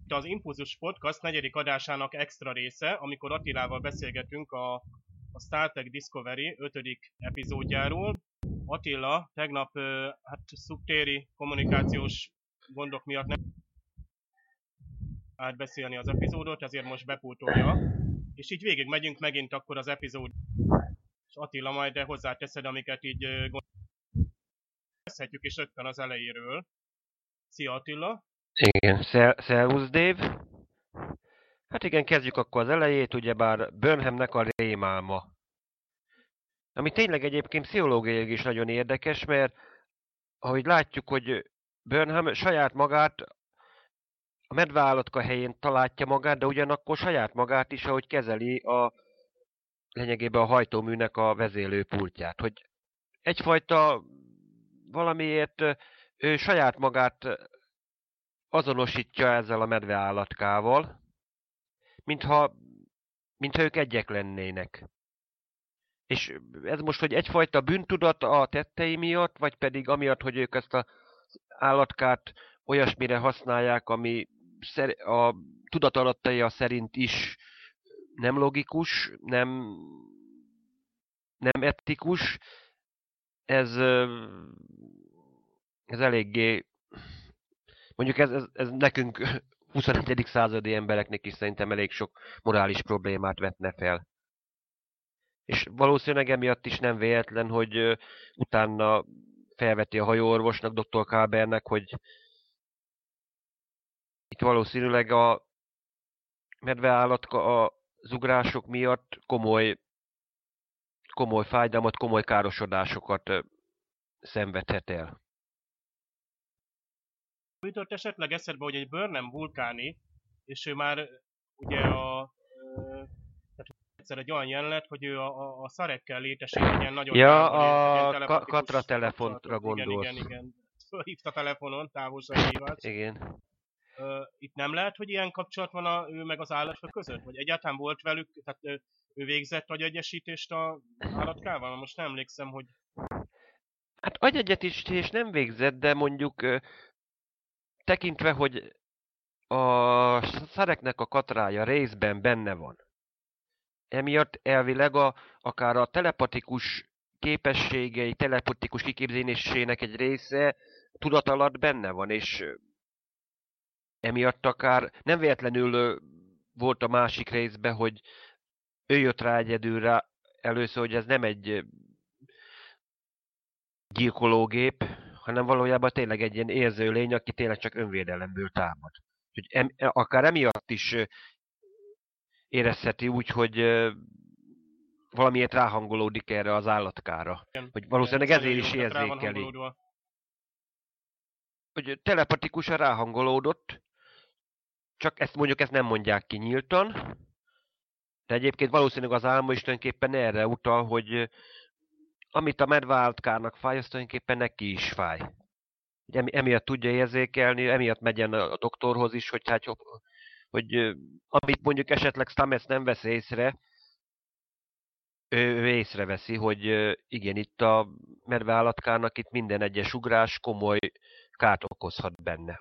Az Impulzus Podcast 4. adásának extra része, amikor Attilával beszélgetünk a Star Trek Discovery 5. epizódjáról. Attila tegnap szubtéri kommunikációs gondok miatt nem átbeszélni az epizódot, ezért most bepótolja. És így végig megyünk megint akkor az epizód. És Attila majd hozzáteszed, amiket így beszélhetjük is rögtön az elejéről. Szia Attila! Igen, szervusz Dave. Hát igen, kezdjük akkor az elejét, ugyebár Burnhamnek a rémálma. Ami tényleg egyébként pszichológiailag is nagyon érdekes, mert ahogy látjuk, hogy Burnham saját magát a medveállatka helyén találja magát, de ugyanakkor saját magát is, ahogy kezeli lényegében a hajtóműnek a vezérlőpultját. Hogy egyfajta valamiért ő saját magát azonosítja ezzel a medveállatkával, mintha ők egyek lennének. És ez most, hogy egyfajta bűntudat a tettei miatt, vagy pedig amiatt, hogy ők ezt az állatkát olyasmire használják, ami a tudatalattaja szerint is nem logikus, nem etikus, ez eléggé, mondjuk ez nekünk 21. századi embereknek is szerintem elég sok morális problémát vetne fel. És valószínűleg emiatt is nem véletlen, hogy utána felveti a hajóorvosnak, dr. Kalbernek, hogy itt valószínűleg a medveállatka az ugrások miatt komoly fájdalmat, komoly károsodásokat szenvedhet el. Jutott esetleg eszedbe, hogy egy Burnham vulkáni, és ő már ugye egyszer egy olyan jelenet, hogy ő a szarekkel létesít egy ilyen nagyon a Katra telefonra gondolsz. Igen. Fölhívta telefonon, távolsági hívás. Igen. Itt nem lehet, hogy ilyen kapcsolat van ő meg az állatfő között? Vagy egyáltalán volt velük, tehát ő végzett agyegyesítést az állatkával? Most nem emlékszem, hogy... Hát agyegyesítést nem végzett, de mondjuk tekintve, hogy a szareknek a katrája részben benne van. Emiatt elvileg akár a telepatikus képességei, telepatikus kiképzésének egy része tudat alatt benne van, és emiatt akár nem véletlenül volt a másik részben, hogy ő jött rá egyedülre először, hogy ez nem egy gyilkológép, hanem valójában tényleg egy ilyen érző lény, aki tényleg csak önvédelemből támad. Úgyhogy akár emiatt is érezheti úgy, hogy valamiért ráhangolódik erre az állatkára. Igen, hogy valószínűleg ezért is érzékeli. Hogy telepatikusan ráhangolódott, csak ezt nem mondják ki nyíltan, de egyébként valószínűleg az álma is tulajdonképpen erre utal, hogy amit a medveállatkának fáj, az tulajdonképpen neki is fáj. Emiatt tudja érzékelni, emiatt megyen a doktorhoz is, hogy amit mondjuk esetleg Stamets nem vesz észre, ő észreveszi, hogy igen, itt a medveállatkának itt minden egyes ugrás komoly kárt okozhat benne,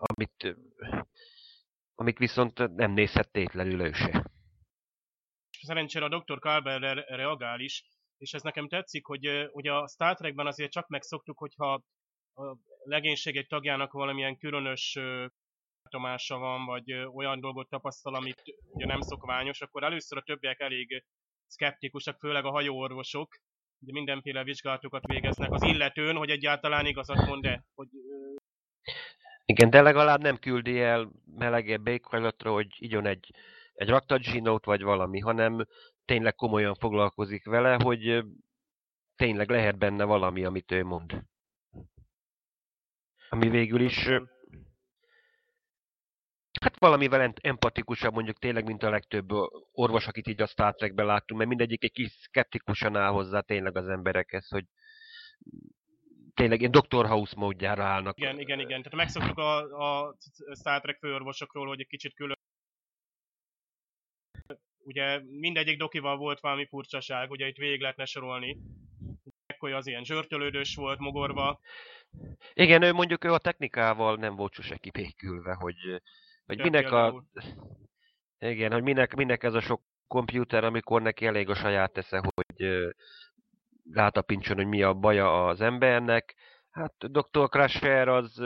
amit viszont nem nézhet tétlenül ő se. Szerencsére a Dr. Kalber reagál is, és ez nekem tetszik, hogy ugye a Star Trekben azért csak megszoktuk, hogyha a legénység egy tagjának valamilyen különös tudomása van, vagy olyan dolgot tapasztal, amit ugye nem szokványos, akkor először a többiek elég szkeptikusak, főleg a hajóorvosok, ugye mindenféle vizsgálatokat végeznek az illetőn, hogy egyáltalán igazat mond-e, hogy... Igen, de legalább nem küldi el melegebb éghajlatra, hogy igyon egy raktadzsinót vagy valami, hanem tényleg komolyan foglalkozik vele, hogy tényleg lehet benne valami, amit ő mond. Ami végül is hát valamivel empatikusabb mondjuk tényleg, mint a legtöbb orvos, akit így a Star Trekben láttunk, mert mindegyik egy kis szkeptikusan áll hozzá tényleg az emberekhez, hogy tényleg ilyen Dr. House módjára állnak. Igen. Tehát megszoktuk a Star Trek főorvosokról, hogy egy kicsit külön. Ugye mindegyik dokival volt valami furcsaság, ugye itt végig lehetne sorolni. Hogy az ilyen zsörtölődős volt, mogorva. Igen, ő a technikával nem volt sose kibékülve, hogy Hogy Kell minek a... például. Igen, hogy minek ez a sok komputer, amikor neki elég a saját esze, hogy rátapintson, hogy mi a baja az embernek. Hát Dr. Crusher az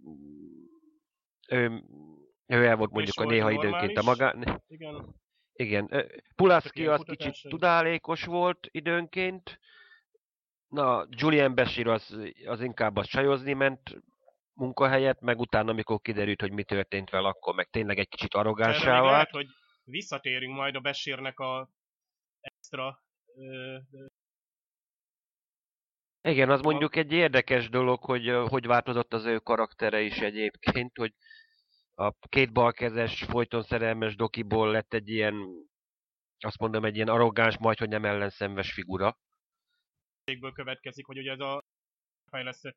ő, ő el volt Ő is mondjuk a volt néha időnként a normális, magán... igen, Igen, csak Pulaski ilyen az kicsit kutatásai. tudálékos volt időnként. Na, Julian Bashir az inkább a csajozni ment munkahelyet, meg utána, amikor kiderült, hogy mi történt vele, akkor meg tényleg egy kicsit És erre arrogánsá még lehet, vált. hogy visszatérünk majd a Besírnek a extra Igen, az a mondjuk egy érdekes dolog, hogy változott az ő karaktere is egyébként, hogy a két balkezes, folyton szerelmes Dokiból lett egy ilyen, azt mondom, egy ilyen arrogáns, majdhogy nem ellenszenves figura. cégből következik, hogy ugye ez a fejlesztett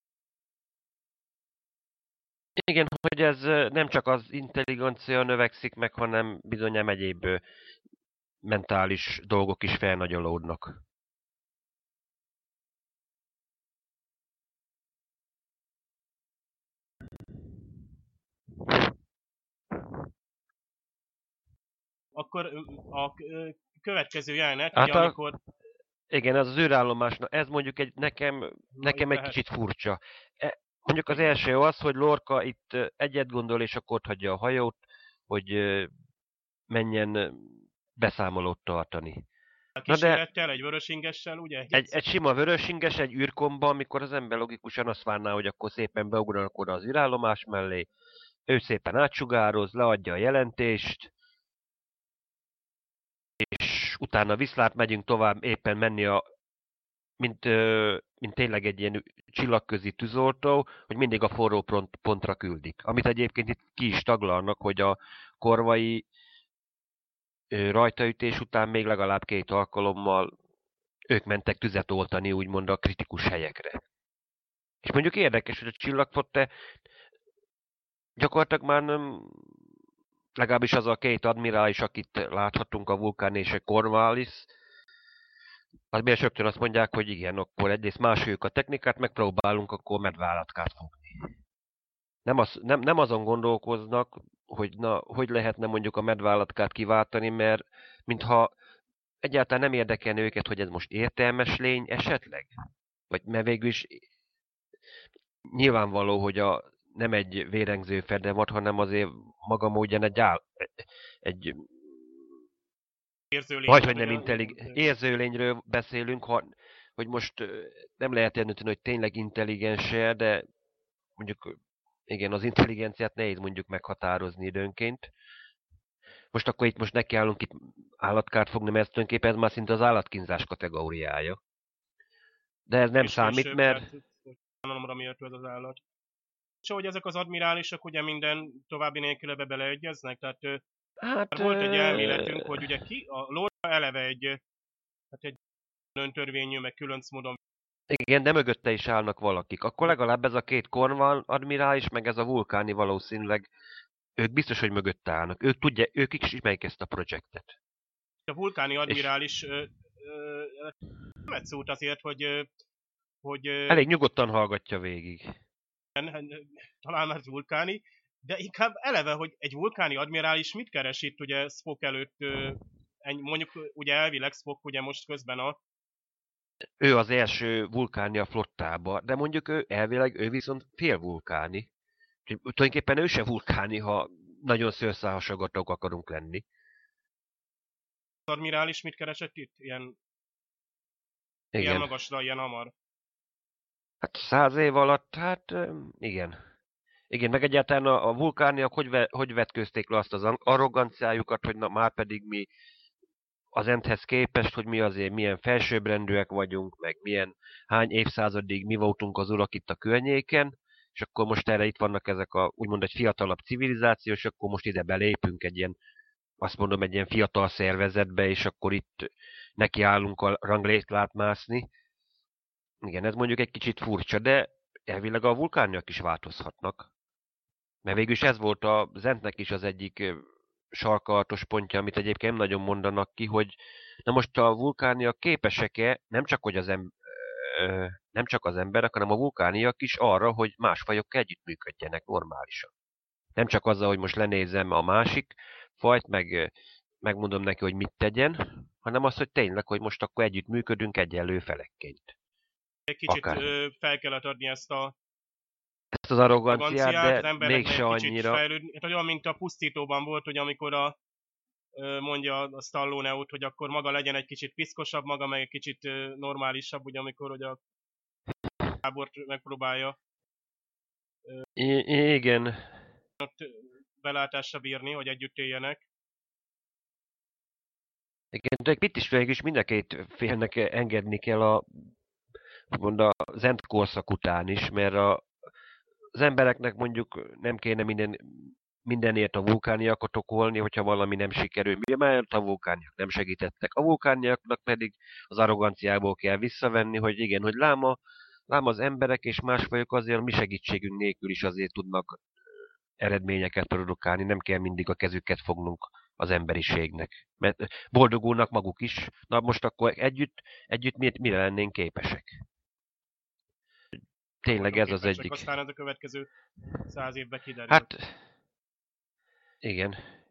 Igen, hogy ez nem csak az intelligencia növekszik meg, hanem bizonyám egyéb mentális dolgok is felnagyolódnak. akkor a következő jelenet, ugye Hát amikor igen, az űrállomás, na ez mondjuk na itt nekem egy lehet, kicsit furcsa. Mondjuk az igen, első az, hogy Lorca itt egyet gondol, és akkor ott hagyja a hajót, hogy menjen beszámolót tartani. a Na de kísérettel, egy vörösingessel, ugye egy sima vörösinges, egy űrkomba, amikor az ember logikusan azt várná, hogy akkor szépen beugranak oda az űrállomás mellé, ő szépen átsugároz, leadja a jelentést, és utána viszlát megyünk tovább éppen menni mint tényleg egy ilyen csillagközi tűzoltó, hogy mindig a forró pontra küldik. Amit egyébként itt ki is taglalnak, hogy a korvai rajtaütés után még legalább 2 alkalommal ők mentek tüzet oltani, úgymond a kritikus helyekre. És mondjuk érdekes, hogy a csillagfotte gyakorlatilag már nem, legalábbis az a 2 admirális, akit láthatunk, a Vulkán és a Corvallis, az miért rögtön azt mondják, hogy igen, akkor egyrészt másoljuk a technikát, megpróbálunk akkor medvállatkát fogni. Nem azon gondolkoznak, hogy hogy lehetne mondjuk a medvállatkát kiváltani, mert mintha egyáltalán nem érdekelne őket, hogy ez most értelmes lény esetleg? Vagy mert végül is nyilvánvaló, hogy nem egy vérengző fedevad, hanem azért maga módján egy érző lény, majdhogy hát nem ugye, igen, érzőlényről beszélünk, hogy most nem lehet eldönteni, hogy tényleg intelligens-e, de mondjuk igen, az intelligenciát nehéz mondjuk meghatározni időnként. Most akkor itt most nekiállunk itt állatkát fogni, mert ez tulajdonképpen ez már szinte az állatkínzás kategóriája. De ez nem és számít, később, mert tehát számomra miért ez az állat. És hogy ezek az admirálisok ugye minden további nélkül ebbe beleegyeznek, tehát hát már volt egy elméletünk, hogy ugye a Lorca eleve egy öntörvényű, meg különc módon igen, de mögötte is állnak valakik. Akkor legalább ez a két Cornwall admirális, meg ez a vulkáni valószínűleg ők biztos, hogy mögötte állnak. Ők is ismerik ezt a projektet. a vulkáni És admirális nem egy szót azért, hogy elég nyugodtan hallgatja végig. talán már vulkáni, de inkább eleve, hogy egy vulkáni admirális mit keres itt ugye Spock előtt, mondjuk ugye elvileg Spock ugye most közben Ő az első vulkáni a flottába, de mondjuk ő viszont félvulkáni. Úgyhogy tulajdonképpen ő se vulkáni, ha nagyon szőrszálhasogatók akarunk lenni. az admirális mit keresett itt? Ilyen Igen. magasra, ilyen hamar. Hát 100 év alatt, hát igen. Igen, meg egyáltalán a vulkániak hogy vetközték le azt az arroganciájukat, hogy na már pedig mi az Endhez képest, hogy mi azért milyen felsőbbrendűek vagyunk, meg hány évszázadig mi voltunk az urak itt a környéken, és akkor most erre itt vannak ezek úgymond egy fiatalabb civilizáció, és akkor most ide belépünk egy ilyen, azt mondom, egy ilyen fiatal szervezetbe, és akkor itt nekiállunk a ranglétrát mászni. Igen, ez mondjuk egy kicsit furcsa, de elvileg a vulkániak is változhatnak. Mert végülis ez volt a Zentnek is az egyik sarkalatos pontja, amit egyébként nem nagyon mondanak ki, hogy na most a vulkániak képesek-e nem csak az emberek, hanem a vulkániak is arra, hogy más fajokkal együttműködjenek normálisan. Nem csak azzal, hogy most lenézem a másik fajt, meg megmondom neki, hogy mit tegyen, hanem az, hogy tényleg, hogy most akkor együtt működünk egyenlő felekként. Egy kicsit Akár fel kellett adni ezt a ezt az arroganciát, arroganciát, az de embereknek egy mégse kicsit annyira. fejlődni. Hát olyan, mint a Pusztítóban volt, hogy amikor mondja a Stallone út, hogy akkor maga legyen egy kicsit piszkosabb, maga meg egy kicsit normálisabb, ugye amikor hogy a tábort megpróbálja Igen, belátásra bírni, hogy együtt éljenek. igen, de itt is végül is mind a két félnek engedni kell úgymond a Zend korszak után is, mert az embereknek mondjuk nem kéne mindenért a vulkániakat okolni, hogyha valami nem sikerül. Mert a vulkániak nem segítettek. A vulkániaknak pedig az arroganciából kell visszavenni, hogy igen, hogy lám az emberek és más fajok azért a mi segítségünk nélkül is azért tudnak eredményeket produkálni, nem kell mindig a kezüket fognunk az emberiségnek. Mert boldogulnak maguk is. Na most akkor együtt mire lennénk képesek? Tényleg ez az Képesek, egyik. aztán ez a következő 100 évben kiderül. Hát, igen.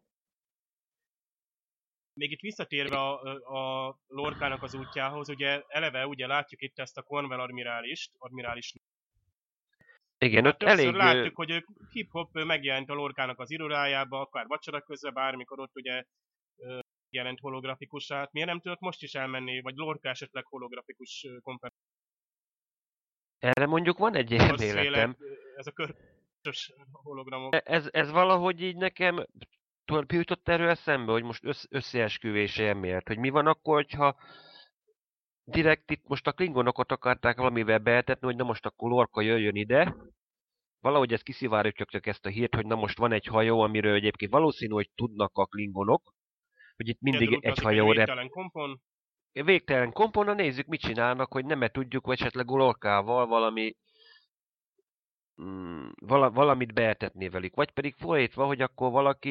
Még itt visszatérve a Lorcának az útjához, ugye eleve ugye látjuk itt ezt a Cornwell admirális. Igen, Hát ott többször elég... láttuk, hogy ők hip-hop megjelent a Lorcának az irodájába, akár vacsora közben, bármikor ott ugye jelent holografikusra. Hát miért nem tudott most is elmenni, vagy Lorca esetleg holografikus konferenciára? Erre mondjuk van egy elméletem. Ez a körös hologramok. Ez valahogy így nekem jutott erről eszembe, hogy most összeesküvés elmélet, hogy mi van akkor, hogyha direkt itt most a klingonokat akarták valamivel beetetni, hogy na most akkor Lorca jöjjön ide. Valahogy ez kiszivárogtak ezt a hírt, hogy na most van egy hajó, amiről egyébként valószínű, hogy tudnak a klingonok, hogy itt mindig egy hajó végtelen kompon. Végtelen kompon, na nézzük, mit csinálnak, hogy nem tudjuk, vagy esetleg Lorcával valamit beetetné velük. Vagy pedig fordítva, hogy akkor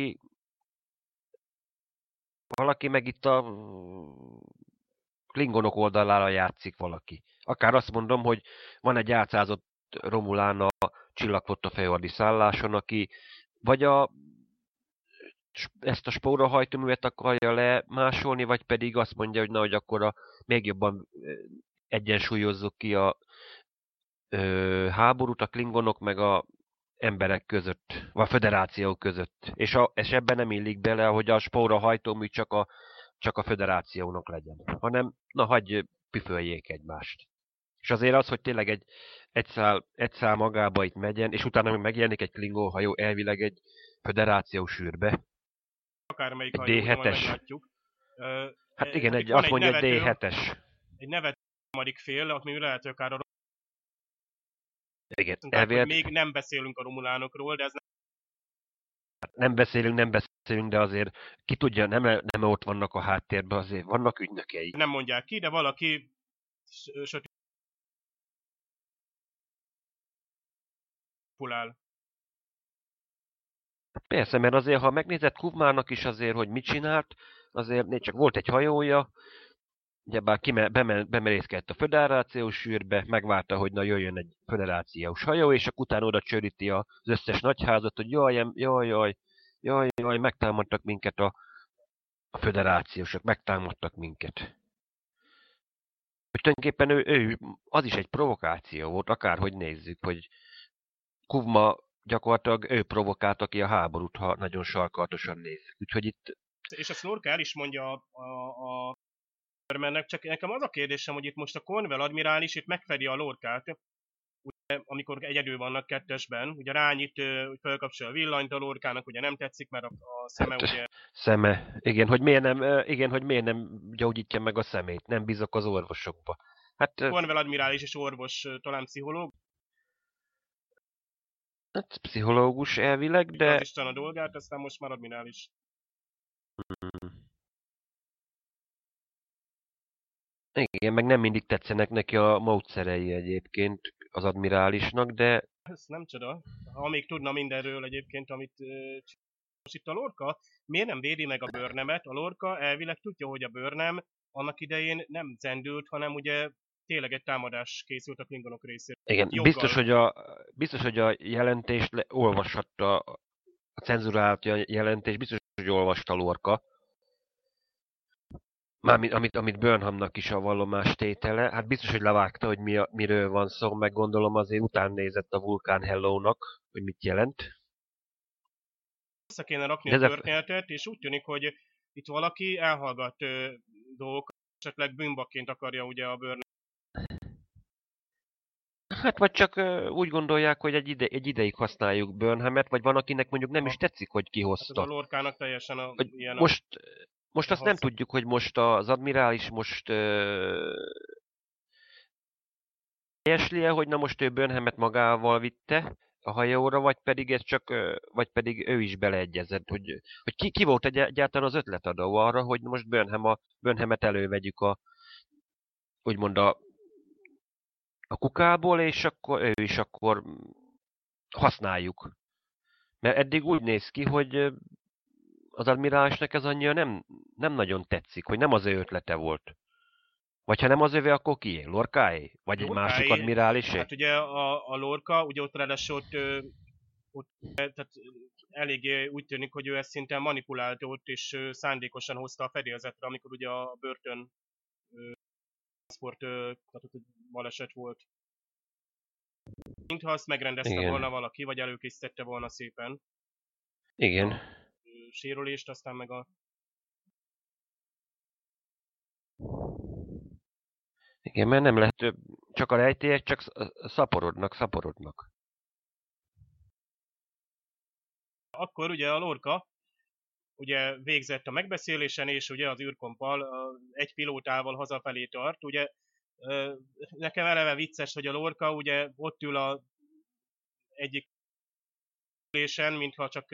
valaki meg itt a klingonok oldalára játszik valaki. Akár azt mondom, hogy van egy átszázott Romulán a csillagflotta fejordi szálláson, aki vagy ezt a spórahajtóművet akarja lemásolni, vagy pedig azt mondja, hogy na, hogy akkor még jobban egyensúlyozzuk ki a háborút a klingonok meg a emberek között, vagy a föderáció között. És ebben nem illik bele, hogy a spóra hajtómű csak a föderációnak legyen, hanem na hagyj püföljék egymást. És azért az, hogy tényleg egy szál magába itt megyen, és utána még megjelenik egy klingon hajó elvileg egy föderációs űrbe. Akármelyik egy hajó, majd D7-es. meglátjuk. Hát igen, azt mondja, egy D7-es. Egy nevető harmadik fél, ami lehet, hogy akár a igen, tehát, hogy még nem beszélünk a romulánokról, de ez nem beszélünk, de azért ki tudja, nem ott vannak a háttérben, azért vannak ügynökei. nem mondják ki, de valaki pulál. Persze, mert azért, ha megnézed Kuvmának is azért, hogy mit csinált, azért csak volt egy hajója, ugyebár bemerészkedett a föderációs űrbe, megvárta, hogy na jöjjön egy föderációs hajó, és akkor utána oda csöríti az összes nagyházat, hogy jaj, megtámadtak minket a föderációsok, megtámadtak minket. Hogy tulajdonképpen ő az is egy provokáció volt, akárhogy nézzük, hogy Kuvma gyakorlatilag ő provokálta ki a háborút, ha nagyon sarkalatosan nézzük. Úgyhogy itt... És a Lorca el is mondja a Bermannek, csak nekem az a kérdésem, hogy itt most a Cornwell admirális itt megfedi a Lorcát, ugye, amikor egyedül vannak kettesben, ugye rányít, hogy felkapcsol a villanyt a Lorcának, ugye nem tetszik, mert a szeme ugye... Szeme, igen, hogy miért nem gyógyítja meg a szemét, nem bízok az orvosokba. Hát... Cornwell admirális és orvos, talán pszichológus. Hát pszichológus elvileg, de... Az Isten a dolgát, aztán most már admirális. Igen, meg nem mindig tetszenek neki a módszerei egyébként az admirálisnak, de... Ez nem csoda. Amíg tudna mindenről egyébként, amit most itt a Lorca, miért nem védi meg a Burnhamet? A Lorca elvileg tudja, hogy a Burnham annak idején nem zendült, hanem ugye tényleg egy támadás készült a klingonok részéről. Igen, biztos, hogy a jelentést olvashatta a cenzurált jelentés, biztos, hogy olvasta Lorca. Mármint, amit Burnhamnak is a vallomástétele, hát biztos, hogy levágta, hogy miről van szó, meg gondolom azért után nézett a Vulkán Hello-nak, hogy mit jelent. Össze kéne rakni De a történetet, és úgy tűnik, hogy itt valaki elhallgat dolgokat, esetleg bűnbakként akarja ugye a Burn. Hát vagy csak úgy gondolják, hogy egy ideig használjuk Burnhamet, vagy van, akinek mondjuk nem is tetszik, hogy Hát ez kihozta. a Lorkának teljesen Hogy ilyen most azt nem tudjuk, hogy most az admirális most helyesli-e, hogy na most ő Burnhamet magával vitte a hajóra, vagy pedig ő is beleegyezett, hogy ki volt egyáltalán az ötletadó arra, hogy most Burnhamet elővegyük úgymond a kukából, és akkor ő is akkor használjuk. Mert eddig úgy néz ki, hogy az admirálisnak ez annyira nem nagyon tetszik, hogy nem az ő ötlete volt. Vagy ha nem az övé, akkor kié? Lorcaé? Vagy egy másik admirálisé? Hát ugye a Lorca, ugye ott ráadásul ott tehát eléggé úgy tűnik, hogy ő ezt szintén manipulált ott, és szándékosan hozta a fedélzetre, amikor ugye a börtön transport tehát ott baleset volt. Mintha azt megrendezte Igen. volna valaki, vagy előkészítette volna szépen. Igen. A sérülést, aztán meg a... Igen, mert nem lehet, csak a rejtélyek csak szaporodnak. Akkor ugye a Lorca ugye végzett a megbeszélésen, és ugye az űrkompal egy pilótával hazafelé tart. Ugye nekem eleve vicces, hogy a Lorca ugye ott ül a egyik ülésen, mintha csak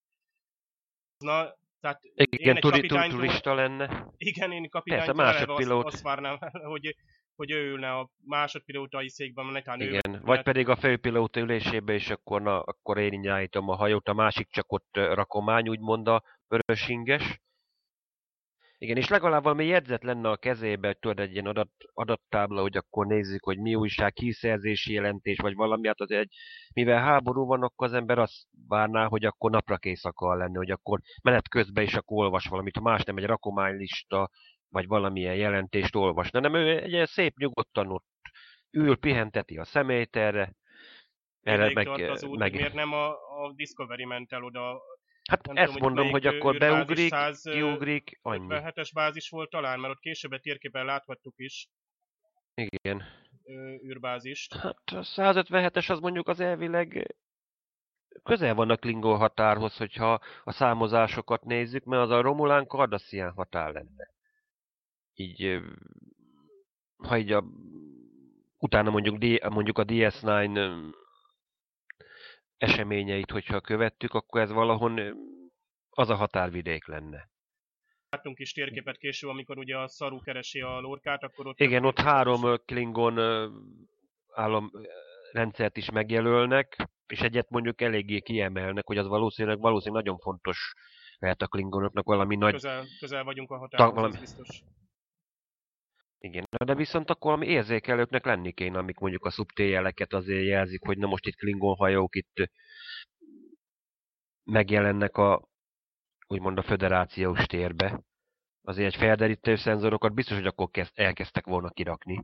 tehát Igen, én egy turista lenne. Igen, én kapitánytól eleve azt várnám, hogy ő ülne a másodpilótai székben, netán ő... Igen, vagy pedig a főpilóta ülésébe, és akkor én irányítom a hajót, a másik csak ott rakomány, úgymond a vörösinges. Igen, és legalább valami jegyzet lenne a kezébe, hogy tudod, egy ilyen adattábla, hogy akkor nézzük, hogy mi újság, hírszerzési jelentés, vagy valami, hát azért mivel háború van, akkor az ember azt várná, hogy akkor naprakész akar lenni, hogy akkor menet közben is akkor olvas valamit, ha más nem egy rakománylista, vagy valamilyen jelentést olvasna, nem, ő egy ilyen szép nyugodtan ott ül, pihenteti a szemét erre. Tart az út, hogy miért nem a Discovery ment el oda. Hát nem ezt tudom, mondom, hogy akkor beugrik, kiugrik, annyi. 57-es bázis volt talán, mert ott később a térképen láthattuk is. Igen. Űrbázist. Hát a 157-es az mondjuk az elvileg közel van a Klingon határhoz, hogyha a számozásokat nézzük, mert az a Romulán Cardassian határ lenne. Így, ha így utána mondjuk a DS9 eseményeit, hogyha követtük, akkor ez valahol az a határvidék lenne. Láttunk is térképet később, amikor ugye a Saru keresi a Lorcát, akkor ott... Igen, ott 3 Klingon államrendszert is megjelölnek, és egyet mondjuk eléggé kiemelnek, hogy az valószínűleg nagyon fontos lehet a Klingonoknak valami nagy... Közel vagyunk a határhoz, az biztos. Igen, de viszont akkor valami érzékelőknek lenni kéne, amik mondjuk a szubtéjeleket azért jelzik, hogy na most itt Klingon hajók itt megjelennek úgymond a föderációs térbe. Azért egy felderítő szenzorokat biztos, hogy akkor elkezdtek volna kirakni.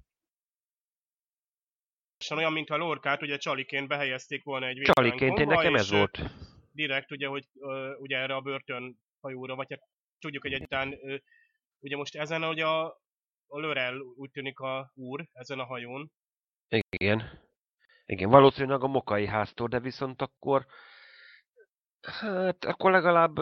Olyan, mint a Lorcát, ugye csaliként behelyezték volna egy Csaliként, én nekem ez volt. Direkt ugye, hogy ugye erre a börtön hajóra, vagy hát tudjuk, hogy egyáltalán ugye most ezen ugye a Lorel úgy tűnik a úr, ezen a hajón. Igen. Igen, valószínűleg a Mokai háztól, de viszont akkor hát akkor legalább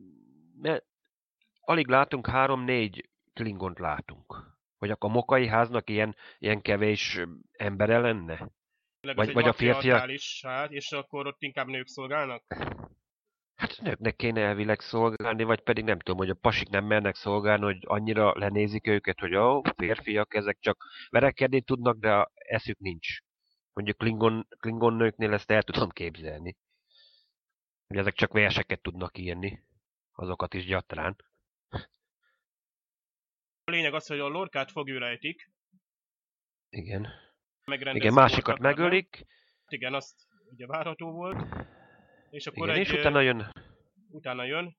alig látunk 3-4 Klingont látunk. Hogy akkor a Mokai háznak ilyen kevés embere lenne? Vagy a férfiak... És akkor ott inkább nők szolgálnak? Hát nőknek kéne elvileg szolgálni, vagy pedig nem tudom, hogy a pasik nem mernek szolgálni, hogy annyira lenézik őket, hogy férfiak, ezek csak verekedni tudnak, de eszük nincs. Mondjuk Klingon nőknél ezt el tudom képzelni. Hogy ezek csak verseket tudnak írni. Azokat is gyatrán. A lényeg az, hogy a Lorcát fogőrejtik. Igen. Igen, másikat megölik. Igen, azt ugye várható volt. És akkor Igen, és utána jön utána jön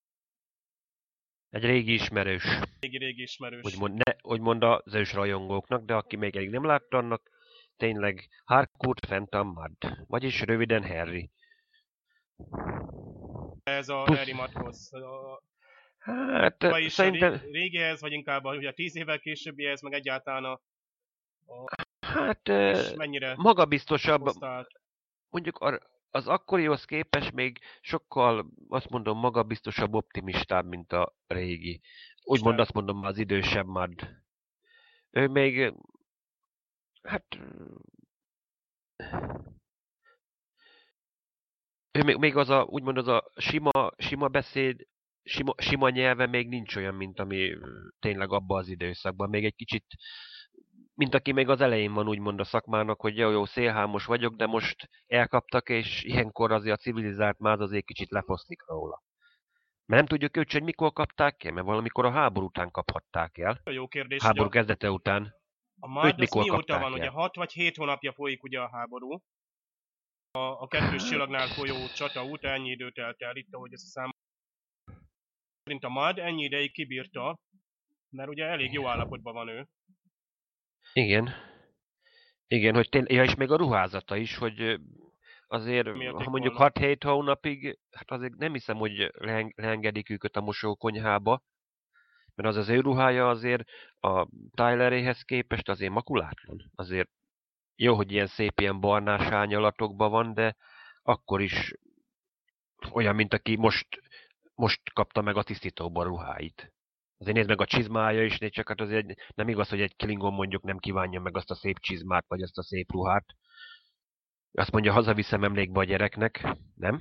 egy régi ismerős, régi ismerős. úgymond az ős rajongóknak, de aki még eddig nem látta, annak tényleg Harcourt Phantom Mud, vagyis röviden Harry. Ez a Plusz, Harry Muddhoz. hát Vagyis a szerintem, régihez, vagy inkább ugye a 10 évvel későbbihez, meg egyáltalán hát és mennyire magabiztosabb, hozta át. mondjuk az akkorihoz képest még sokkal, azt mondom, magabiztosabb, optimistább, mint a régi. Úgymond azt mondom, az idősebb Mud. Ő még, hát, ő még az a, úgymond az a sima beszéd, sima nyelve még nincs olyan, mint ami tényleg abban az időszakban. Még egy kicsit, mint aki még az elején van úgymond a szakmának, hogy jó, szélhámos vagyok, de most elkaptak, és ilyenkor azért a civilizált máz azért kicsit lefoszlik róla. Mert nem tudjuk őt, hogy mikor kapták el, mert valamikor a háború után kaphatták el. Jó kérdés, hogy Háború kezdete után. a Őt MUD az mikor mióta kapták van? el? Ugye 6 vagy 7 hónapja folyik ugye a háború. A kettős csillagnál folyó csata után ennyi idő telt el itt, ahogy ezt a szám. Szerint a MUD ennyi ideig kibírta, mert ugye elég jó állapotban van ő. Igen. Igen, hogy tényleg, ja, és még a ruházata is, hogy azért, Mélték ha mondjuk volna. 6-7 hónapig, hát azért nem hiszem, hogy leengedik őket a mosókonyhába, mert az ő ruhája azért a Tyleréhez képest azért makulátlan. Azért jó, hogy ilyen szép ilyen barnás árnyalatokban van, de akkor is olyan, mint aki most kapta meg a tisztítóban ruháit. Azért nézd meg a csizmája is, csak hát azért nem igaz, hogy egy Klingon mondjuk nem kívánja meg azt a szép csizmát, vagy azt a szép ruhát. Azt mondja, hazaviszem emlékbe a gyereknek, nem?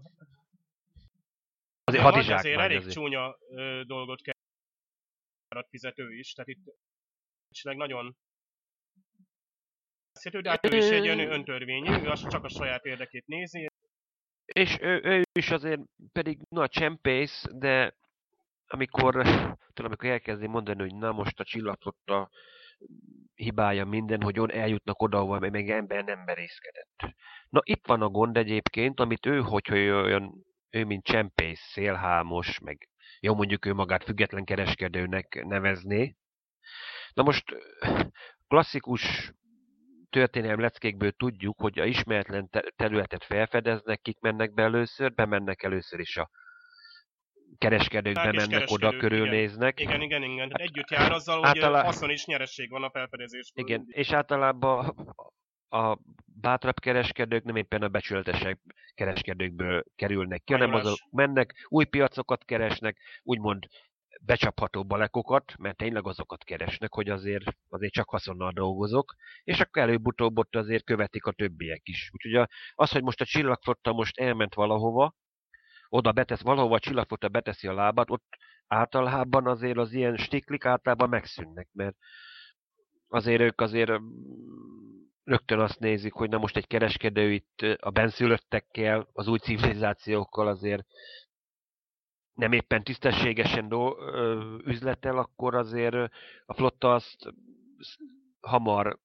Azért A MUD azért hadizsákmány elég azért. csúnya dolgot kellett fizető is, tehát itt nagyon szétő, de hát ő is egy öntörvényű, ő csak a saját érdekét nézi. És ő is azért pedig na csempész, de amikor elkezdi mondani, hogy na most a csillagflotta hibája minden, hogy eljutnak oda, ahol még ember nem merészkedett. Na itt van a gond egyébként, amit ő mint csempész, szélhámos, meg jó mondjuk ő magát független kereskedőnek nevezné. Na most klasszikus történelmi leckékből tudjuk, hogy a ismeretlen területet felfedeznek, kik mennek be először, bemennek először is a kereskedők, bemennek oda, körülnéznek. Igen. Tehát együtt jár azzal, hogy haszon és nyeresség van a felfedezésből. Igen, és általában a bátrabb kereskedők nem éppen a becsületesebb kereskedőkből kerülnek ki, hanem azok mennek, új piacokat keresnek, úgymond becsapható balekokat, mert tényleg azokat keresnek, hogy azért csak haszonnal dolgozok, és akkor előbb-utóbb ott azért követik a többiek is. Úgyhogy az, hogy most a csillagflotta most elment valahova, valahova a csillagflotta beteszi a lábát, ott általában azért az ilyen stiklik általában megszűnnek, mert azért ők rögtön azt nézik, hogy na most egy kereskedő itt a benszülöttekkel, az új civilizációkkal azért nem éppen tisztességesen üzletel, akkor azért a flotta azt hamar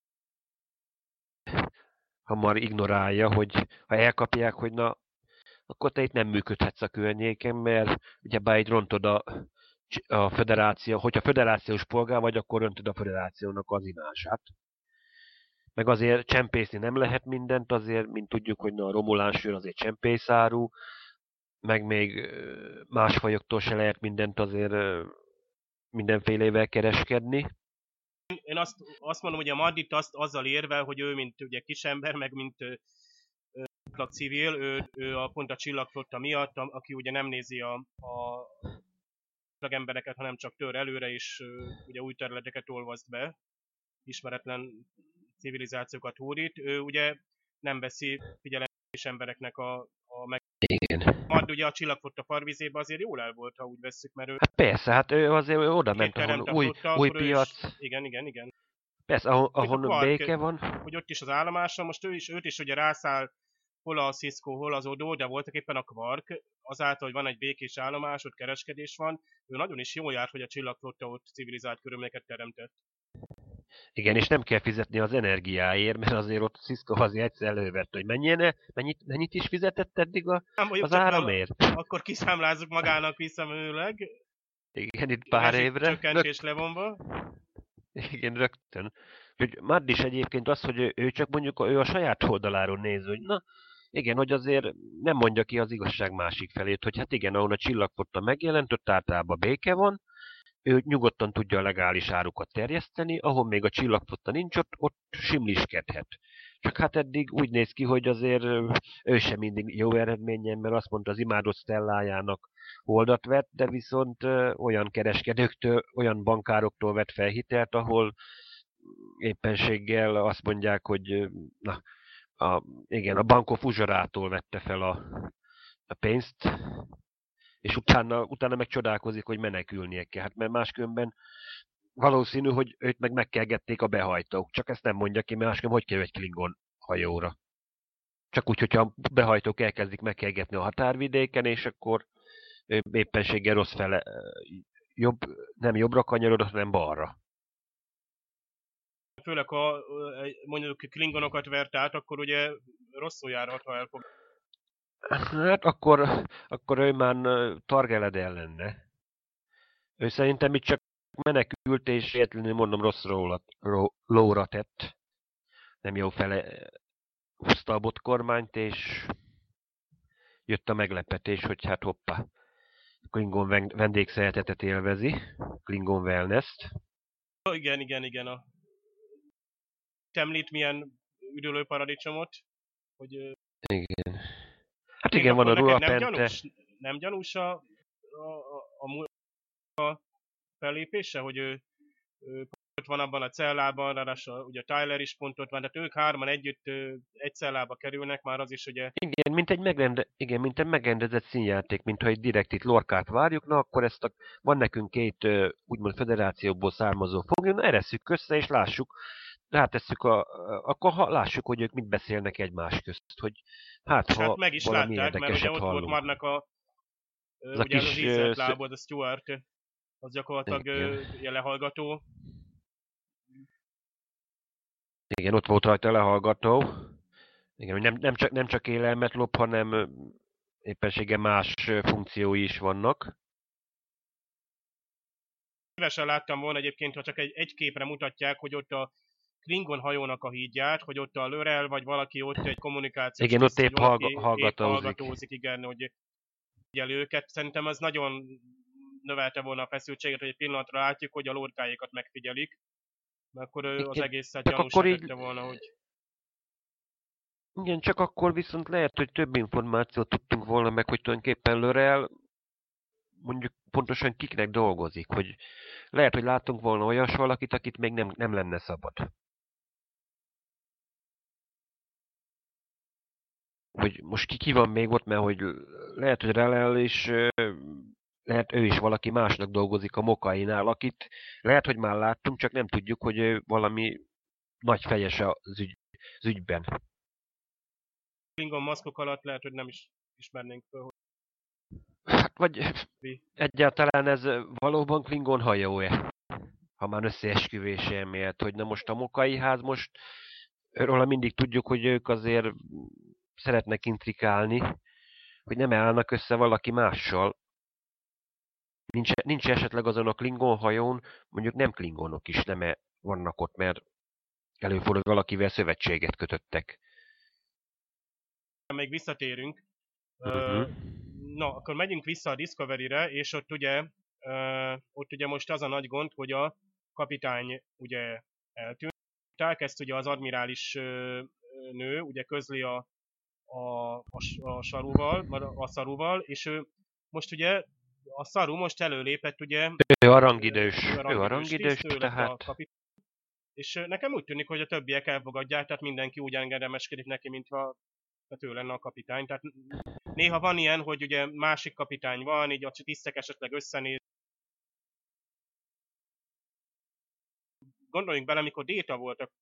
ignorálja, hogy ha elkapják, hogy na, akkor te itt nem működhetsz a környéken, mert ugyebár így rontod a föderáció, hogyha föderációs polgár vagy, akkor rontod a föderációnak az imázsát. Meg azért csempészni nem lehet mindent, azért, mint tudjuk, hogy na, a romuláns sör azért csempészáru, meg még más fajoktól se lehet mindent azért mindenfélével kereskedni. Én azt mondom, hogy a Madrid azzal érvel, hogy ő mint ugye kisember, meg mint civil, ő pont a csillagflotta miatt, aki ugye nem nézi a embereket, hanem csak tör előre, és ugye új területeket olvaszt be, ismeretlen civilizációkat hódít. Ő ugye nem veszi figyelembe kis embereknek a Igen. Mad ugye a csillagflotta farvizébe azért jól el volt, ha úgy vesszük, mert ő... Hát persze, hát ő azért oda ment, ahol új piac. Igen. Persze, ahol béke van. Hogy ott is az állomása, most őt is ugye rászáll hol a Cisco, hol az Odo, de voltak éppen a Quark, azáltal, hogy van egy békés állomás, ott kereskedés van, ő nagyon is jól járt, hogy a csillagflotta ott civilizált körülményeket teremtett. Igen, és nem kell fizetni az energiáért, mert azért ott Cisco azért egyszer elővett, hogy mennyit is fizetett eddig Számoljuk az csak fel, áramért? akkor kiszámlázzuk magának visszamenőleg, Igen, itt a pár évre. rezsicsökkentés levonva. Igen, rögtön. Úgyhogy Madd is egyébként az, hogy ő csak mondjuk ő a saját oldaláról néz, hogy na, igen, hogy azért nem mondja ki az igazság másik felét, hogy hát igen, ahol a csillagfotta megjelent, ott általában béke van, ő nyugodtan tudja a legális árukat terjeszteni, ahol még a csillagfotta nincs, ott simliskedhet. Csak hát eddig úgy néz ki, hogy azért ő sem mindig jó eredményen, mert azt mondta, az imádott Stellájának holdat vett, de viszont olyan kereskedőktől, olyan bankároktól vett fel hitelt, ahol éppenséggel azt mondják, hogy na, igen, a Banco Fuzsorától vette fel a pénzt, és utána meg csodálkozik, hogy menekülnie kell. Hát mert máskülönben valószínű, hogy őt meg megkelgették a behajtók. Csak ezt nem mondja ki, mert máskülönben hogy kerül egy Klingon hajóra. Csak úgy, hogyha a behajtók elkezdik megkelgetni a határvidéken, és akkor éppenséggel rossz fele, nem jobbra kanyarodott, hanem balra. Főleg, ha mondjuk klingonokat vert át, akkor ugye rosszul járhat, ha elfog. Hát akkor ő már Targeled lenne. Ő szerintem itt csak menekült, és értelemben mondom rossz lóra tett. Nem jó fele húzta a botkormányt, és jött a meglepetés, hogy hát hoppá, Klingon vendégszeretetet élvezi, Klingon wellness-t. Igen. Említ milyen üdülő paradicsomot, hogy... Igen. Hát igen, van a Ruapente. Nem gyanús a fellépése, hogy ő ott van abban a cellában, ráadásul ugye Tyler is pont ott van, tehát ők hárman együtt egy cellába kerülnek, már az is ugye... Igen, mint egy megrendezett színjáték, mintha egy direkt itt Lorcát várjuk, na akkor van nekünk két úgymond federációból származó foglyunk, na eresszük össze és lássuk, rátesszük akkor lássuk, hogy ők mit beszélnek egymás közt, hogy ha meg is valami látták, mert ugye ott hallunk. volt Marnak ugye az ízelt lábod, a Stuart, az gyakorlatilag lehallgató. Igen, ott volt rajta lehallgató. Igen, hogy nem csak élelmet lop, hanem éppenséggel más funkciói is vannak. Szívesen láttam volna egyébként, ha csak egy képre mutatják, hogy ott a Klingon hajónak a hídját, hogy ott a Lörel, vagy valaki ott egy kommunikációs igen, tiszt, ott épp hallgatózik, igen, hogy figyel őket. Szerintem ez nagyon növelte volna a feszültséget, hogy egy pillanatra látjuk, hogy a lórkáikat megfigyelik, mert akkor igen, az egészet gyanúsá tette volna, hogy... Igen, csak akkor viszont lehet, hogy több információt tudtunk volna meg, hogy tulajdonképpen Lörel mondjuk pontosan kiknek dolgozik, hogy lehet, hogy látunk volna olyas valakit, akit még nem lenne szabad. Hogy most ki van még ott, mert hogy lehet, hogy Relel is, lehet ő is valaki másnak dolgozik a Mokainál, akit lehet, hogy már láttunk, csak nem tudjuk, hogy ő valami nagy fejes az ügyben. Klingon maszkok alatt lehet, hogy nem is ismernénk föl, hogy... Hát, vagy egyáltalán ez valóban Klingon hajó-e? Ha már összeesküvés elmélet, hogy na most a Mokai ház most, róla mindig tudjuk, hogy ők azért szeretnek intrikálni, hogy nem állnak össze valaki mással. Nincs esetleg azon a Klingon hajón, mondjuk nem Klingonok is nem vannak ott, mert előfordul, hogy valakivel szövetséget kötöttek. Még visszatérünk. Na, akkor megyünk vissza a Discovery-re, és ott ugye most az a nagy gond, hogy a kapitány ugye eltűnt. Ezt ugye az admirális nő ugye közli a Saruval, és ő most ugye a Saru most előlépett ugye... Ő a rangidős, tehát... És nekem úgy tűnik, hogy a többiek elfogadják, tehát mindenki úgy engedelmeskedik neki, mintha ő lenne a kapitány. Tehát néha van ilyen, hogy ugye másik kapitány van, így a tisztek esetleg összenéz. Gondoljunk bele, amikor Data volt a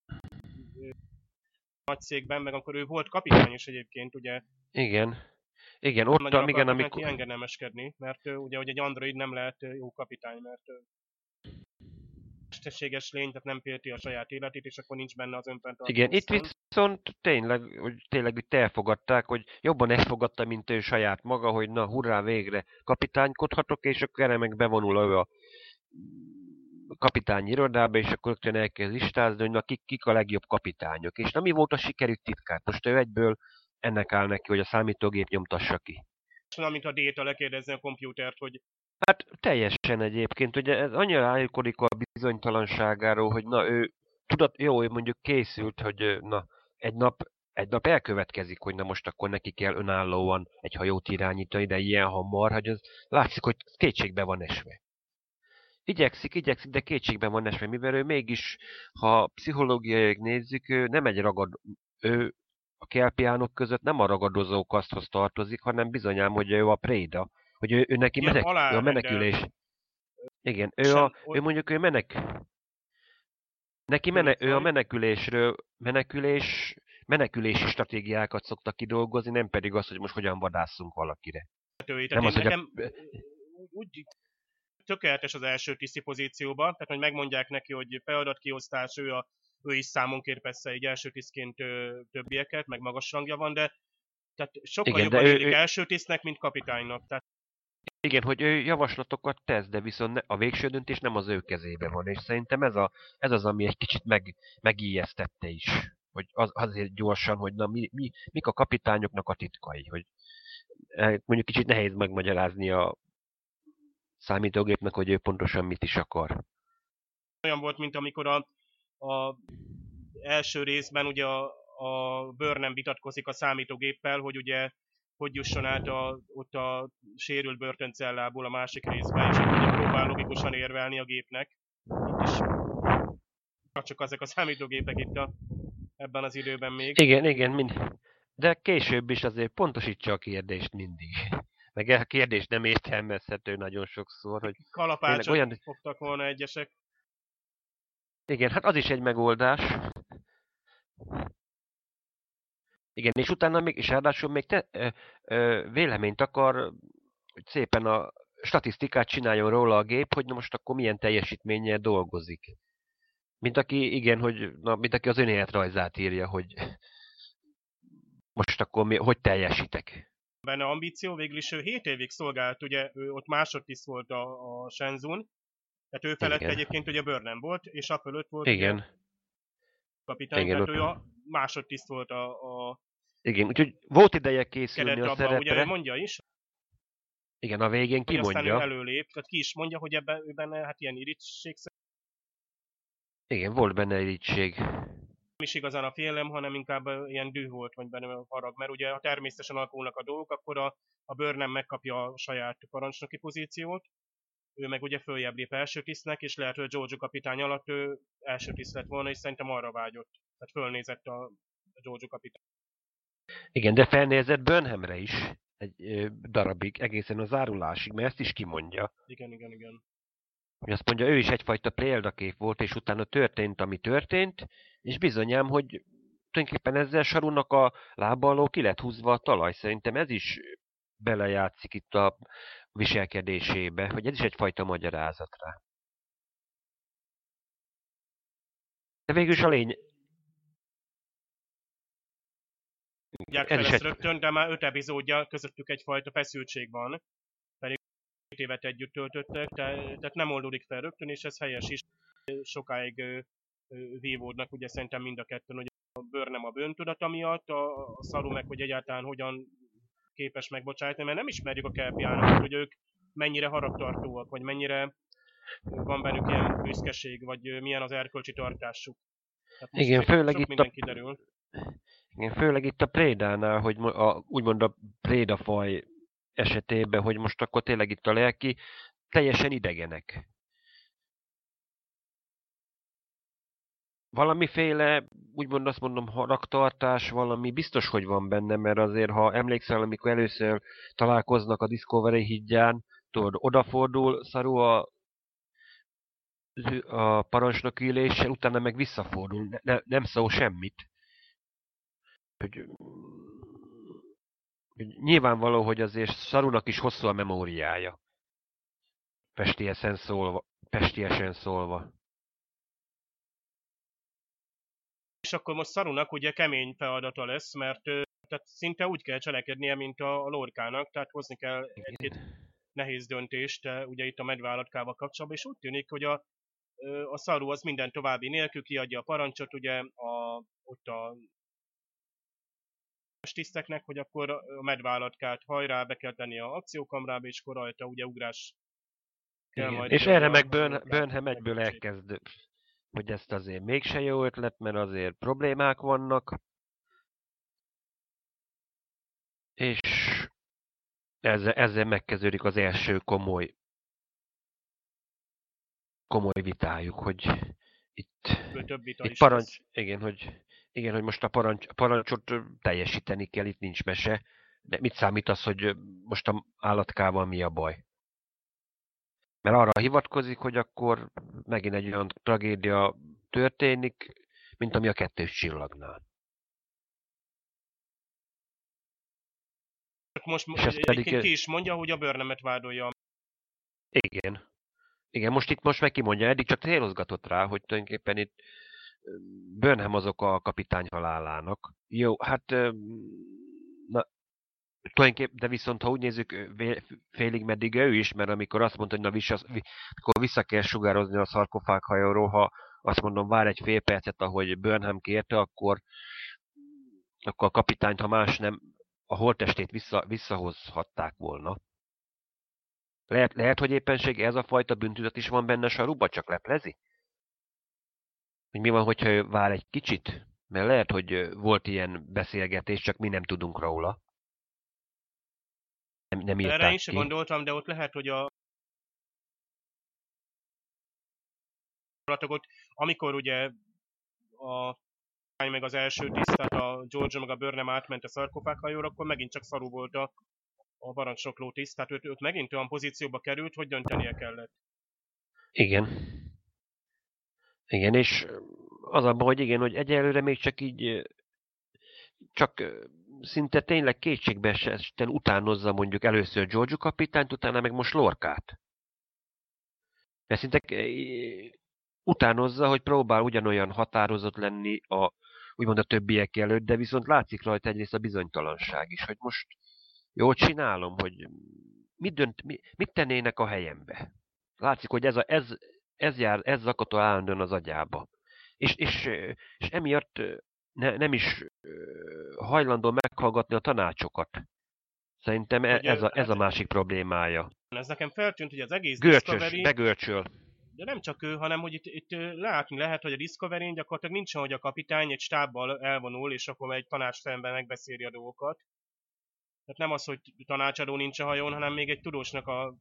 nagy cégben, meg akkor ő volt kapitány is egyébként, ugye. Igen, ott amikor... neki engedelmeskedni, mert ugye hogy egy android nem lehet jó kapitány, mert mesterséges lény, tehát nem félti a saját életét, és akkor nincs benne az önfenntartó Igen, itt viszony. viszont tényleg itt elfogadták, hogy jobban elfogadta, mint ő saját maga, hogy na hurrá, végre kapitánykodhatok, és akkor erre meg bevonul ő a kapitányi irodába, és akkor rögtön elkezd listázni, hogy na kik a legjobb kapitányok. És na mi volt a sikerük titkát? Most ő egyből ennek áll neki, hogy a számítógép nyomtassa ki. Olyan, mint a Data lekérdezni a kompjútert, hogy Hát teljesen egyébként, ugye ez annyira álkodik a bizonytalanságáról, hogy na ő jó, ő mondjuk készült, hogy na egy nap elkövetkezik, hogy na most akkor neki kell önállóan egy hajót irányítani, de ilyen hamar, hogy az látszik, hogy kétségbe van esve. Igyekszik, de kétségbe van esve, mivel ő mégis, ha pszichológiailag nézzük, ő nem egy ő a kelpiánok között nem a ragadozó kaszthoz tartozik, hanem bizonyám, hogy ő a préda, hogy ő neki ilyen ő a alárendelt. menekülés. Igen, ő a menekülési stratégiákat szokta kidolgozni, nem pedig az, hogy most hogyan vadásszunk valakire. Nem az, hogy nekem úgy tökéletes az első tiszti pozícióban, tehát hogy megmondják neki, hogy feladatkiosztás, ő is számon kér persze egy első tisztként többieket, meg magas rangja van, de tehát sokkal igen, jobban élik első tisztnek, mint kapitánynak. Tehát igen, hogy ő javaslatokat tesz, de viszont a végső döntés nem az ő kezében van, és szerintem ez az, ami egy kicsit megijesztette is. Hogy azért gyorsan, hogy na mik a kapitányoknak a titkai, hogy mondjuk kicsit nehéz megmagyarázni a számítógépnek, hogy ő pontosan mit is akar. olyan volt, mint amikor a első részben ugye a Burnham vitatkozik a számítógéppel, hogy ugye hogy jusson át ott a sérült börtöncellából a másik részbe, és akkor ugye próbál logikusan érvelni a gépnek. Itt is csak ezek a számítógépek itt ebben az időben még. Igen, de később is azért pontosítsa a kérdést mindig. Meg a kérdés nem értelmezhető nagyon sokszor, hogy kalapácsot olyan fogtak volna egyesek. Igen, hát az is egy megoldás. Igen, és utána még, és ráadásul még véleményt akar, hogy szépen a statisztikát csináljon róla a gép, hogy na most akkor milyen teljesítménnyel dolgozik. Mint aki az önéletrajzát írja, hogy most akkor hogy teljesítek. Benne ambíció, végül is ő 7 évig szolgált, ugye ő ott másodtiszt volt a Shenzhun, tehát ő felett egyébként ugye Burnham volt, és a fölött volt ugye kapitány, tehát ő a másodtiszt volt Igen, úgyhogy volt ideje készülni a szerepre. Ugye ő mondja is. Igen, a végén ki mondja. Aztán ő előlép, tehát ki is mondja, hogy ebben ő benne hát ilyen irigység. Igen, volt benne irigység. Nem is igazán a félelem, hanem inkább ilyen düh volt, vagy benne a harag, mert ugye ha természetesen alakulnak a dolgok, akkor a Burnham megkapja a saját parancsnoki pozíciót, ő meg ugye följebb lép első tisztnek, és lehet, hogy a Giorgio kapitány alatt ő első tiszt lett volna, és szerintem arra vágyott. Tehát fölnézett a Giorgio kapitány. Igen, de felnézett Burnhamre is egy darabig, egészen a zárulásig, mert ezt is kimondja. Igen. Hogy azt mondja, ő is egyfajta példakép volt, és utána történt, ami történt, és bizonyám, hogy tulajdonképpen ezzel Sarunak a lába alól ki lett húzva a talaj. Szerintem ez is belejátszik itt a viselkedésébe, hogy ez is egyfajta magyarázat rá. De végül is a lény... Ez is rögtön, de már 5 epizódja közöttük egyfajta feszültség van. Pedig 2 évet együtt töltöttek, tehát nem oldódik fel rögtön, és ez helyes is. Sokáig vívódnak, ugye szerintem mind a ketten, hogy a Burnham a bűntudata miatt, a Saru meg, hogy egyáltalán hogyan képes megbocsájtani, mert nem ismerjük a kelpiánokat, hogy ők mennyire haragtartóak, vagy mennyire van bennük ilyen büszkeség, vagy milyen az erkölcsi tartásuk. Igen, főleg itt a Prédánál, hogy úgymond a Préda faj esetében, hogy most akkor tényleg itt a lelki teljesen idegenek. Valamiféle, úgymond azt mondom, haragtartás, valami biztos, hogy van benne, mert azért, ha emlékszel, amikor először találkoznak a Discovery hídján, tudod, odafordul Saru a parancsnoki üléssel, utána meg visszafordul, nem szól semmit. Hogy nyilvánvaló, hogy azért Sarunak is hosszú a memóriája. Pestiesen szólva. És akkor most Sarunak ugye kemény feladata lesz, mert tehát szinte úgy kell cselekednie, mint a Lorkának, tehát hozni kell egy-két nehéz döntést, ugye itt a medveállatkával kapcsolatban, és úgy tűnik, hogy a Saru az minden további nélkül kiadja a parancsot, ugye ott a tiszteknek, hogy akkor a medveállatkát hajrá, be kell tenni a akciókamrába, és akkor rajta ugye ugrás kell majd és erre meg Lorkát Burnham egyből megmentsék. elkezd, hogy ezt azért mégse jó ötlet, mert azért problémák vannak. És ezzel megkezdődik az első komoly vitájuk, hogy Több vita itt is lesz. igen, hogy most a parancsot teljesíteni kell, itt nincs mese. De mit számít az, hogy most a állatkával mi a baj? Mert arra hivatkozik, hogy akkor megint egy olyan tragédia történik, mint ami a Kettős csillagnál. Most És ez pedig... egyébként ki is mondja, hogy a Burnhamet vádolja. Igen, most meg kimondja, eddig csak célozgatott rá, hogy tulajdonképpen itt Burnham az oka a kapitány halálának. Jó, hát tulajdonképpen, de viszont ha úgy nézzük, félig meddig ő is, mert amikor azt mondta, hogy akkor vissza kell sugározni a szarkofág hajóról, ha azt mondom, vár egy fél percet, ahogy Burnham kérte, akkor a kapitányt, ha más nem, a holttestét visszahozhatták volna. Lehet, hogy éppenség ez a fajta bűntudat is van benne Saruba, csak leplezi? Hogy mi van, hogyha ő vár egy kicsit? Mert lehet, hogy volt ilyen beszélgetés, csak mi nem tudunk róla. Nem írták Erre én sem ki. gondoltam, de ott lehet, hogy amikor ugye meg az első tiszt, tehát a George meg a Burnham átment a szarkofághajóra, akkor megint csak Saru volt a parancsokló tiszt, tehát őt megint olyan pozícióba került, hogy döntenie kellett. Igen. Igen, és az abban, hogy igen, hogy egyelőre még csak így, csak szinte tényleg kétségbeesetten utánozza mondjuk először Giorgio kapitányt, utána meg most Lorkát. Mert szinte utánozza, hogy próbál ugyanolyan határozott lenni úgymond a többiek előtt, de viszont látszik rajta egyrészt a bizonytalanság is, hogy most jól csinálom, hogy mit tennének a helyembe. Látszik, hogy ez zakatol állandóan az agyába. És emiatt nem is hajlandó meghallgatni a tanácsokat. Szerintem ez a másik problémája. Ez nekem feltűnt, hogy az egész Discovery... begörcsöl. De nem csak ő, hanem hogy itt látni lehet, hogy a Discovery-n gyakorlatilag nincs olyan, hogy a kapitány egy stábbal elvonul, és akkor egy tanácsteremben megbeszéli a dolgokat. Tehát nem az, hogy tanácsadó nincs a hajón, hanem még egy tudósnak a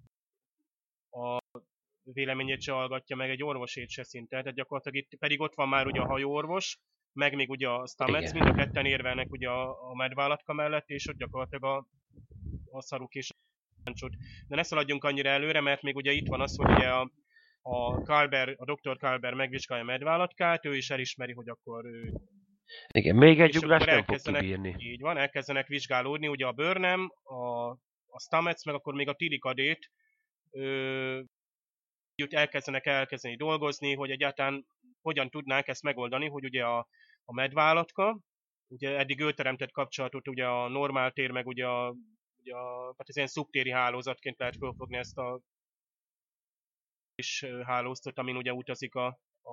véleményét se hallgatja, meg egy orvosét se szinte. Tehát gyakorlatilag itt pedig ott van már ugye a hajóorvos, meg még ugye a Stamets, mind a ketten érvelnek ugye a medveállatka mellett, és ott gyakorlatilag a Saruk és a De ne szaladjunk annyira előre, mert még ugye itt van az, hogy ugye a Dr. Kalber megvizsgálja a medveállatkát, ő is elismeri, hogy akkor ő... Igen, még egy ugrás nem fog kibírni. Így van, elkezdenek vizsgálódni, ugye a Burnham, a Stamets, meg akkor még a Tidikadét elkezdeni dolgozni, hogy egyáltalán hogyan tudnánk ezt megoldani, hogy ugye a medveállatka, ugye eddig ő teremtett kapcsolatot, ugye a normál tér, meg ugye hát ez ilyen szubtéri hálózatként lehet felfogni ezt a kis hálózatot, amin ugye utazik a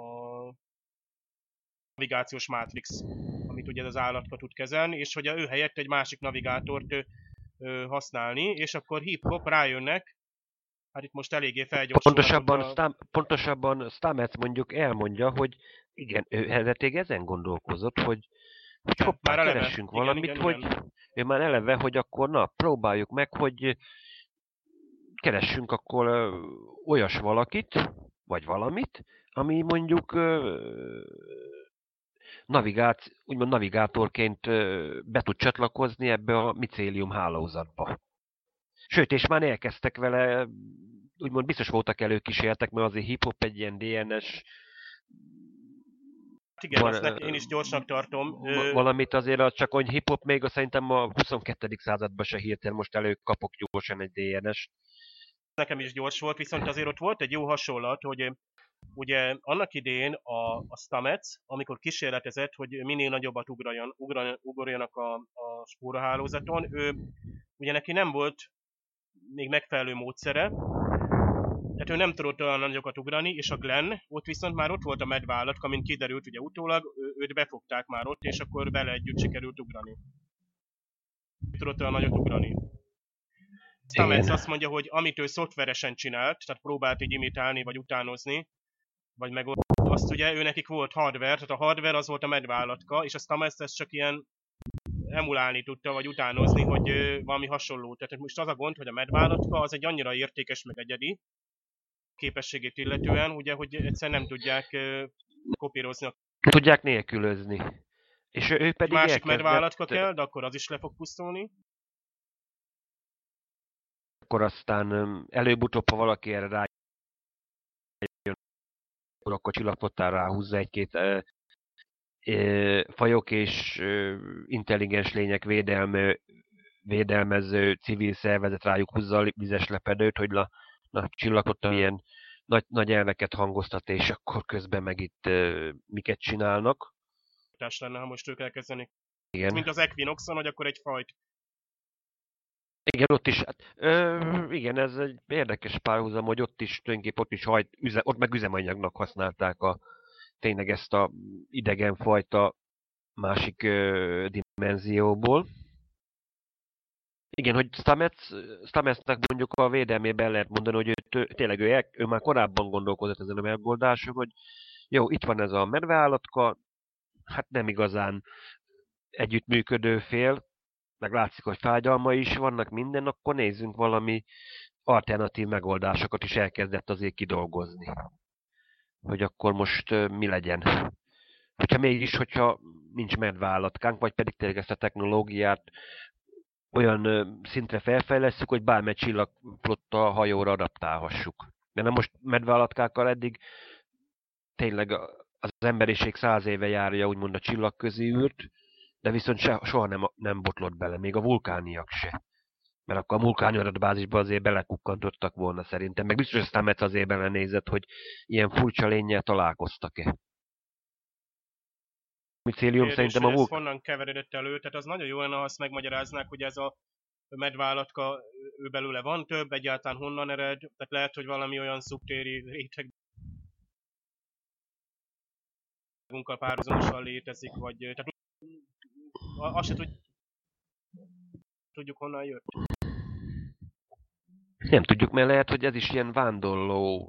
navigációs mátrix, amit ugye az állatka tud kezelni, és hogy ő helyett egy másik navigátort használni, és akkor hip-hop rájönnek, hát itt most eléggé felgyorsulhatott Pontosabban Stamets mondjuk elmondja, hogy igen, ő eredetileg ezen gondolkozott, hogy hoppá, keressünk valamit, igen, hogy ő már eleve, hogy akkor próbáljuk meg, hogy keressünk akkor olyas valakit, vagy valamit, ami mondjuk úgymond navigátorként be tud csatlakozni ebbe a micélium hálózatba. Sőt, és már elkezdtek vele, úgymond biztos voltak előkísérletek, mert azért hip-hop egy ilyen DNS... Igen, azt én is gyorsnak tartom. Valamit azért csak, hogy hip-hop még szerintem a 22. században se hirtelen most előkapok gyorsan egy DNS-t. Nekem is gyors volt, viszont azért ott volt egy jó hasonlat, hogy Ugye annak idén a Stamets, amikor kísérletezett, hogy minél nagyobbat ugorjanak a spórahálózaton, ugye neki nem volt még megfelelő módszere, tehát ő nem tudott olyan nagyokat ugrani, és a Glenn, ott viszont már ott volt a medvállatka, mint kiderült ugye utólag, őt befogták már ott, és akkor vele együtt sikerült ugrani. Tudott olyan nagyot ugrani. Stamets azt mondja, hogy amit ő szoftveresen csinált, tehát próbált így imitálni, vagy utánozni, vagy megoldani, azt ugye ő nekik volt hardware, tehát a hardware az volt a medvállatka, és a Stamets ezt csak ilyen emulálni tudta, vagy utánozni, hogy valami hasonló. Tehát most az a gond, hogy a medvállatka az egy annyira értékes, meg egyedi képességét illetően, ugye, hogy egyszerűen nem tudják kopírozni. Tudják nélkülözni. És ő pedig másik elkezdett... medvállatka kell, de akkor az is le fog pusztulni. Akkor aztán előbb-utóbb, ha valaki erre rájön, akkor csillagfottán ráhúzza egy-két fajok és intelligens lények védelmező civil szervezet rájuk húzza a vizes lepedőt, hogy na csillagfottán ilyen nagy elveket hangoztat, és akkor közben meg itt miket csinálnak. Lenne, ha most ők elkezdenék. Igen. Mint az Equinoxon, hogy akkor egy fajt. Igen, ott is, igen, ez egy érdekes párhuzam, hogy ott is tulajdonképpen ott meg üzemanyagnak használták tényleg ezt a idegenfajta másik dimenzióból. Igen, hogy Stametsnek mondjuk a védelmében lehet mondani, hogy tényleg ő már korábban gondolkozott ezen a megoldáson, hogy jó, itt van ez a medveállatka, hát nem igazán együttműködő fél, meg látszik, hogy fájdalma is vannak minden, akkor nézzünk valami alternatív megoldásokat is elkezdett azért kidolgozni. Hogy akkor most mi legyen. Hogyha nincs medveállatkánk, vagy pedig tényleg ezt a technológiát olyan szintre felfejlesszük, hogy bármely csillagflotta hajóra adaptálhassuk. Mert most medveállatkákkal eddig tényleg az emberiség 100 éve járja úgymond a csillagközi űrt, de viszont soha nem botlott bele, még a vulkániak se. Mert akkor a vulkáni adatbázisba azért belekukkantottak volna szerintem. Meg biztos, hogy Stamets azért belenézett, hogy ilyen furcsa lénnyel találkoztak-e. Micélium szerintem a vulkán... honnan keveredett elő, tehát az nagyon jó lenne, ha azt megmagyaráznák, hogy ez a medvállatka, ő belőle van több, egyáltalán honnan ered, tehát lehet, hogy valami olyan szubtéri réteg párhuzamosan létezik, vagy tehát azt se tudjuk honnan jött. Nem tudjuk, mert lehet, hogy ez is ilyen vándorló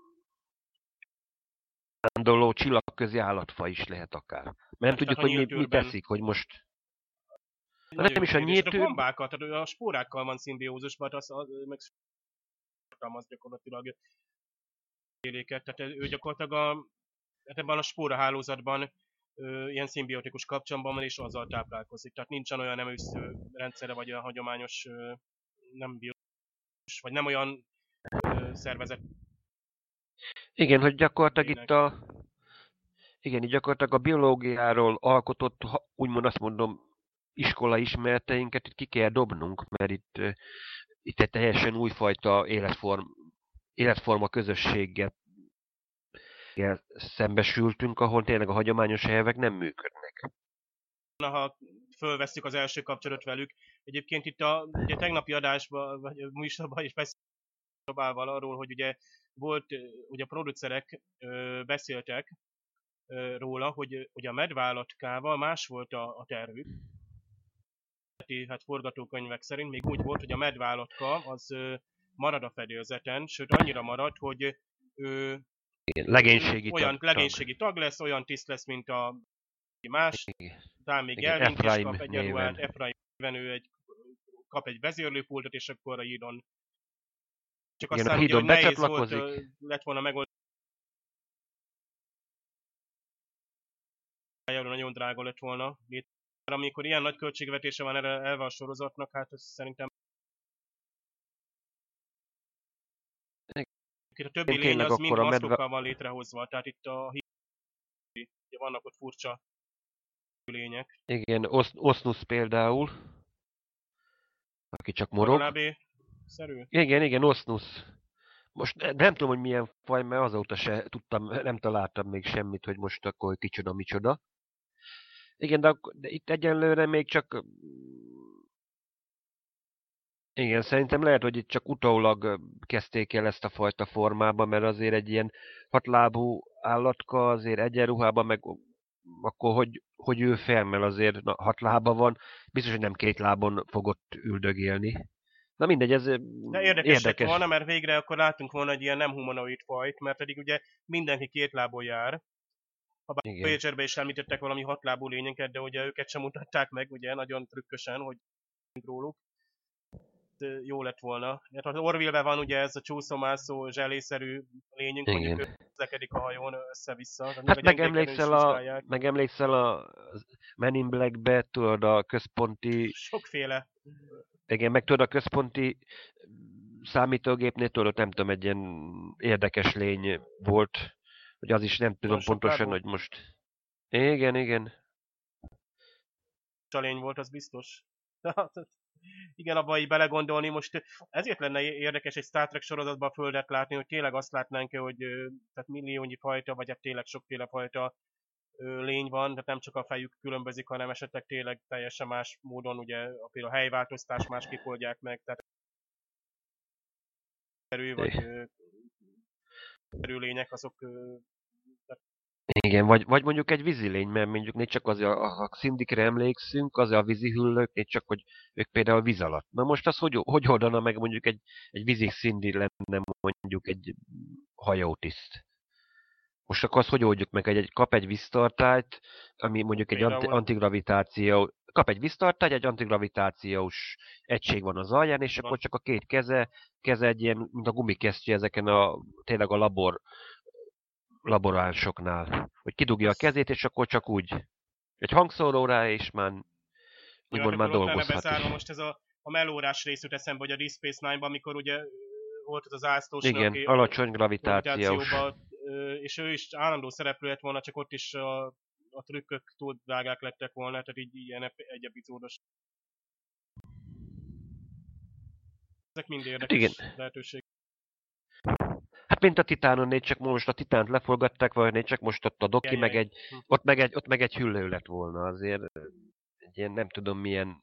csillagközi állatfaj is lehet akár. Mert nem tudjuk, hogy mi teszik, hogy most... Nem is a nyíltűr... A bombákat, tehát a spórákkal van szimbiózusban, az meg tartalmaz gyakorlatilag éléket, tehát ő gyakorlatilag ebben a spórahálózatban ilyen szimbiotikus kapcsolatban van, és azzal táplálkozik. Tehát nincsen olyan emésztő rendszere, vagy olyan hagyományos nem biológus, vagy nem olyan szervezet. Igen, hogy gyakorlatilag itt gyakorlatilag a biológiáról alkotott, úgymond azt mondom, iskola ismereteinket itt ki kell dobnunk, mert itt egy teljesen újfajta életforma közösséggel szembesültünk, ahol tényleg a hagyományos elvek nem működnek. Ha fölvesszük az első kapcsolatot velük, egyébként itt ugye tegnapi adásban, vagy a műsorban is beszéltünk arról, hogy ugye volt, ugye a producerek beszéltek róla, hogy a medvállatkával más volt a tervük. Hát forgatókönyvek szerint még úgy volt, hogy a medvállatka az marad a fedélzeten, sőt annyira marad, hogy legénységi tag lesz, olyan tiszt lesz, mint a más, talán még Elvint is kap egyenruhát, Efraim néven ő kap egy vezérlőpultot, és akkor a hídon. Csak igen, aztán ugye, hogy nehéz volt, lett volna megoldani. Nagyon drága lett volna. Amikor ilyen nagy költségvetése van elve a sorozatnak, hát ez szerintem a többi lény az mind maszkokkal van létrehozva, tehát itt ugye vannak ott furcsa lények. Igen, Osnus például, aki csak morog. Szerű? Igen, Osnus. Most nem tudom, hogy milyen faj, mert azóta se tudtam, nem találtam még semmit, hogy most akkor kicsoda, micsoda. Igen, de itt egyenlőre még csak... Igen, szerintem lehet, hogy itt csak utólag kezdték el ezt a fajta formában, mert azért egy ilyen hatlábú állatka azért egyenruhában, meg akkor hogy ő fel, mert azért hat lába van, biztos, hogy nem két lábon fogott üldögélni. Na mindegy, ez De érdekes lett érdekes. volna, mert végre akkor látunk volna egy ilyen nem humanoid fajt, mert pedig ugye mindenki két lábon jár. Habár a Igen. Voyager-be is említettek valami hatlábú lényeket, de ugye őket sem mutatták meg, ugye nagyon trükkösen, hogy róluk. Jó lett volna. Hát az Orville-ben van ugye ez a csúszómászó zselészerű lényünk, mondjuk ő Igen. közlekedik a hajón össze-vissza, de még a Hát gyengéken is vizsgálják. megemlékszel a Men in Black-be, tudod, a központi, Sokféle. igen, meg tudod, a központi számítógépnél, tudod, nem tudom, egy ilyen érdekes lény volt, hogy az is nem tudom pontosan, Chicago hogy most... Igen, igen. lény volt, az biztos. Igen, abba így belegondolni, most ezért lenne érdekes egy Star Trek sorozatban a Földet látni, hogy tényleg azt látnánk, hogy tehát milliónyi fajta, vagy hát tényleg sokféle fajta lény van, tehát nem csak a fejük különbözik, hanem esetleg tényleg teljesen más módon, ugye például a helyváltoztás másképp oldják meg, tehát erő vagy erőlények azok Igen, vagy mondjuk egy vízilény, mert mondjuk ne csak az a szindikre emlékszünk, az a vízihüllők, ne csak, hogy ők például víz alatt. Na most az hogy oldana meg mondjuk egy vízi szindi lenne mondjuk egy hajótiszt? Most akkor azt hogy oldjuk meg, hogy kap egy víztartályt, ami mondjuk egy például antigravitáció, kap egy víztartály, egy antigravitációs egység van az alján, és van. akkor csak a két keze egy ilyen, mint a gumikesztyű ezeken tényleg a laboránsoknál, hogy kidugja a kezét, és akkor csak úgy egy hangszóró rá, és már Jó, hát úgymond már akkor ott lenne dolgozhat is. bezárva most ez a melórás rész jut eszembe, hogy a Deep Space Nine-ban, amikor ugye volt az az ászlósnő, Igen, aki alacsony gravitációs. gravitációba, és ő is állandó szereplő lett volna, csak ott is a trükkök túl drágák lettek volna, tehát így ilyen egy epizódos. Ezek mind Hát igen. érdekes lehetőség. Hát mint a Titánon, csak most a Titánt leforgatták, vagy csak most ott a Doki, Jaj. ott meg egy hüllő lett volna azért. Egy ilyen nem tudom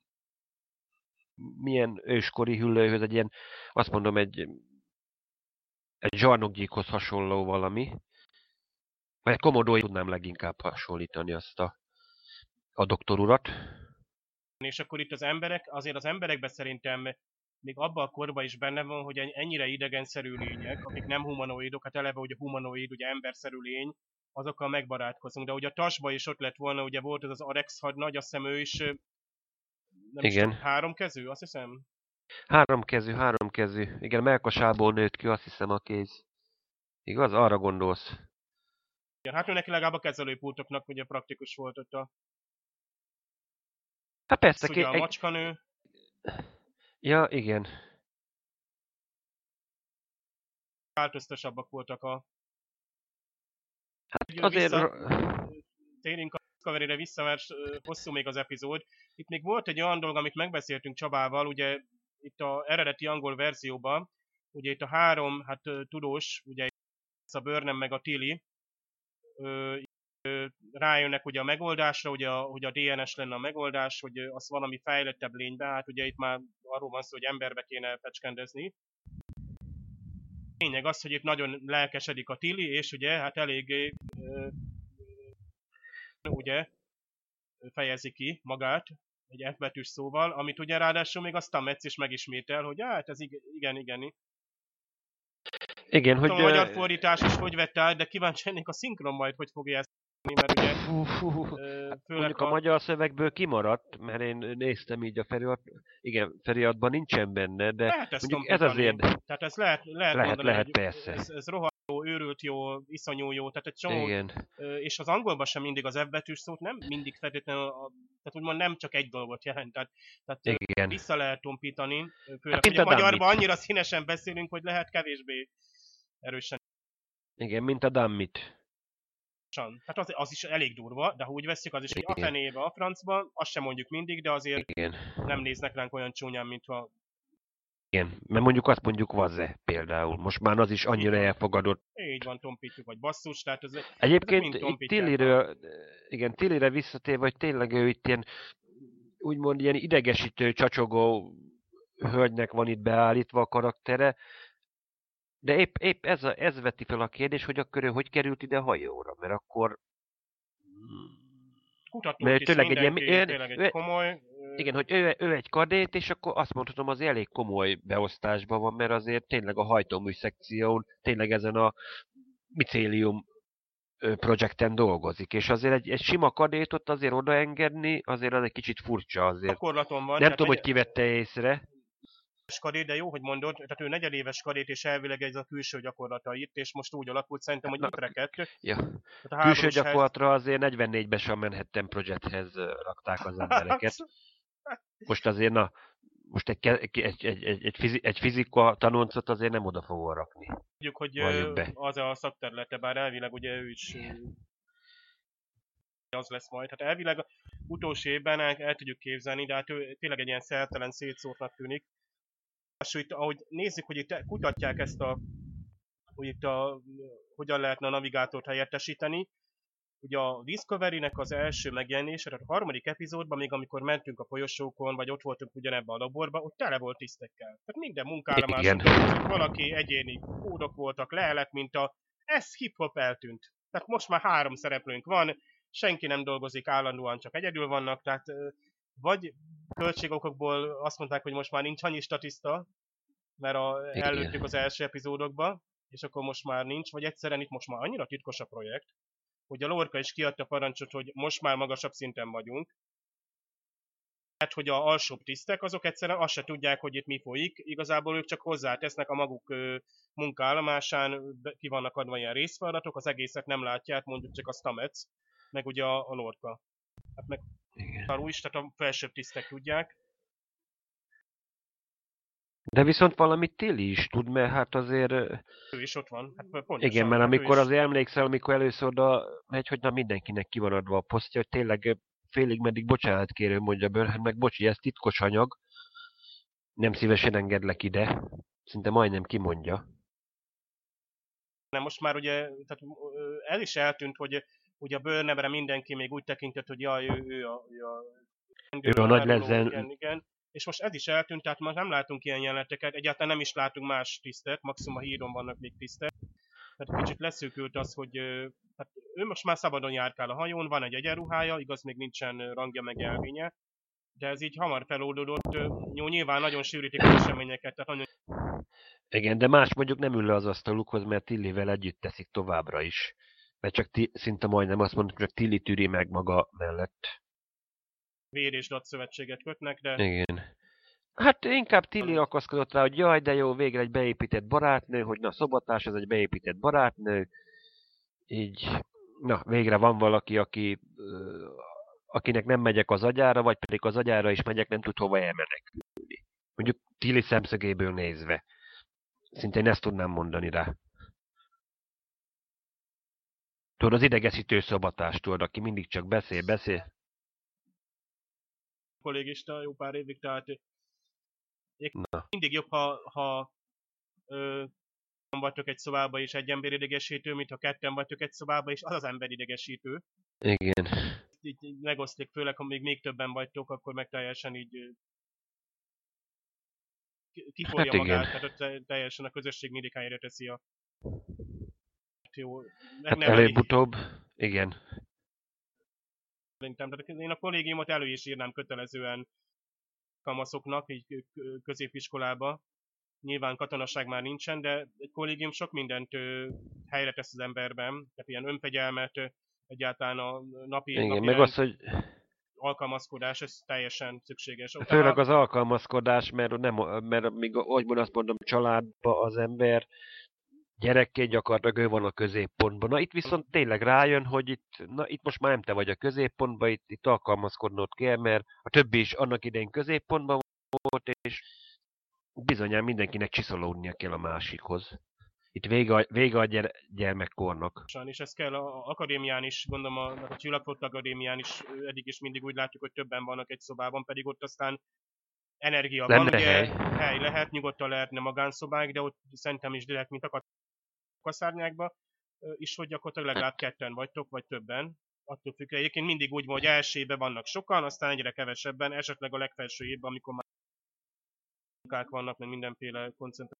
milyen őskori hüllőhöz, egy ilyen, azt mondom, egy zsarnokgyíkhoz hasonló valami. Vagy egy komodói tudnám leginkább hasonlítani azt a doktor urat. És akkor itt az emberek, azért az emberekben szerintem még abban a korban is benne van, hogy ennyire idegenszerű lények, akik nem humanoidok, hát eleve ugye humanoid, ugye emberszerű lény, azokkal megbarátkozunk. De ugye a Tasba is ott lett volna, ugye volt ez az Arex hadnagy, azt hiszem ő is, nem is Igen. tudom, háromkezű, azt hiszem? Háromkezű. Igen, melkasából nőtt ki, azt hiszem a kéz. Igaz? Arra gondolsz. Igen, hát ő neki legalább a kezelőpultoknak ugye praktikus volt ott a... Hát persze, ugye a macskanő. Ja, igen. Változtasabbak voltak a... Hát azért... Térjünk a Discovery-re vissza, mert hosszú még az epizód. Itt még volt egy olyan dolog, amit megbeszéltünk Csabával, ugye itt a eredeti angol verzióban, ugye itt a három tudós, ugye a Burnham meg a Tilly, rájönnek ugye a megoldásra, ugye hogy a DNS lenne a megoldás, hogy az valami fejlettebb lénybe, hát ugye itt már arról van szó, hogy emberbe kéne fecskendezni. Lényeg az, hogy itt nagyon lelkesedik a Tilly, és ugye hát eléggé ugye fejezi ki magát egy F betűs szóval, amit ugye ráadásul még a Stamets is megismétel, hogy hát ez igen. Igen, hogy... A magyar fordítás is hogy vette át, de kíváncsi lennék a szinkron majd, hogy fogja ezt mert ugye... Mondjuk a magyar szövegből kimaradt, mert én néztem így a feliratban nincsen benne, de lehet ezt mondjuk ez azért... Tehát ez lehet mondani, lehet, hogy persze. Ez rohadt jó, őrült jó, iszonyú jó, tehát egy csomó... Igen. És az angolban sem mindig az F betűs szót nem mindig feltétlenül, tehát úgymond nem csak egy dolgot jelent, tehát igen. vissza lehet tompítani, főleg, hogy a magyarban annyira színesen beszélünk, hogy lehet kevésbé erősen. Igen, mint a Dammit. Hát az is elég durva, de ha úgy veszik, az is, hogy a fenébe, a francba, azt sem mondjuk mindig, de azért igen. nem néznek ránk olyan csúnyán, mintha Igen, mert mondjuk azt mondjuk Vaze például. Most már az is annyira van. elfogadott. Így van, tompítjuk, vagy basszus, tehát ezek Egyébként mind itt tompítják Tilliről, igen, Tillire visszatérve, hogy tényleg ő itt ilyen, úgymond ilyen idegesítő, csacsogó hölgynek van itt beállítva a karaktere, de épp ez veti fel a kérdés, hogy akkor ő hogy került ide a hajóra, mert akkor... kutatók Mert is, tényleg egy mindenki tényleg egy komoly, igen, hogy ő egy kadét, és akkor azt mondhatom, az elég komoly beosztásban van, mert azért tényleg a hajtómű szekción tényleg ezen a micélium projekten dolgozik, és azért egy sima kadétot azért odaengedni, azért az egy kicsit furcsa azért. gyakorlaton van. Nem tudom, hogy ki vette észre. Kadét, de jó, hogy mondod, tehát ő negyedéves kadét, és elvileg ez a külső gyakorlata itt, és most úgy alakult szerintem, hogy itt rekedt. Ja. A Külső gyakorlatra azért 44-ben sem Manhattan Projekthez rakták az embereket. Most azért, na, most egy fizika tanulcot azért nem oda fogol rakni. Tudjuk, hogy be. az a szakterülete, bár elvileg ugye ő is az lesz majd. Hát elvileg utolsó évben el tudjuk képzelni, de hát ő tényleg egy ilyen szertelen szétszórtnak tűnik. És itt, ahogy nézzük, hogy itt kutatják ezt hogy itt hogyan lehetne a navigátort helyettesíteni. Ugye a Discovery-nek az első megjelenése, tehát a harmadik epizódban, még amikor mentünk a folyosókon, vagy ott voltunk ugyanebben a laborban, ott tele volt tisztekkel. Tehát minden munkállomáson dolgozik, valaki egyéni kódok voltak, lehelet, mint ez hip-hop eltűnt. Tehát most már 3 szereplőnk van, senki nem dolgozik állandóan, csak egyedül vannak, tehát vagy költségokokból azt mondták, hogy most már nincs annyi statiszta, mert előttük az első epizódokba, és akkor most már nincs, vagy egyszerűen itt most már annyira titkos a projekt, hogy a Lorca is kiadta parancsot, hogy most már magasabb szinten vagyunk. Tehát, hogy a alsóbb tisztek, azok egyszerűen azt se tudják, hogy itt mi folyik. Igazából ők csak hozzátesznek a maguk munkaállomásán, ki vannak adva ilyen részfeladatok, az egészet nem látják, mondjuk csak a Stamets, meg ugye a Lorca. Hát meg Taru is, tehát a felsőbb tisztek tudják. De viszont valamit Tilly is tud, mert hát azért... Ő is ott van. Hát pontosan, igen, mert amikor is... azért emlékszel, amikor először oda megy, hogy na mindenkinek ki van adva a posztja, hogy tényleg félig meddig bocsánat kérő mondja Burnham, meg bocsi, ez titkos anyag, nem szívesen engedlek ide. Szinte majdnem kimondja. Nem, most már ugye, tehát el is eltűnt, hogy ugye a Burnhamre mindenki még úgy tekintett, hogy jaj, ő a nagy lezen. Igen. És most ez is eltűnt, tehát már nem látunk ilyen jeleneteket, egyáltalán nem is látunk más tisztet, maximum a híron vannak még tisztek. Tehát kicsit leszűkült az, hogy hát ő most már szabadon járkál a hajón, van egy egyenruhája, igaz még nincsen rangja meg elvénye, de ez így hamar feloldódott. Jó, nyilván nagyon sűrítik az eseményeket, tehát nagyon... Igen, de más mondjuk nem ül le az asztalukhoz, mert Tillivel együtt teszik továbbra is. Mert csak szinte majdnem azt mondjuk, csak Tilly tűri meg maga mellett. Vér és dat szövetséget kötnek, de... Igen. Hát inkább Tilly akaszkodott rá, hogy jaj, de jó, végre egy beépített barátnő, hogy na, szobatás, ez egy beépített barátnő. Így, na, végre van valaki, akinek nem megyek az agyára, vagy pedig az agyára is megyek, nem tud hova elmenekülni. Mondjuk Tilly szemszögéből nézve. Szinte én ezt tudnám mondani rá. Tudod, az idegesítő szobatás, tudod, aki mindig csak beszél. Kollégista jó pár évig, tehát mindig jobb, ha vagytok egy szobába és egy ember idegesítő, mint ha ketten vagytok egy szobába és az az ember idegesítő. Igen. Így megosztik, főleg ha még többen vagytok, akkor meg teljesen így kiforja hát magát, tehát teljesen a közösség mindig helyre teszi a jó. Hát előbb-utóbb, igen. Szerintem, tehát én a kollégiumot elő is írnám kötelezően kamaszoknak, így középiskolába. Nyilván katonaság már nincsen, de egy kollégium sok mindent helyre tesz az emberben, tehát ilyen önfegyelmet, egyáltalán a napi meg az, hogy alkalmazkodás, ez teljesen szükséges. Főleg az alkalmazkodás, mert még ahogy azt mondom, családba az ember gyerekként gyakorlatilag ő van a középpontban. Na itt viszont tényleg rájön, hogy itt most már nem te vagy a középpontban, itt alkalmazkodnod kell, mert a többi is annak idején középpontban volt, és bizonyán mindenkinek csiszolódnia kell a másikhoz. Itt vége a gyermekkornak. És ez kell az akadémián is, gondolom a Csillagflotta Akadémián is eddig is mindig úgy látjuk, hogy többen vannak egy szobában, pedig ott aztán energia van, Lenne ugye hely. hely lehet, nyugodtan lehetne magánszobák, de ott szerintem is direkt, mint a kaszárnyákba is, hogy gyakorlatilag legalább Hát ketten vagytok, vagy többen. Attól függ, egyébként mindig úgy van, hogy első évben vannak sokan, aztán egyre kevesebben, esetleg a legfelső évben, amikor már munkák vannak, meg mindenféle koncentráció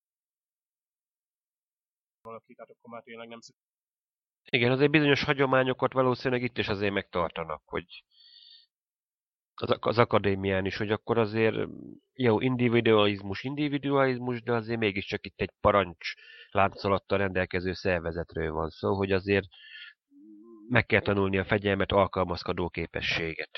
valaki, tehát akkor már tényleg nem szükség. igen, azért bizonyos hagyományokat valószínűleg itt is azért megtartanak, hogy az akadémián is, hogy akkor azért jó, individualizmus, de azért mégiscsak itt egy parancs láncolattal rendelkező szervezetről van szó, hogy azért meg kell tanulni a fegyelmet, alkalmazkodó képességet.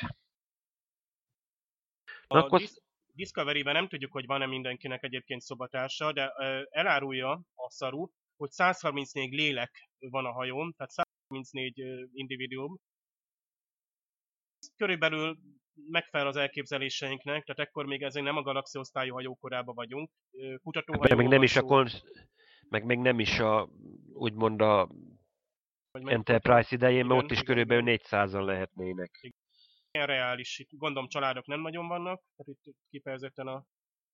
Na A akkor Discovery-ben nem tudjuk, hogy van-e mindenkinek egyébként szobatársa, de elárulja a szaru, hogy 134 lélek van a hajón, tehát 134 individuum. Körülbelül megfelel az elképzeléseinknek, tehát ekkor még ezért nem a galaxia osztályú hajókorában vagyunk. meg Kutatóhajóról nem van is a szó, meg még nem is a, úgymond a vagy melyik volt a... Enterprise idején, mert Igen, ott is igen, körülbelül igen. 400-an lehetnének. Ilyen reális, itt gondolom családok nem nagyon vannak, tehát itt kifejezetten a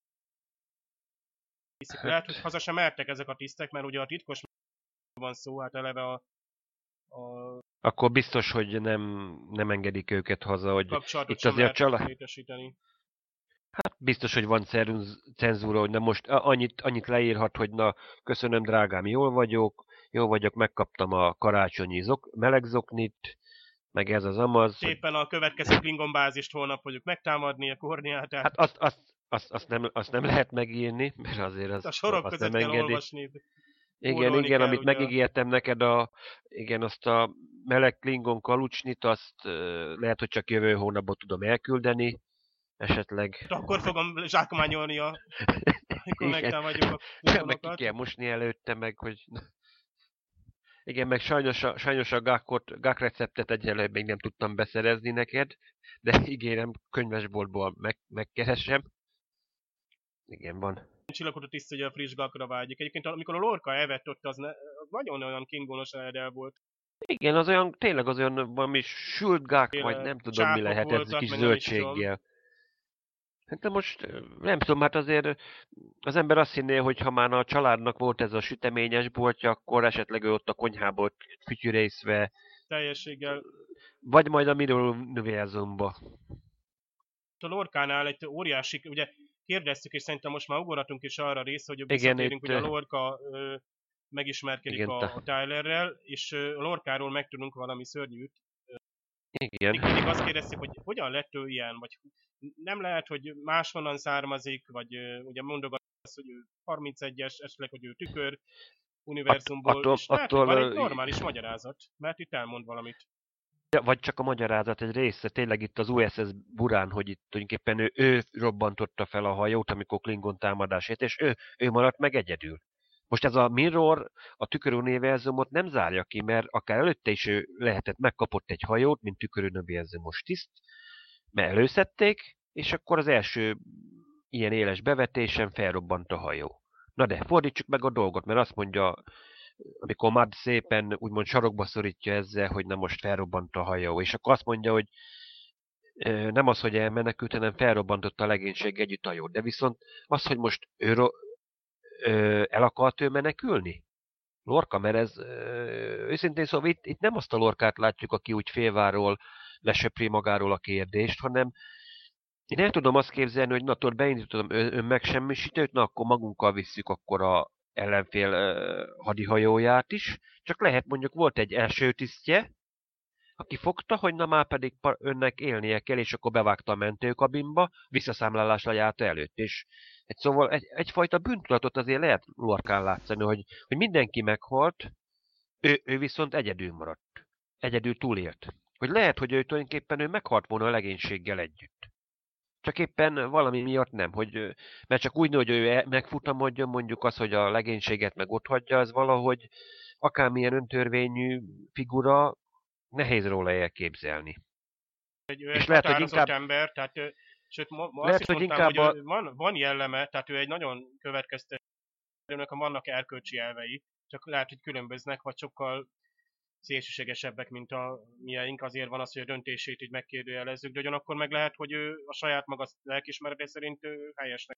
tisztik. Lehet, hogy Hát, haza sem mertek ezek a tisztek, mert ugye a titkos van szó, hát eleve a akkor biztos, hogy nem engedik őket haza, hogy kapcsolatot itt sem azért a lehet család, létesíteni. biztos, hogy van cenzúra, hogy na most annyit leírhat, hogy na, köszönöm drágám, jól vagyok, megkaptam a karácsonyi melegzoknit, meg ez az amaz, hogy Szépen a következő Klingon bázist holnap fogjuk megtámadni, a Korniátát. hát azt nem lehet megírni, mert azért A sorok azt között nem kell engedi. olvasni, Igen, kódolni igen, kell, amit ugye. megígértem neked, igen, azt a meleg Klingon kalucsnit, azt lehet, hogy csak jövő hónapban tudom elküldeni, esetleg. Akkor fogom zsákmányolni, amikor Igen, megtámadjuk a meg ki Klingonokat. kell mosni előtte, meg hogy... Igen, meg sajnos a gák receptet egyelőre még nem tudtam beszerezni neked, de ígérem, könyvesboltból megkeresem. Igen, van. Csillagokra tiszt, hogy a friss gakra vágyik. Egyébként amikor a Lorca evett ott, az nagyon olyan kingonos eredel volt. Igen, az olyan, tényleg az olyan valami sült gák, vagy Féle nem tudom mi csápok lehet, ez voltak, kis meg nem is tudom. zöldséggel. Hát de most nem tudom, hát azért az ember azt hinné, hogy ha már a családnak volt ez a süteményes boltja, akkor esetleg ő ott a konyhából fütyürészve, Teljességgel. vagy majd a Middle univerzumba. A Lorcánál egy óriási, ugye kérdeztük, és szerintem most már ugorhatunk is arra a részre, hogy Igen, visszatérünk, itt, hogy a Lorca megismerkedik igen, a Tylerrel, és a Lorcáról megtudunk valami szörnyűt. igen. Mindig azt kérdezték, hogy hogyan lett ő ilyen, vagy nem lehet, hogy máshonnan származik, vagy ugye mondogat azt, hogy ő 31-es, esetleg, hogy ő tükör univerzumból, és lehet, hogy van egy normális magyarázat, mert itt elmond valamit. Vagy csak a magyarázat egy része, tényleg itt az USS Burán, hogy itt tulajdonképpen ő robbantotta fel a hajót, amikor Klingon támadásért, és ő maradt meg egyedül. Most ez a Mirror a tüköruniverzumot nem zárja ki, mert akár előtte is ő megkapott egy hajót, mint tüköruniverzumos tiszt, mert előszedték, és akkor az első ilyen éles bevetésen felrobbant a hajó. Na de fordítsuk meg a dolgot, mert azt mondja, amikor Mad szépen úgymond sarokba szorítja ezzel, hogy na most felrobbant a hajó, és akkor azt mondja, hogy nem az, hogy elmenekült, hanem felrobbantotta a legénység együtt a hajót. De viszont az, hogy most el akart ő menekülni? Lorca, mert ez őszintén szóval itt nem azt a Lorcát látjuk, aki úgy félváról lesöpri magáról a kérdést, hanem én el tudom azt képzelni, hogy na tudod, beindítottam megsemmisítőt, na akkor magunkkal visszük akkor a ellenfél hadihajóját is, csak lehet mondjuk volt egy első tisztje, aki fogta, hogy na már pedig önnek élnie kell, és akkor bevágta a mentőkabinba, visszaszámlálás lejárta előtt, és szóval egyfajta bűntudatot azért lehet Lorcán látszani, hogy mindenki meghalt, ő viszont egyedül maradt. Egyedül túlélt. Hogy lehet, hogy ő tulajdonképpen ő meghalt volna a legénységgel együtt. Csak éppen valami miatt nem, mert csak úgy, hogy ő megfutamodjon, mondjuk az, hogy a legénységet meg ott hagyja, ez valahogy akármilyen öntörvényű figura, nehéz róla elképzelni. Ő És egy lehet, hogy határozott inkább, ember, tehát sőt, ma azt lehet, is hogy mondtam, inkább hogy van jelleme, tehát ő egy nagyon következtetőnek, vannak erkölcsi elvei, csak lehet, hogy különböznek, vagy sokkal szélsőségesebbek, mint a mieink, azért van az, hogy a döntését így megkérdőjelezzük, de ugyanakkor meg lehet, hogy ő a saját maga lelkismerete szerint helyesnek.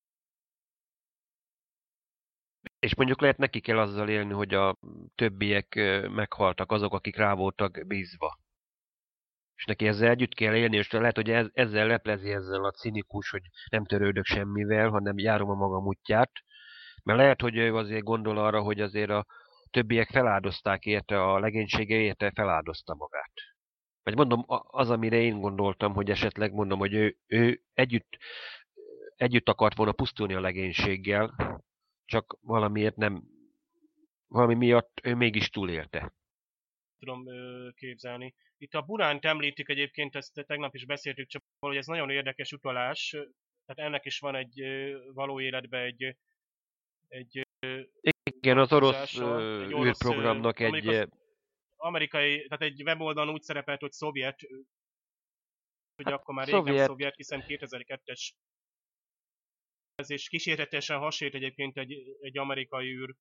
És mondjuk lehet neki kell azzal élni, hogy a többiek meghaltak, azok, akik rá voltak bízva. És neki ezzel együtt kell élni, és lehet, hogy ezzel leplezi ezzel a cinikus, hogy nem törődök semmivel, hanem járom a magam útját. Mert lehet, hogy ő azért gondol arra, hogy azért a többiek feláldozták érte, a legénysége érte feláldozta magát. Vagy mondom, az, amire én gondoltam, hogy esetleg mondom, hogy ő együtt akart volna pusztulni a legénységgel, csak valamiért nem, valami miatt ő mégis túlélte. Tudom képzelni. Itt a Buránt említik egyébként, ezt tegnap is beszéltük, csak hogy ez nagyon érdekes utalás, tehát ennek is van egy való életben egy Igen, az orosz egy orosz, űrprogramnak egy... amerikai, tehát egy weboldalon úgy szerepelt, hogy szovjet, ugye Hát, akkor már rég nem szovjet, szovjet, hiszen 2002-es ez, és kísérletesen hasonlít egyébként egy amerikai űr.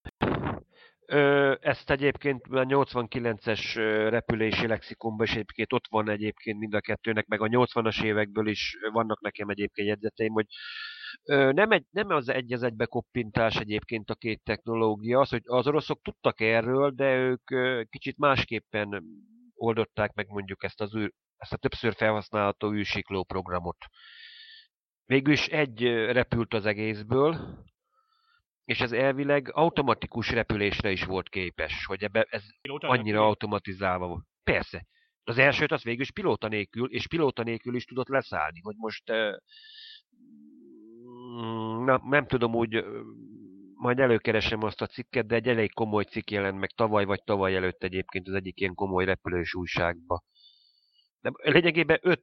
ezt egyébként a 89-es repülési lexikonban is egyébként ott van egyébként mind a kettőnek, meg a 80-as évekből is vannak nekem egyébként jegyzeteim, hogy nem az egy az egybe koppintás egyébként a két technológia, az, hogy az oroszok tudtak erről, de ők kicsit másképpen oldották meg mondjuk ezt a többször felhasználható űrsikló programot. Végülis egy repült az egészből, és ez elvileg automatikus repülésre is volt képes, hogy ez annyira automatizálva volt. Persze. Az elsőt az végül is pilóta nélkül is tudott leszállni, hogy most nem tudom úgy, majd előkeresem azt a cikket, de egy elég komoly cikk jelent meg tavaly vagy tavaly előtt egyébként az egyik ilyen komoly repülős újságba. De lényegében 5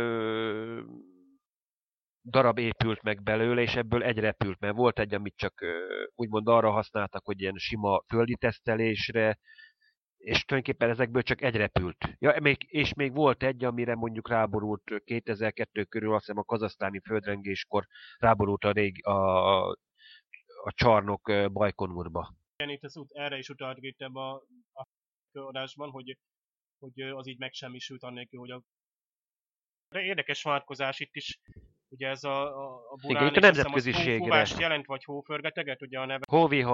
darab épült meg belőle, és ebből egy repült, mert volt egy, amit csak úgymond arra használtak, hogy ilyen sima földi tesztelésre, és tulajdonképpen ezekből csak egy repült. Ja, és még volt egy, amire mondjuk ráborult 2002 körül, azt hiszem a kazasztáni földrengéskor ráborult a csarnok Bajkonurba. Igen, itt erre is utalt itt ebben a adásban, hogy az így megsemmisült annélkül, hogy de érdekes vonatkozás itt is, ugye ez a Burán, igen, itt a nemzetköziségre. Hófúvást jelent, vagy hóförgeteget, ugye a neve?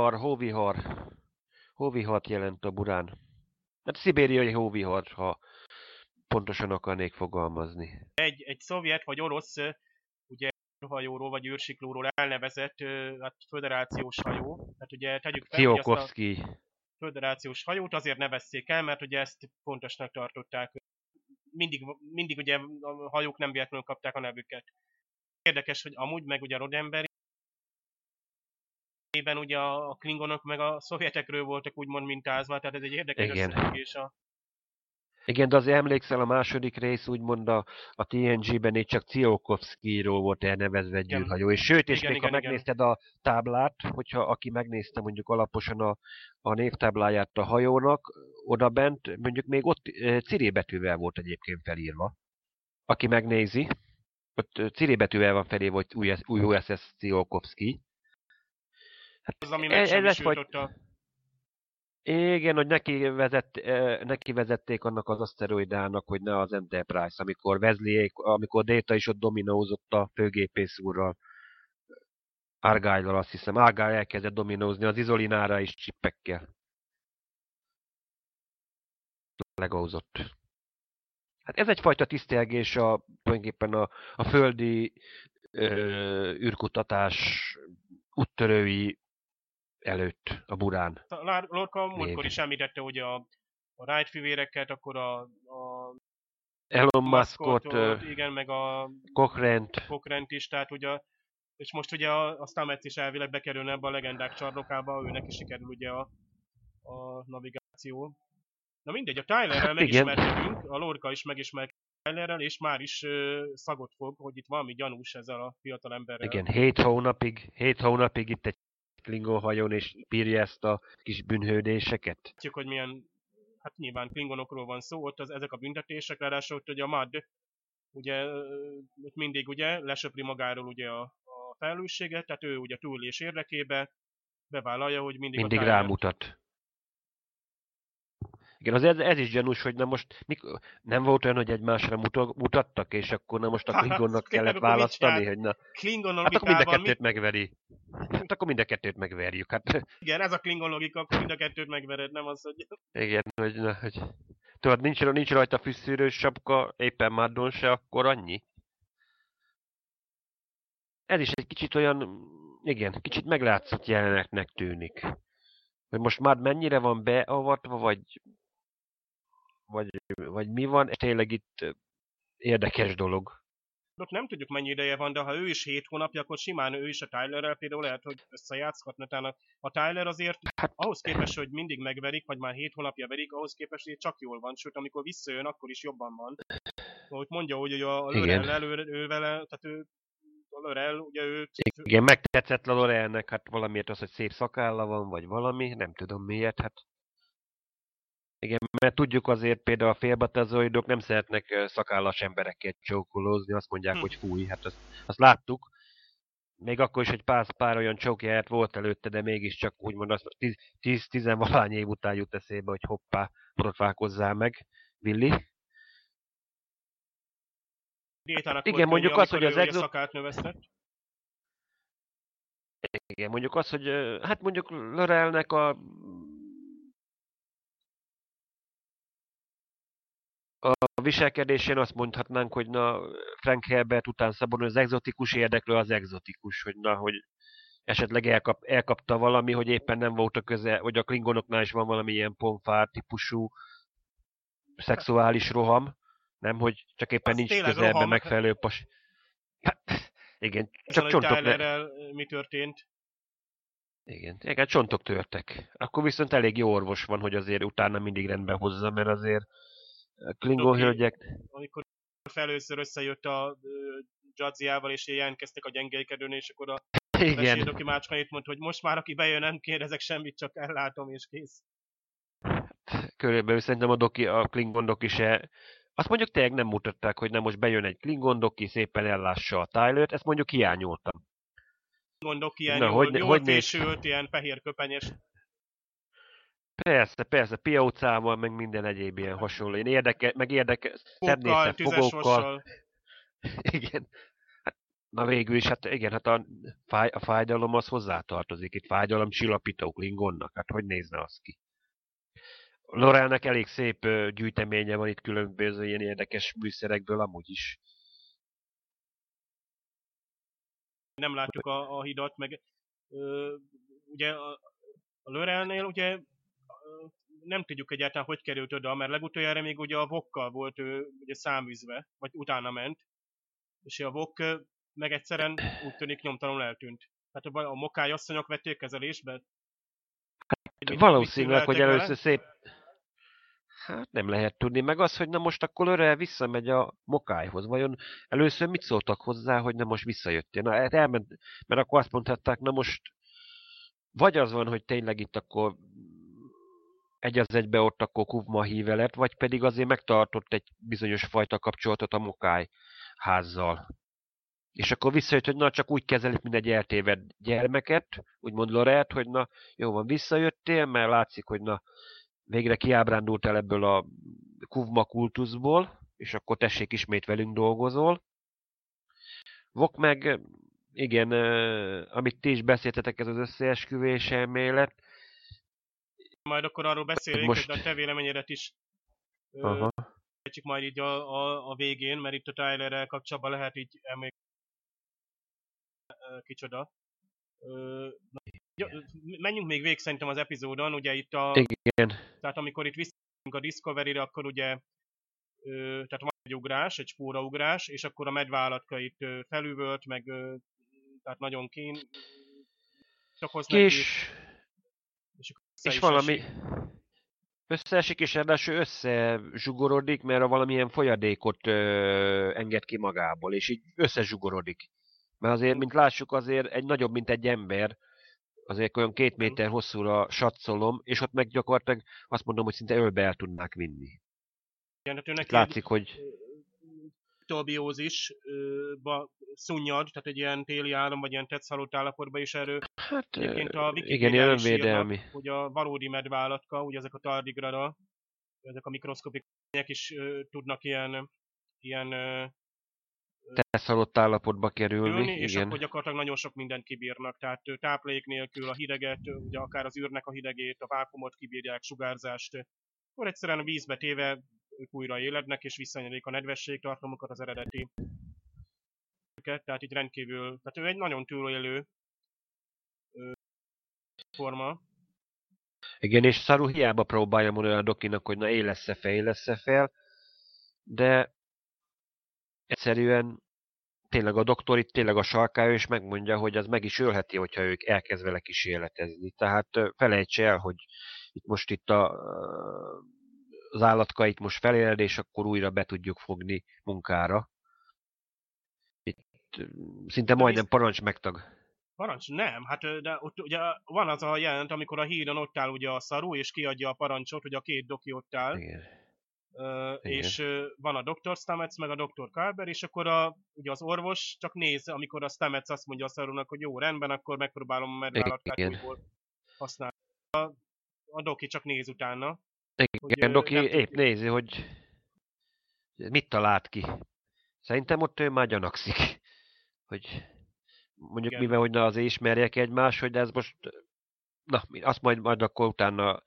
Hóvihart jelent a Burán. Hát szibériai hóvihar, ha pontosan akarnék fogalmazni. Egy szovjet vagy orosz, ugye hajóról vagy űrsiklóról elnevezett hát föderációs hajó. Tehát ugye tegyük fel, hogy azt a föderációs hajót azért nevezték el, mert ugye ezt fontosnak tartották. Mindig ugye a hajók nem véletlenül kapták a nevüket. Érdekes, hogy amúgy meg ugye a Roddenberry ugye a klingonok meg a szovjetekről voltak úgymond mintázva, tehát ez egy érdekes összefüggés. Igen, de azért emlékszel, a második rész úgymond a TNG-ben így csak Tsiolkovszkijról volt elnevezve egy űrhajó. És sőt, és még ha megnézted a táblát, hogyha aki megnézte mondjuk alaposan a névtábláját a hajónak, odabent, mondjuk még ott Ciré betűvel volt egyébként felírva. Aki megnézi, ott Ciré betűvel van felírva, hogy új USS Tsiolkovszkij. Hát, az, ami megsemmisült a... Igen, hogy neki vezették annak az aszteroidának, hogy ne az Enterprise, amikor Data is ott dominózott a főgépész úrral. Argyle-al azt hiszem. Argyle elkezdett dominózni az Izolinára is csippekkel. Legózott. Hát ez egyfajta tisztelgés tulajdonképpen a földi űrkutatás úttörői előtt a Burán. Lorca múltkor is említette ugye a Wright fivéreket, akkor a Elon Muskot, igen, meg a Cochrane-t is, tehát ugye, és most ugye a Stamets is elvileg bekerülne ebbe a legendák csarnokába, őnek is sikerül ugye a navigáció. Na mindegy, a Tylerrel megismerkedünk, a Lorca is megismerkedik Tylerrel, és már is szagot fog, hogy itt valami gyanús ezzel a fiatal emberrel. Igen, 7 hónapig itt egy Klingon hajón, és bírja ezt a kis bűnhődéseket. Látjuk, hogy milyen, hát nyilván Klingonokról van szó, ott ezek a büntetések, ráadásul ott ugye a MAD, ugye mindig ugye lesöpri magáról ugye a felelősséget, tehát ő ugye túlélés érdekében bevállalja, hogy mindig rámutat. Igen, azért ez is gyanús, hogy na most nem volt olyan, hogy egymásra mutattak, és akkor na most a Hát Klingonnak tényleg, kellett akkor mit választani, csinált? hogy na, Klingon hát akkor mind a logikában kettőt mit? megveri. Hát akkor mind a kettőt megverjük. Hát Igen, ez a Klingon logika, akkor mind a kettőt megvered, nem az, hogy... igen, hogy, na, hogy tudod, nincs rajta fűszűrős sapka, éppen Maddon se, akkor annyi. Ez is egy kicsit olyan, igen, kicsit meglátszott jelenetnek tűnik. Hogy most már mennyire van beavatva, vagy mi van, tényleg itt érdekes dolog. Ott nem tudjuk mennyi ideje van, de ha ő is 7 hónapja, akkor simán ő is a Tylerrel például lehet, hogy összejátszhatna. Tehát a Tyler azért Hát ahhoz képest, hogy mindig megverik, vagy már 7 hónapja verik, ahhoz képest, hogy csak jól van, sőt, amikor visszajön, akkor is jobban van. Ahogy mondja, hogy a igen, Lörellel, ő vele, tehát a Lörell, ugye igen, megtetszett Lorelnek, hát valamiért az, hogy szép szakálla van, vagy valami, nem tudom miért, hát igen, mert tudjuk azért például a félbatazoidok nem szeretnek szakállas emberekkel csókolózni, azt mondják, hm, hogy fúj, hát azt láttuk. Még akkor is, hogy pár olyan csókjárt volt előtte, de mégiscsak úgymond az 10-valahány év után jut eszébe, hogy hoppá, borotválkozzál meg, Willi. diétának volt Igen, könnyű, mondjuk az, amikor hogy ő az ugye szakát növesztett. Igen, mondjuk az, hogy hát mondjuk Lorelnek a viselkedésén azt mondhatnánk, hogy na, Frank Herbert után szabadon az egzotikus érdeklő az egzotikus, hogy na, hogy esetleg elkapta valami, hogy éppen nem volt a köze, vagy a klingonoknál is van valami ilyen ponfár típusú szexuális roham, nem, hogy csak éppen Az nincs tényleg közelben roham, megfelelő Hát, igen, azon, csak hogy csontok Tylerrel mi történt. igen, csontok törtek. Akkor viszont elég jó orvos van, hogy azért utána mindig rendbe hozza, mert azért Klingon Doki, hölgyek... amikor először összejött a Jadziával, és jelentkeztek a gyengékedőn, és akkor a Igen, meséldoki mácskanét mondta, hogy most már aki bejön, nem kérdezek semmit, csak ellátom, és kész. körülbelül szerintem a Klingon doki se... Azt mondjuk tényleg nem mutatták, hogy nem most bejön egy Klingon doki, szépen ellássa a Tylert, ezt mondjuk hiányoltam. Gondok ilyen Na, jól hogy néz... fésült, ilyen fehér köpenyes. Persze, piaucával, meg minden egyéb ilyen hasonló. Szebb Fokkal, nézve tüzes fogokkal. vossal. Igen. Hát, na végül is, hát igen, hát a fájdalom az hozzátartozik. Itt fájdalom csillapító Klingonnak. Hát hogy nézne az ki? Lorelnek elég szép gyűjteménye van itt különböző ilyen érdekes műszerekből amúgy is. Nem látjuk a hidat, meg ugye a Lörelnél ugye nem tudjuk egyáltalán, hogy került oda, mert legutoljára még ugye a Vokkal volt ő ugye száműzve, vagy utána ment, és a Vok meg egyszerűen úgy tűnik nyomtalanul eltűnt. Tehát a mokály asszonyok vették kezelésbe? Mit Valószínűleg, hogy szívleltek először vele? szép... Hát nem lehet tudni. Meg az, hogy na most akkor Lorel visszamegy a mokályhoz. Vajon először mit szóltak hozzá, hogy na most visszajöttél? Na, hát elment, mert akkor azt mondhatták, na most vagy az van, hogy tényleg itt akkor egy az egybe ott akkor Kuvma híve lett, vagy pedig azért megtartott egy bizonyos fajta kapcsolatot a mokály házzal. És akkor visszajött, hogy na csak úgy kezelik, mint egy eltévedt gyermeket, úgymond Lorelt, hogy na jó van, visszajöttél, mert látszik, hogy na végre kiábrándultál ebből a Kuvma kultuszból, és akkor tessék ismét velünk dolgozol. Vok meg, igen, amit ti is beszéltetek, ez az összeesküvés elmélet, Majd akkor arról hogy beszélünk, de a most... te véleményedet is Aha. csak majd így a végén, mert itt a Tylerrel kapcsolatban lehet így emlékezni, kicsoda. Menjünk még végig szerintem az epizódon, ugye itt Igen. tehát amikor itt visszatérünk a Discovery-re, akkor ugye tehát van egy ugrás, egy spóraugrás, és akkor a medveállatka itt felüvölt, meg tehát nagyon okoz neki, És, és akkor össze és is valami esik. összeesik, és ráadásul összezsugorodik, mert a valamilyen folyadékot enged ki magából, és így összezsugorodik. Mert azért, mint lássuk, azért egy nagyobb, mint egy ember, azért olyan 2 Igen. méter hosszúra satszolom, és ott meg gyakorlatilag azt mondom, hogy szinte ölbe el tudnák vinni. Igen, tehát ő Itt neki egy látszik, hogy tobiózis, szunnyad, tehát egy ilyen téli álom, vagy ilyen tetszhalott állapotban is erről. hát Egyébként a igen, Wikipédián ilyen is írnak, önvédelmi. hogy a valódi medveállatka, ugye ezek a tardigrada, ezek a mikroszkopikus lények is tudnak ilyen Elszalott állapotba kerülni, és igen. akkor gyakorlatilag nagyon sok mindent kibírnak. Tehát táplálék nélkül a hideget, ugye akár az űrnek a hidegét, a vákumot kibírják, sugárzást. Akkor egyszerűen a vízbe téve ők újra élednek, és visszanyerik a nedvességtartalmukat, az eredeti. Tehát így rendkívül, tehát ő egy nagyon túlélő forma. Igen, és Saru hiába próbálja mondani a Dokinak, hogy na élessze fel, de egyszerűen tényleg a doktor itt tényleg a sarkája, és megmondja, hogy az meg is ölheti, hogyha ők elkezd vele kísérletezni. Tehát felejtse el, hogy itt az állatkait most feléled, és akkor újra be tudjuk fogni munkára. Itt szinte majdnem parancs megtag. Parancs? Nem, hát de ott ugye van az a jelent, amikor a hídon ott áll ugye a Saru, és kiadja a parancsot, hogy a két Doki ott áll. Igen. És van a Dr. Stamets, meg a Dr. Carver, és akkor ugye az orvos csak néz, amikor a Stamets azt mondja a Sarunak, hogy jó, rendben, akkor megpróbálom a medvállatkát újból használni. A Doki csak néz utána. Igen, Doki épp nézi, hogy mit talált ki. Szerintem ott ő már gyanakszik, hogy mondjuk igen. Mivel, hogy na azért ismerjek egymást, hogy ez most, na, azt majd akkor utána,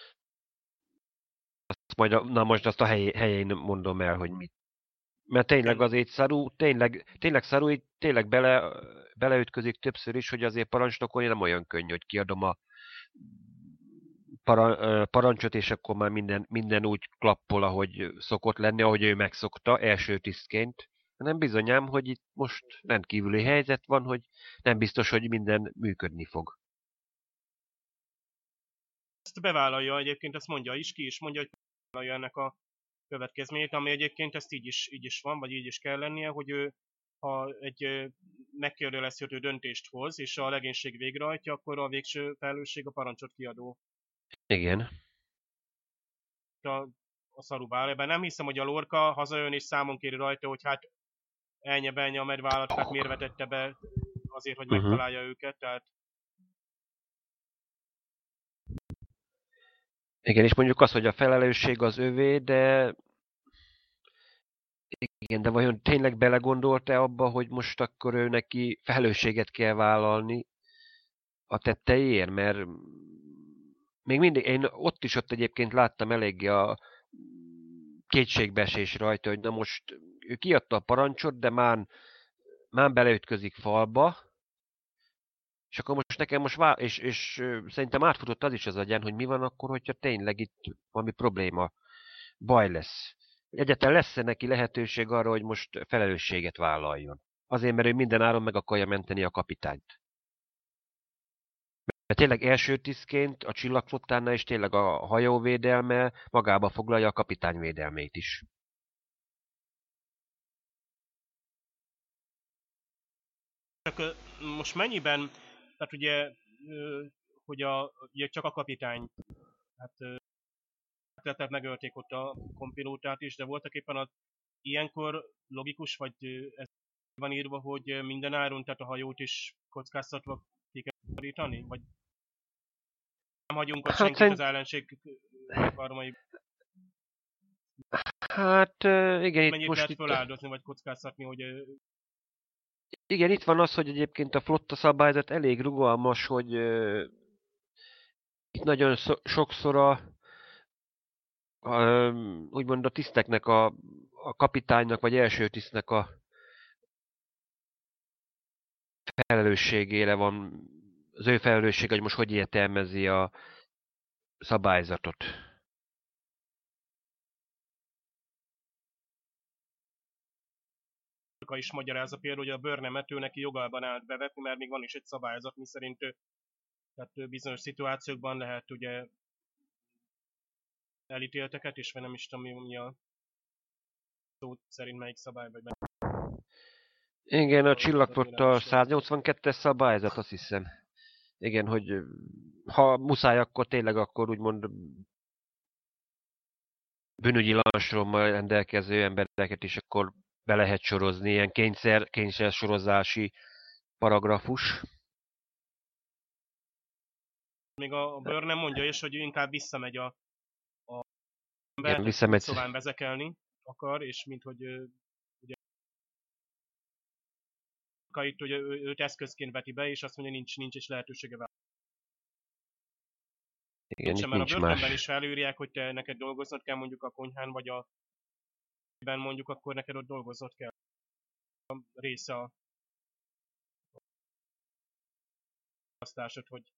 most azt a helyén mondom el, hogy mit. Mert tényleg azért Saru, tényleg Saru tényleg beleütközik többször is, hogy azért parancsnokon nem olyan könnyű, hogy kiadom a parancsot, és akkor már minden úgy klappol, ahogy szokott lenni, ahogy ő megszokta első tisztként. Hanem bizonyám, hogy itt most rendkívüli helyzet van, hogy nem biztos, hogy minden működni fog. Ezt bevállalja egyébként, ezt mondja is, ki is mondja, hogy bevállalja ennek a következményét, ami egyébként ezt így is van, vagy így is kell lennie, hogy ő, ha egy megkérdőjelezhető döntést hoz, és a legénység végrehajtja, akkor a végső felelősség a parancsot kiadó. Igen. A Sarubál. Ebben nem hiszem, hogy a Lorca hazajön és számon kéri rajta, hogy hát elnye a medvállatkát miért vetette be azért, hogy megtalálja őket, tehát... Igen, és mondjuk az, hogy a felelősség az övé, de... Igen, de vajon tényleg belegondolt-e abba, hogy most akkor ő neki felelősséget kell vállalni a tetteiért? Mert még mindig, én ott egyébként láttam eléggé a kétségbeesés rajta, hogy na most ő kiadta a parancsot, de már beleütközik falba, és akkor most nekem és szerintem átfutott az is az agyan, hogy mi van akkor, hogyha tényleg itt valami probléma, baj lesz. Egyáltalán lesz-e neki lehetőség arra, hogy most felelősséget vállaljon? Azért, mert ő minden áron meg akarja menteni a kapitányt. Mert tényleg első tisztként a csillagflottánál is tényleg a hajóvédelme magába foglalja a kapitány védelmét is. Csak most mennyiben, tehát ugye, hogy ugye csak a kapitány, tehát megölték ott a kompilótát is, de voltak éppen ilyenkor logikus, vagy ez van írva, hogy minden áron, tehát a hajót is kockáztatva ki kell borítani? Vagy nem hagyunk ott senkit az ellenség karmai? Hát igen, mennyit most lehet feláldozni, vagy kockáztatni, hogy... Igen, itt van az, hogy egyébként a flotta szabályzat elég rugalmas, hogy itt nagyon sokszor úgymond a tiszteknek, a kapitánynak, vagy első tisztnek a felelősségére van, az ő felelőssége, hogy most hogy értelmezi a szabályzatot. Is magyarázza például, hogy a bőrnemet ő neki jogában állt bevetni, mert még van is egy szabályzat, miszerint tehát bizonyos szituációkban lehet ugye elítélteket is, vagy nem is tudom mi a szó szerint melyik szabály, vagy igen, a csillagflotta 182-es szabályzat, azt hiszem. Igen, hogy ha muszáj, akkor tényleg akkor úgymond bűnügyi lansrommal rendelkező embereket is akkor be lehet sorozni, ilyen kényszer sorozási paragrafus. Még a Bőr nem mondja is, hogy inkább visszamegy a Igen, Úgy visszamegy. szóval vezekelni akar, és mint hogy ugye itt ugye őt eszközként veti be, és azt mondja, nincs is lehetősége vele. Igen, itt Mert a nincs börtönben más. is felülják, hogy te neked dolgoznod kell mondjuk a konyhán, vagy a mondjuk, akkor neked ott dolgoznod kell. A része a választásod, hogy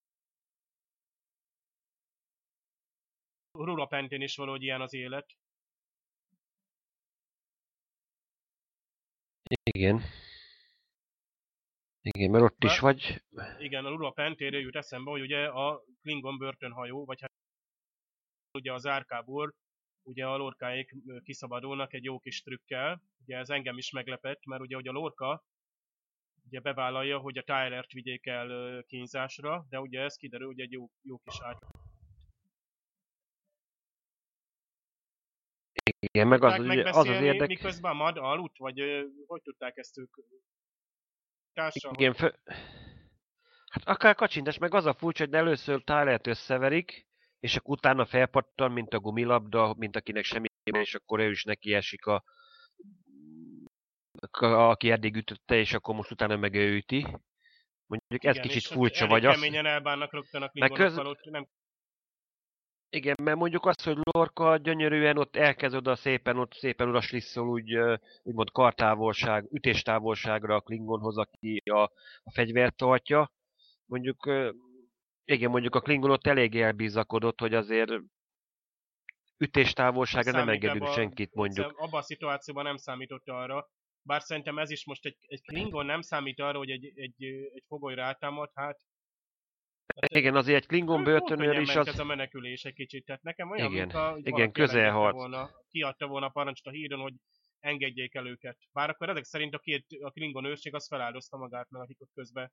Rula pentén is valahogy ilyen az élet. Igen. Igen, mert ott is vagy. Igen, a Rula pentéről jut eszembe, hogy ugye a Klingon börtönhajó, vagy hát ugye az árkából ugye a lorkáik kiszabadulnak egy jó kis trükkel. Ugye ez engem is meglepett, mert ugye hogy a lorka ugye bevállalja, hogy a Tylert vigyék el kínzásra, de ugye ez kiderül, hogy egy jó kis át. Igen, meg az az megbeszélni, érdek... miközben Mad aludt, vagy hogy tudták ezt ők társal? Igen, hát akár kacsintás, meg az a furcsa, hogy először Tylert összeverik, és akkor utána felpattan, mint a gumilabda, mint akinek semmi, és akkor ő is neki esik aki eddig ütötte, és akkor most utána meg ő üti. Mondjuk ez Igen, kicsit és furcsa, elég vagy az... keményen elbánnak rögtön a Meg klingonokkal, ott nem. Igen, mert mondjuk azt, hogy Lorca gyönyörűen ott elkezd oda szépen odaslisszol úgymond kartávolság, ütéstávolságra a Klingonhoz, aki a fegyvert tartja. Mondjuk, igen, mondjuk a Klingon ott elég elbízakodott, hogy azért ütéstávolságra nem engedünk senkit, mondjuk. Abban a szituációban nem számított arra, bár szerintem ez is most egy Klingon nem számít arra, hogy egy fogoly rátámad, hát Igen, azért egy Klingon börtönőr is ment az... ez a menekülés egy kicsit, tehát nekem olyan, Igen, mintha igen, valaki közelharc. kiadta volna a parancsot a híron, hogy engedjék el őket. Bár akkor ezek szerint a Klingon őrség az feláldozta magát, meg akik ott közben.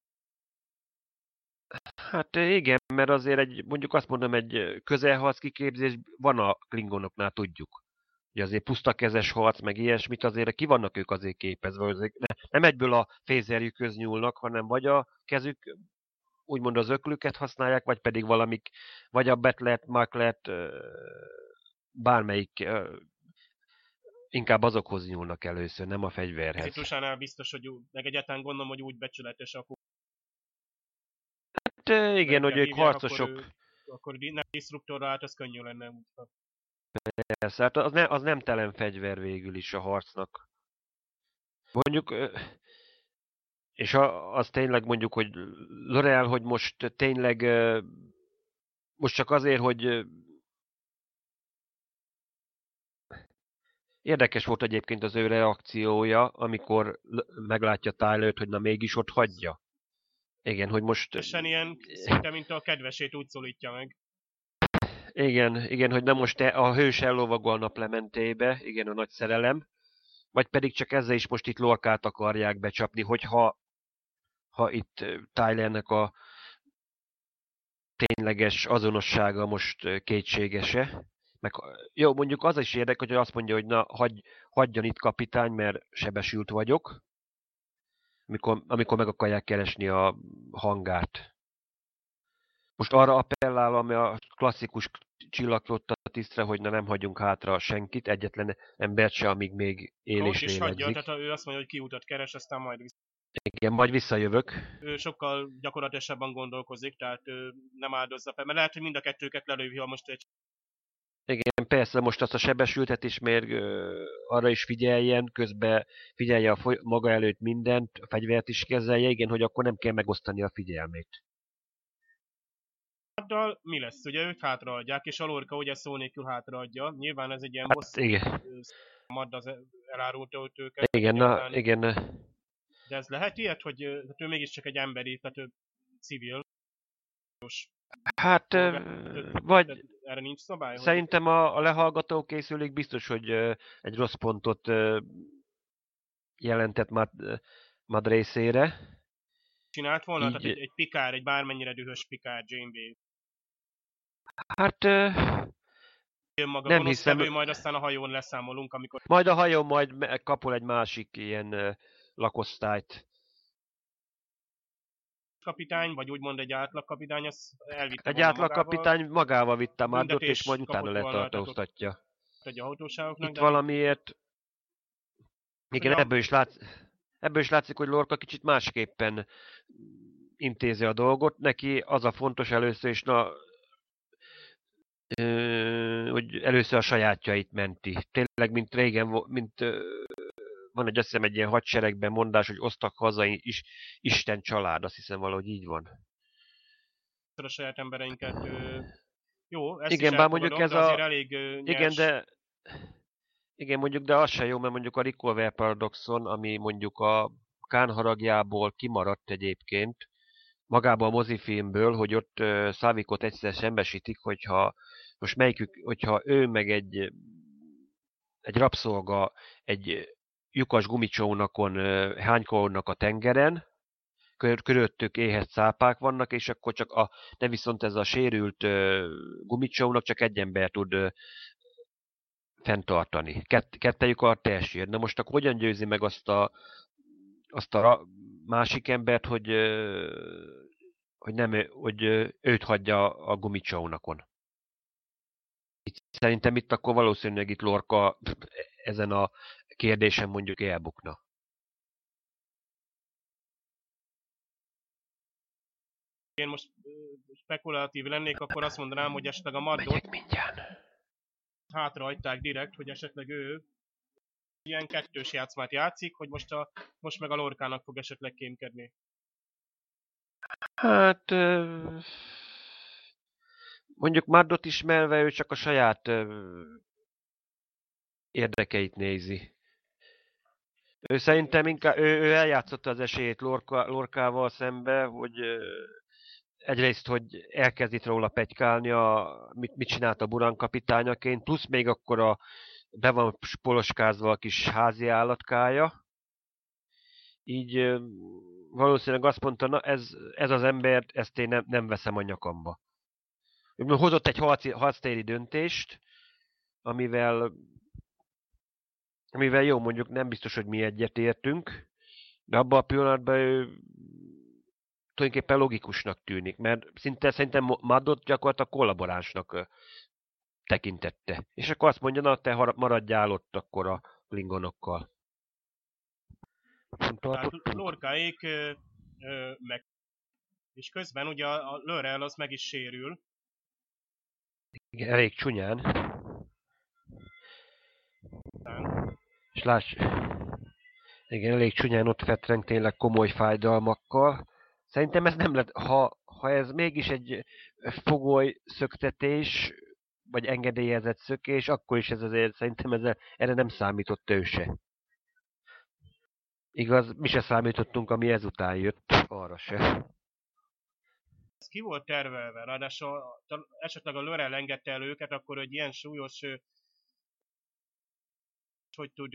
Hát igen, mert azért mondjuk azt mondom, egy közelharc kiképzés van a Klingonoknál, tudjuk. Ugye azért pusztakezes harc, meg ilyesmit azért ki vannak ők azért képezve, azért nem egyből a fézerjükhöz nyúlnak, hanem vagy a kezük, úgymond az öklüket használják, vagy pedig valamik, vagy a betlet, maklet, bármelyik, inkább azokhoz nyúlnak először, nem a fegyverhez. Citusánál biztos, hogy meg egyáltalán gondolom, hogy úgy becsületes, akkor Hát igen, hogy ők harcosok. Akkor nem disruptorra át, az könnyű lenne. Persze, hát az nem telen fegyver végül is a harcnak. Mondjuk, és az tényleg mondjuk, hogy L'Oreal, hogy most tényleg, most csak azért, hogy érdekes volt egyébként az ő reakciója, amikor meglátja Tylert, hogy na mégis ott hagyja. Igen, hogy most... És ilyen szinte, mint a kedvesét úgy szólítja meg. Igen, hogy na most a hős ellovagol a naplementébe, igen, a nagy szerelem. Vagy pedig csak ezzel is most itt Lorcát akarják becsapni, hogyha itt Tylernek a tényleges azonossága most kétségese. Meg, jó, mondjuk az is érdekes, hogy azt mondja, hogy na, hagyjon itt kapitány, mert sebesült vagyok, amikor meg akarják keresni a hangát. Most arra appellál, ami a klasszikus csillagflotta tisztre, hogy na nem hagyjunk hátra senkit, egyetlen embert se, amíg még él és is hagyja, lélegzik. tehát ő azt mondja, hogy kiutat keres, aztán majd Igen, majd visszajövök. ő sokkal gyakorlatosabban gondolkozik, tehát ő nem áldozza fel, mert lehet, hogy mind a kettőket lelővi, ha most egy... Igen, persze, most azt a sebesültet is még arra is figyeljen, közben figyelje maga előtt mindent, a fegyvert is kezelje, igen, hogy akkor nem kell megosztani a figyelmét. Maddal mi lesz? Ugye őt hátraadják, és a Lorca ugye szó nélkül hátraadja. Nyilván ez egy ilyen Hát bosszú igen. Madd az elárulta őket. Igen, igen. De ez lehet ilyet, hogy tehát ő mégiscsak egy emberi, tehát ő civil. Hát, vagy erre nincs szabály? szerintem a lehallgató készülék biztos, hogy egy rossz pontot jelentett Mad részére. Csinált volna? Így... Tehát egy Picard, egy bármennyire dühös Picard, Janeway. Hát... maga nem hiszem, tevő, majd aztán a hajón leszámolunk, amikor... Majd a hajón majd kapol egy másik ilyen lakosztályt. kapitány, vagy úgymond egy átlagkapitány, az elvitte Egy volna magával, átlagkapitány magával vitte Maddot, és majd büntetés utána kapott volna, tehát ott letartóztatja. egy a hatóságoknak, Itt de itt valamiért, hogy igen, ebből is látszik, hogy Lorca kicsit másképpen intézi a dolgot. Neki az a fontos először is, hogy először a sajátjait menti. Tényleg, mint régen, van egy, azt hiszem, egy ilyen hadseregben mondás, hogy osztak haza is, Isten család, azt hiszem valahogy így van. a saját embereinket, jó, ezt is Igen, bár mondjuk elfogadom, ez de azért a... elég Igen, nyers. mondjuk, de az se jó, mert mondjuk a Revolver Paradoxon, ami mondjuk a Khan haragjából kimaradt egyébként, magában a mozifilmből, hogy ott Szávikot egyszer szembesítik, most melyikük, hogyha ő meg egy rabszolga egy lyukas gumicsónakon hánykolnak a tengeren, körülöttük éhes cápák vannak, és akkor de viszont ez a sérült gumicsónak csak egy ember tud fenntartani. Kettejük alatt elsír. Na most akkor hogyan győzi meg azt a másik embert, hogy őt hagyja a gumicsónakon? Szerintem itt akkor valószínűleg itt Lorca ezen a kérdésen mondjuk elbukna. Én most spekulatív lennék, akkor azt mondanám, hogy esetleg a Maddot hátrahagyták direkt, hogy esetleg ő ilyen kettős játszmát játszik, hogy most meg a Lorcának fog esetleg kémkedni. Hát... mondjuk Maddot ismerve ő csak a saját érdekeit nézi. Ő szerintem inkább, ő eljátszotta az esélyét Lorcával szembe, hogy egyrészt, hogy elkezd itt róla petykálni, mit csinált a Buran kapitányaként, plusz még akkor be van poloskázva a kis házi állatkája. Így valószínűleg azt mondta, na ez az ember, ezt én nem veszem a nyakamba. Ő hozott egy harctéri döntést, amivel jó, mondjuk nem biztos, hogy mi egyetértünk, de abban a pillanatban ő tulajdonképpen logikusnak tűnik, mert szinte szerintem Maddot gyakorlatilag kollaboránsnak tekintette. És akkor azt mondja, na te maradjál ott akkor a klingonokkal. Tehát Lorcaék meg. És közben ugye a Lörel az meg is sérül. Igen, elég csúnyán. Aztán És láss, igen, elég csúnyán ott fetreng tényleg komoly fájdalmakkal. Szerintem ez nem lett, ha ez mégis egy fogoly szöktetés, vagy engedélyezett szökés, akkor is ez azért szerintem erre nem számított ő se. Igaz, mi se számítottunk, ami ezután jött, arra se. ez ki volt tervelve, ráadásul esetleg a Lörel engedte el őket, akkor egy ilyen súlyos, hogy tud,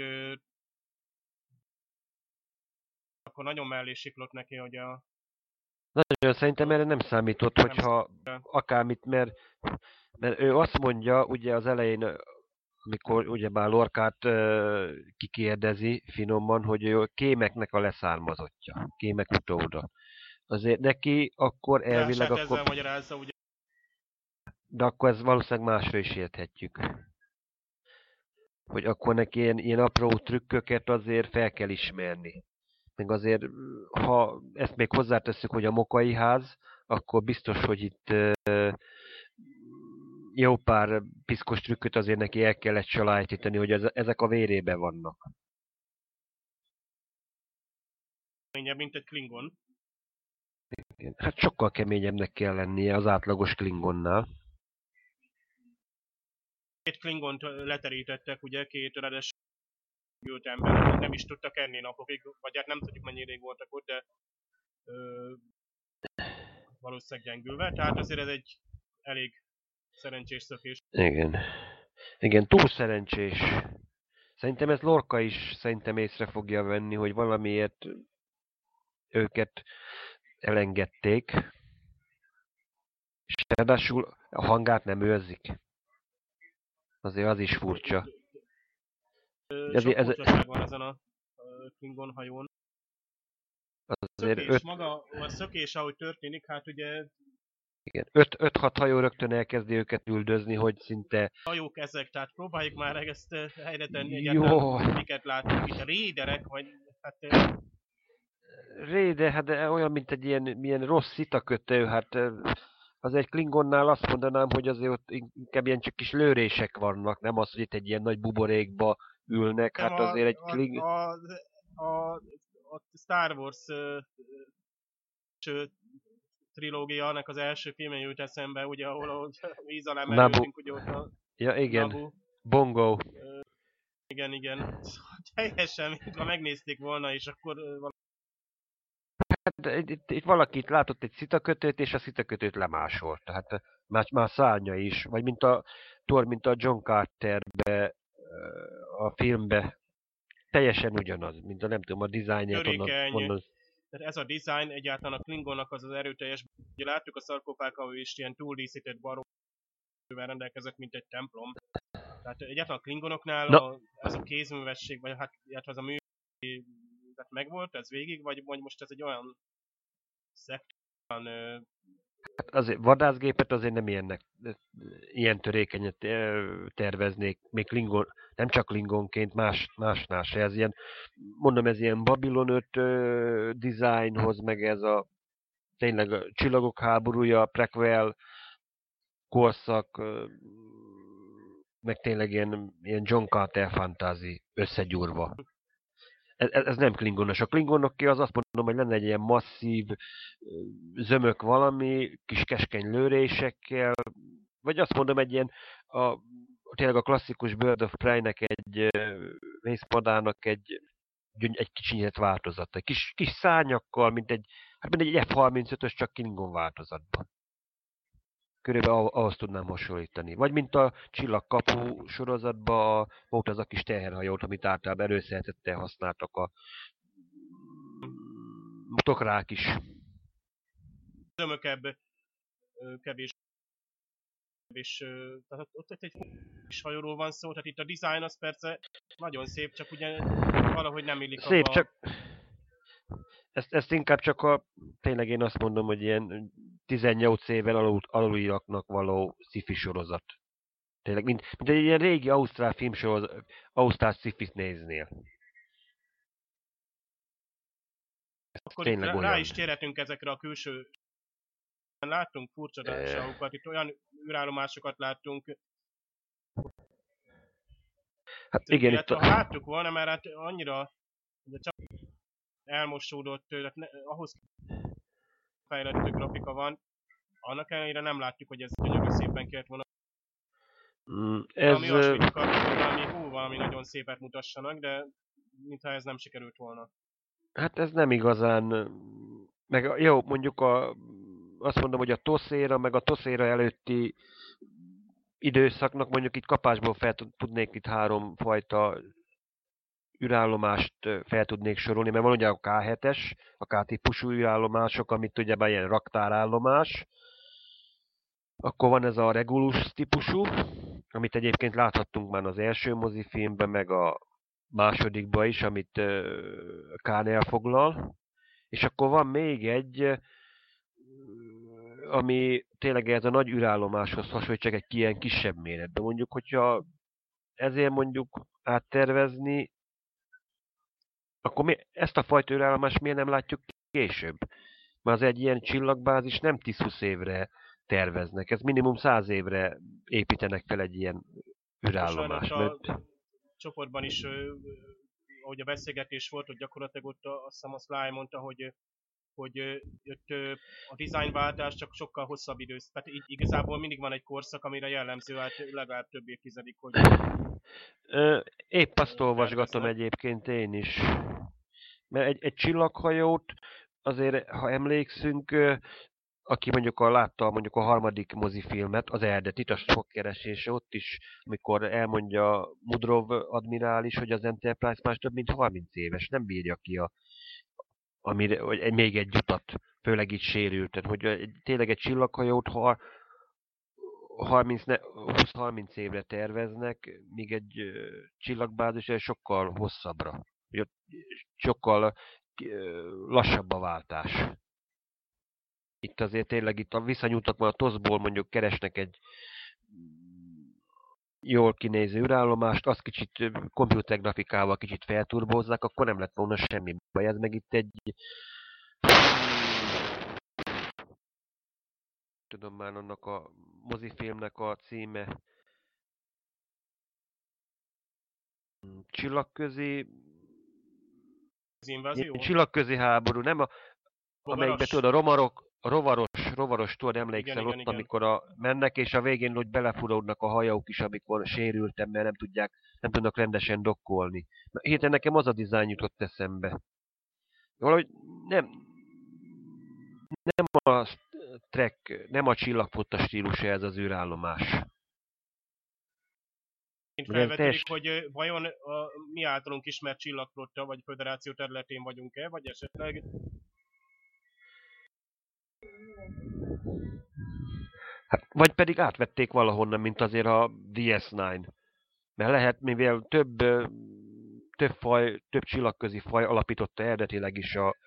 akkor nagyon mellé siklott neki, hogy a... Nagyon szerintem erre nem számított, hogyha akármit, mert ő azt mondja, ugye az elején, amikor ugyebár Lorcát kikérdezi finoman, hogy ő kémeknek a leszármazottja, kémek utóda. Azért neki akkor elvileg hát akkor... ezzel magyarázza, ugye... De akkor ez valószínűleg másra is érthetjük. Hogy akkor neki ilyen apró trükköket azért fel kell ismerni. Meg azért, ha ezt még hozzátesszük, hogy a Mokai ház, akkor biztos, hogy itt jó pár piszkos trükköt azért neki el kellett salájtítani, hogy ezek a vérébe vannak. Keményebb, mint egy Klingon. Hát sokkal keményebbnek kell lennie az átlagos Klingonnál. Két Klingont leterítettek, ugye, két redes ember, nem is tudtak enni napokig, vagy hát nem tudjuk mennyi rég voltak ott, de valószínűleg gyengülve, tehát azért ez egy elég szerencsés szökés. Igen. Igen, túl szerencsés. Szerintem ez Lorca is szerintem észre fogja venni, hogy valamiért őket elengedték. És ráadásul a hangát nem őrzik. Azért az is furcsa. Sok furcsaság van ezen a Klingon hajón. azért Szökés, maga a szökés, ahogy történik, hát ugye igen, 5-6 hajó rögtön elkezdi őket üldözni, hogy szinte hajók ezek, tehát próbáljuk már ezt helyre tenni egyáltalán, jó, miket látunk itt, a réderek, vagy hát Réde, hát de olyan, mint egy ilyen rossz szitakötő, hát az egy Klingonnál azt mondanám, hogy azért ott inkább ilyen csak kis lőrések vannak, nem az, hogy itt egy ilyen nagy buborékba ülnek, nem hát azért egy a, a Star Wars trilógia, annak az első filmje jut eszembe, ugye, ahol a víz alá Nabu, merültünk, ugye ott a ja igen, Nabu. Bongo. Igen, igen. Szóval teljesen, mintha megnézték volna, és akkor Hát itt valaki látott egy szitakötőt, és a szitakötőt lemásolt, tehát már szárnya is, vagy mint a Thor, mint a John Carterbe, a filmbe, teljesen ugyanaz, mint a nem tudom, a dizájnját törékeny. onnan Tehát ez a design, egyáltalán a Klingonnak az erőteljes. Ugye láttuk a szarkofágban is ilyen túldíszített barommal rendelkezett, mint egy templom. Tehát egyáltalán a Klingonoknál Na, ez a kézművesség, vagy hát illetve az a mű, tehát megvolt ez végig, vagy most ez egy olyan szektor, azért vadászgépet azért nem ilyen törékenyet terveznék, még Klingon, nem csak Klingonként, másnál se. Ez ilyen, mondom, ez ilyen Babylon 5 designhoz, meg ez a tényleg a Csillagok háborúja, prequel korszak, meg tényleg ilyen John Carter fantázi összegyúrva. Ez nem klingonos. A klingonoké az azt mondom, hogy lenne egy ilyen masszív, zömök valami, kis keskeny lőrésekkel, vagy azt mondom, egy ilyen, tényleg a klasszikus Bird of Prey-nek egy vészpadának egy kicsinyített változata. Kis szárnyakkal, mint egy F-35-ös, csak Klingon változatban. Körülbelül ahhoz tudnám hasonlítani. Vagy mint a Csillagkapu sorozatban volt az a kis teherhajót, amit általában előszeretettel használtak a tokrák is. zömökebb, kevés, és tehát ott egy kis hajóról van szó, tehát itt a design az persze nagyon szép, csak ugye valahogy nem illik Szép, abba. csak ezt inkább csak tényleg én azt mondom, hogy ilyen 18 évvel aluliaknak való sci-fi sorozat. Tényleg, mint egy ilyen régi ausztrál filmsorozat, ausztrál sci-fit néznél. Ez Akkor itt tényleg rá olyan. is térhetünk ezekre a külső. Láttunk furcsaságokat, itt olyan űrállomásokat láttunk, Hát igen, itt illetve ha láttuk volna, mert hát annyira ugye csak elmosódott, tehát ahhoz fejlett grafika van, annak ellenére nem látjuk, hogy ez gyönyörű szépen kellett volna. Valami olyasmit akartuk, hogy valami nagyon szépet mutassanak, de mintha ez nem sikerült volna. Hát ez nem igazán, meg jó, mondjuk azt mondom, hogy a Toszéra, meg a Toszéra előtti időszaknak mondjuk itt kapásból tudnék itt három fajta űrállomást fel tudnék sorolni, mert van ugye a K7-es, a K-típusú űrállomások, amit ugye ilyen raktárállomás, akkor van ez a Regulus típusú, amit egyébként láthattunk már az első mozifilmben, meg a másodikban is, amit Kán elfoglal. És akkor van még egy, ami tényleg ez a nagy űrállomáshoz hasonlít, csak egy ilyen kisebb méretben. Mondjuk, hogyha ezért mondjuk áttervezni, akkor ezt a fajta űrállomást miért nem látjuk később? Mert az egy ilyen csillagbázis nem 10-20 évre terveznek, ez minimum 100 évre építenek fel egy ilyen űrállomást. A csoportban is, ahogy a beszélgetés volt, hogy gyakorlatilag ott azt hiszem a Sly mondta, hogy jött a dizájnváltás csak sokkal hosszabb idő. Tehát igazából mindig van egy korszak, amire jellemző, hát legalább több évtizedig, hogy... Épp azt olvasgatom egyébként én is. Mert egy csillaghajót azért, ha emlékszünk, aki mondjuk látta mondjuk a harmadik mozifilmet, az eredetit, a Sokkeresés, ott is, amikor elmondja Mudrov admirális, hogy az Enterprise már több mint 30 éves, nem bírja ki hogy még egy utat, főleg itt sérülten, hogy tényleg egy csillaghajót 20-30 évre terveznek, míg egy csillagbázis sokkal hosszabbra. Sokkal lassabb a váltás. Itt azért tényleg itt a visszanyúltak már a TOS-ból mondjuk keresnek egy jól kinéző űrállomást, azt kicsit komputergrafikával kicsit felturbózzák, akkor nem lett volna semmi baj. Ez meg itt egy... Tudom már annak a mozifilmnek a címe. Csillagközi... Az invázió? Csillagközi háború, nem a... Amelyikben tudod, a rovaros, tudod, emlékszel igen, ott, igen. amikor mennek, és a végén hogy belefuródnak a hajók is, amikor sérültem, mert nem tudnak rendesen dokkolni. Hirtelen nekem az a dizájn jutott eszembe. Valahogy nem a Trek, nem a csillagfotta stílusa ez az űrállomás. Felvetődik, hogy vajon a mi általunk ismert csillagflotta vagy föderáció területén vagyunk-e, vagy esetleg... Hát, vagy pedig átvették valahonnan, mint azért a DS9. Mert lehet, mivel több csillagközi faj alapította eredetileg is a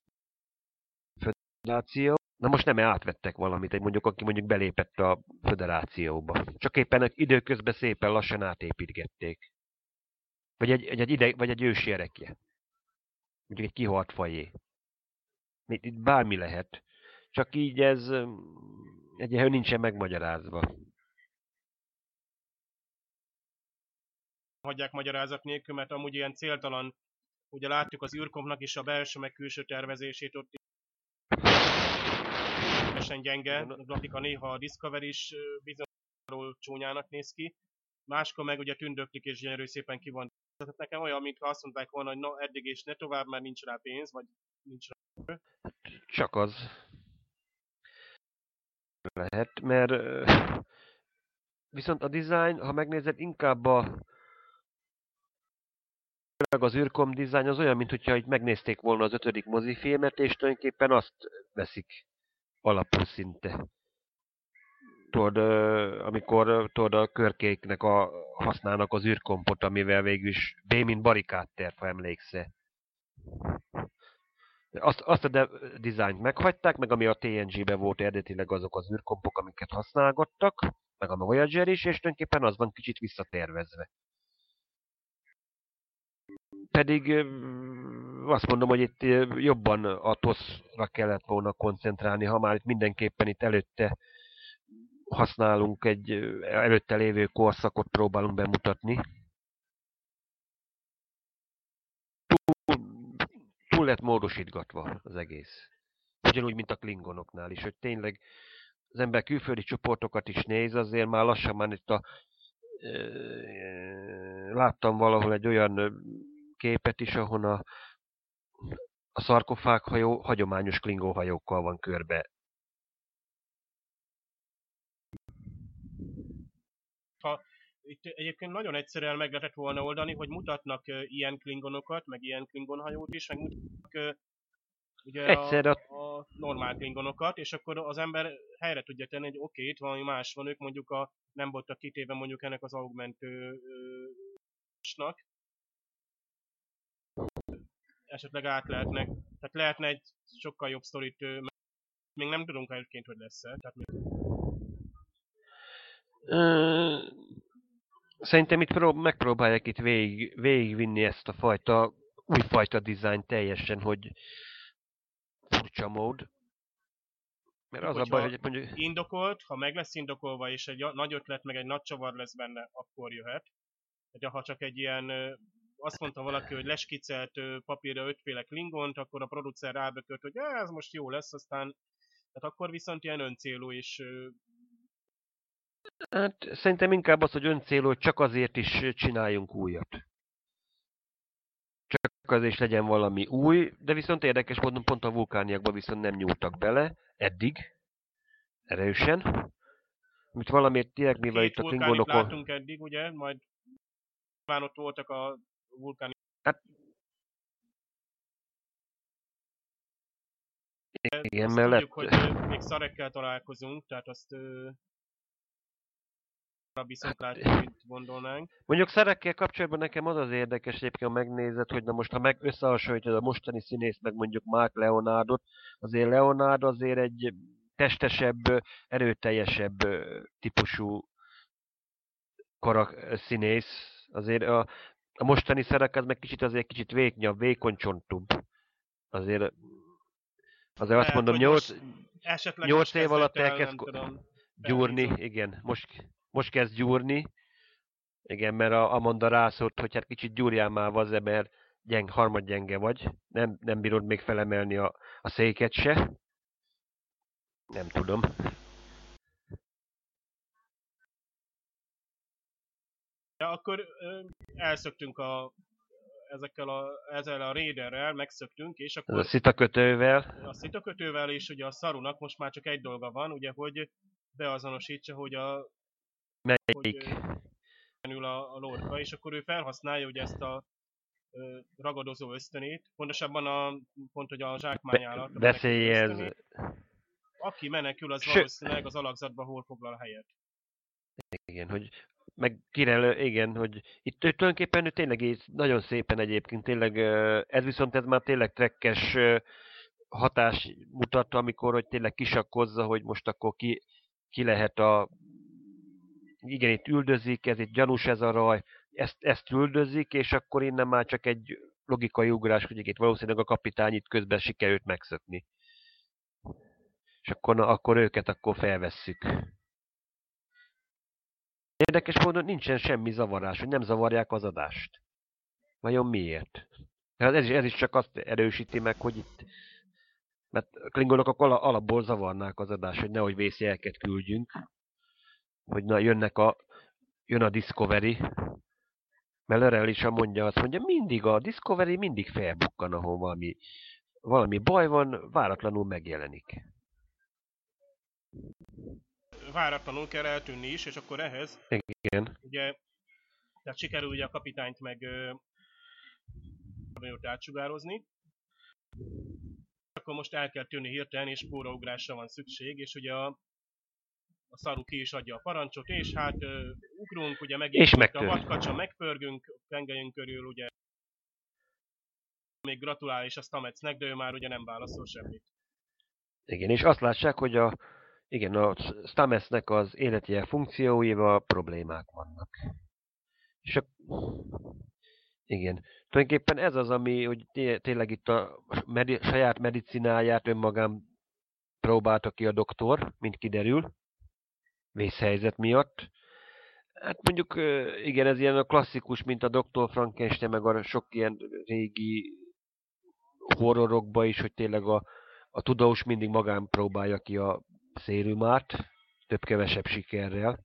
föderáció. Na most nem átvettek valamit, mondjuk aki mondjuk belépett a föderációba. Csak éppen időközben szépen lassan átépítgették. Vagy egy ősi erekje. Mondjuk egy kihalt fajé. Itt bármi lehet. Csak így ez egyébként nincsen megmagyarázva. Hagyják magyarázat nélkül, mert amúgy ilyen céltalan, ugye látjuk az űrkompnak is a belső meg külső tervezését, ott teljesen gyenge, a grafika néha a Discovery is bizonyos csúnyának néz ki, máskor meg ugye tündöklik és gyönyörű szépen ki van. Tehát nekem olyan, mintha azt mondták volna, hogy na eddig és ne tovább, mert nincs rá pénz, vagy nincs rá. Csak az lehet, mert viszont a design, ha megnézed, inkább az űrkom design az olyan, mintha itt megnézték volna az 5. mozifilmet, és tulajdonképpen azt veszik alapul szinte. Tudod, amikor tudod, a körkéknek használnak az űrkompot, amivel végül is B, mint barikádterv, ha emlékszel. Azt a dizájnt meghagyták, meg ami a TNG-ben volt eredetileg azok az űrkompok, amiket használgattak, meg a Voyager is, és tulajdonképpen az van kicsit visszatervezve. Pedig azt mondom, hogy itt jobban a TOS-ra kellett volna koncentrálni, ha már itt mindenképpen itt előtte használunk egy előtte lévő korszakot próbálunk bemutatni. Túl lett módosítgatva az egész. Ugyanúgy, mint a klingonoknál is, hogy tényleg az ember külföldi csoportokat is néz, azért már lassan már itt láttam valahol egy olyan képet is, ahol a szarkofághajó hagyományos klingóhajókkal van körbe. Itt egyébként nagyon egyszerűen meg lehetett volna oldani, hogy mutatnak ilyen klingonokat, meg ilyen klingonhajót is, meg mutatnak ugye a normál klingonokat, és akkor az ember helyre tudja tenni, hogy oké, itt valami más van, ők mondjuk nem voltak kitéve mondjuk ennek az augmentősnak. Esetleg át lehetnek, tehát lehetne egy sokkal jobb sztorit, még nem tudunk egyébként, hogy lesz-e. Tehát Szerintem itt megpróbálják itt végigvinni ezt a újfajta dizájn teljesen, hogy furcsa mód. Mert az a baj, hogy mondjuk... Indokolt, ha meg lesz indokolva, és egy nagy ötlet, meg egy nagy csavar lesz benne, akkor jöhet. De ha csak egy ilyen, azt mondta valaki, hogy leskiccelt papírra 5 féle klingont, akkor a producer rábökött, hogy ez most jó lesz, aztán tehát akkor viszont ilyen öncélú is. Hát szerintem inkább az, hogy öncélú, hogy csak azért is csináljunk újat. Csak azért is legyen valami új, de viszont érdekes módon pont a vulkániakban viszont nem nyúltak bele, eddig, erősen. Mint valamiért tényleg, mivel itt a klingonokon... látunk eddig, ugye, majd már ott voltak a vulkáni... Hát... Igen, azt mellett... tudjuk, hogy még szarekkel találkozunk, tehát azt viszont látjuk, mint gondolnánk. Mondjuk szerekkel kapcsolatban nekem az érdekes egyébként, ha megnézed, hogy na most, ha meg összehasonlítod a mostani színész, meg mondjuk Mark Leonardot, azért Leonard azért egy testesebb, erőteljesebb típusú színész. Azért a mostani szerek az meg kicsit vékonyabb, vékonycsontúbb. Azért azt Lehet, mondom, hogy most esetleg 8 év alatt kezdett el, elkezd nem tudom, gyúrni, felhízott. igen, most kezd gyúrni. Igen, mert a Amanda rászólt, hogy hát kicsit gyúrjál már vaze, mert harmadgyenge vagy. Nem bírod még felemelni a széket se. Nem tudom. Ja, akkor elszöktünk ezzel a Raiderrel, megszöktünk, és Ez a akkor szitakötővel. a szitakötővel és ugye a Sarunak most már csak egy dolga van, ugye, hogy beazonosítsa, hogy Melyik? ül a lorca, és akkor ő felhasználja ugye ezt a ragadozó ösztönét, pontosabban pont, hogy a zsákmány állat, a menekülő Veszélyez. ösztönét. Aki menekül, az Ső- valószínűleg az alakzatban hol foglal helyet. Igen, hogy meg igen, hogy itt tulajdonképpen ő tényleg nagyon szépen egyébként, tényleg ez már tényleg trekkes hatás mutat, amikor hogy tényleg kisakkozza, hogy most akkor ki lehet igen, itt üldözik, ez itt gyanús ez a raj, ezt üldözik, és akkor innen már csak egy logikai ugrás, hogy itt valószínűleg a kapitány itt közben sikerült megszökni. És akkor őket akkor felvesszük. Érdekes módon nincsen semmi zavarás, hogy nem zavarják az adást. Vajon miért? Hát ez is csak azt erősíti meg, hogy itt... Mert a klingonok akkor alapból zavarnák az adást, hogy nehogy vészjeleket küldjünk. Hogy na, jön a Discovery. Mert Lorel is mondja, azt mondja, mindig a Discovery mindig felbukkan, ahol valami baj van, váratlanul megjelenik. Váratlanul kell eltűnni is, és akkor ehhez Igen. ugye, tehát sikerül ugye a kapitányt meg átsugározni. Akkor most el kell tűnni hirtelen, és spóraugrásra van szükség, és ugye a Saru ki is adja a parancsot, és hát ugrunk, ugye megint a vadkacsa, megpörgünk, tengelyünk körül, ugye még gratulál is a Stametsnek, de ő már ugye nem válaszol semmit. Igen, és azt látsák, hogy a Stametsnek az életjel funkcióival problémák vannak. És igen. Tulajdonképpen ez az, ami hogy tényleg itt a saját medicináját önmagán próbálta ki a doktor, mint kiderül, vészhelyzet miatt. Hát mondjuk, igen, ez ilyen a klasszikus, mint a Dr. Frankenstein, meg a sok ilyen régi horrorokba is, hogy tényleg a tudós mindig magán próbálja ki a szérumát, több-kevesebb sikerrel.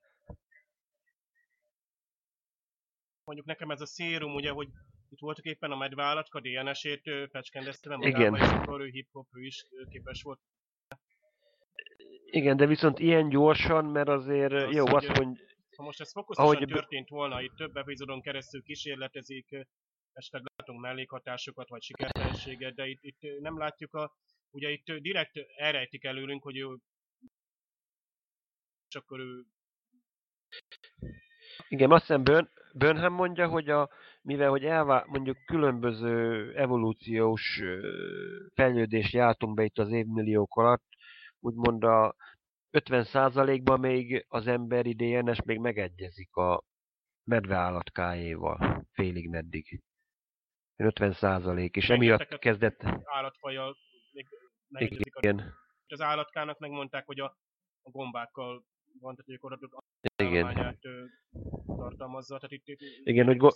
Mondjuk nekem ez a szérum, ugye, hogy itt voltak éppen a medveállatka DNS-ét fecskendezte be Igen. magába, és akkor ő hip-hop, ő is képes volt. Igen, de viszont ilyen gyorsan, mert azért Az, jó, hogy, azt mondja... Ha most ez fokozatosan ahogy történt volna, itt több epizódon keresztül kísérletezik, esetleg látunk mellékhatásokat, vagy sikertelenséget, de itt nem látjuk ugye itt direkt elrejtik előlünk, hogy ő és akkor ő... Igen, azt hiszem Burnham mondja, hogy mivel hogy mondjuk különböző evolúciós fejlődést jártunk be itt az évmilliók alatt, úgymond a 50%-ban még az emberi DNS még megegyezik a medveállatkájéval, félig meddig. 50%, és emiatt kezdett... Állatfajjal még megegyezik. Igen. Az állatkának megmondták, hogy a gombákkal van, tehát hogy akkor igen. állományát tartalmazza, tehát itt igen, hogy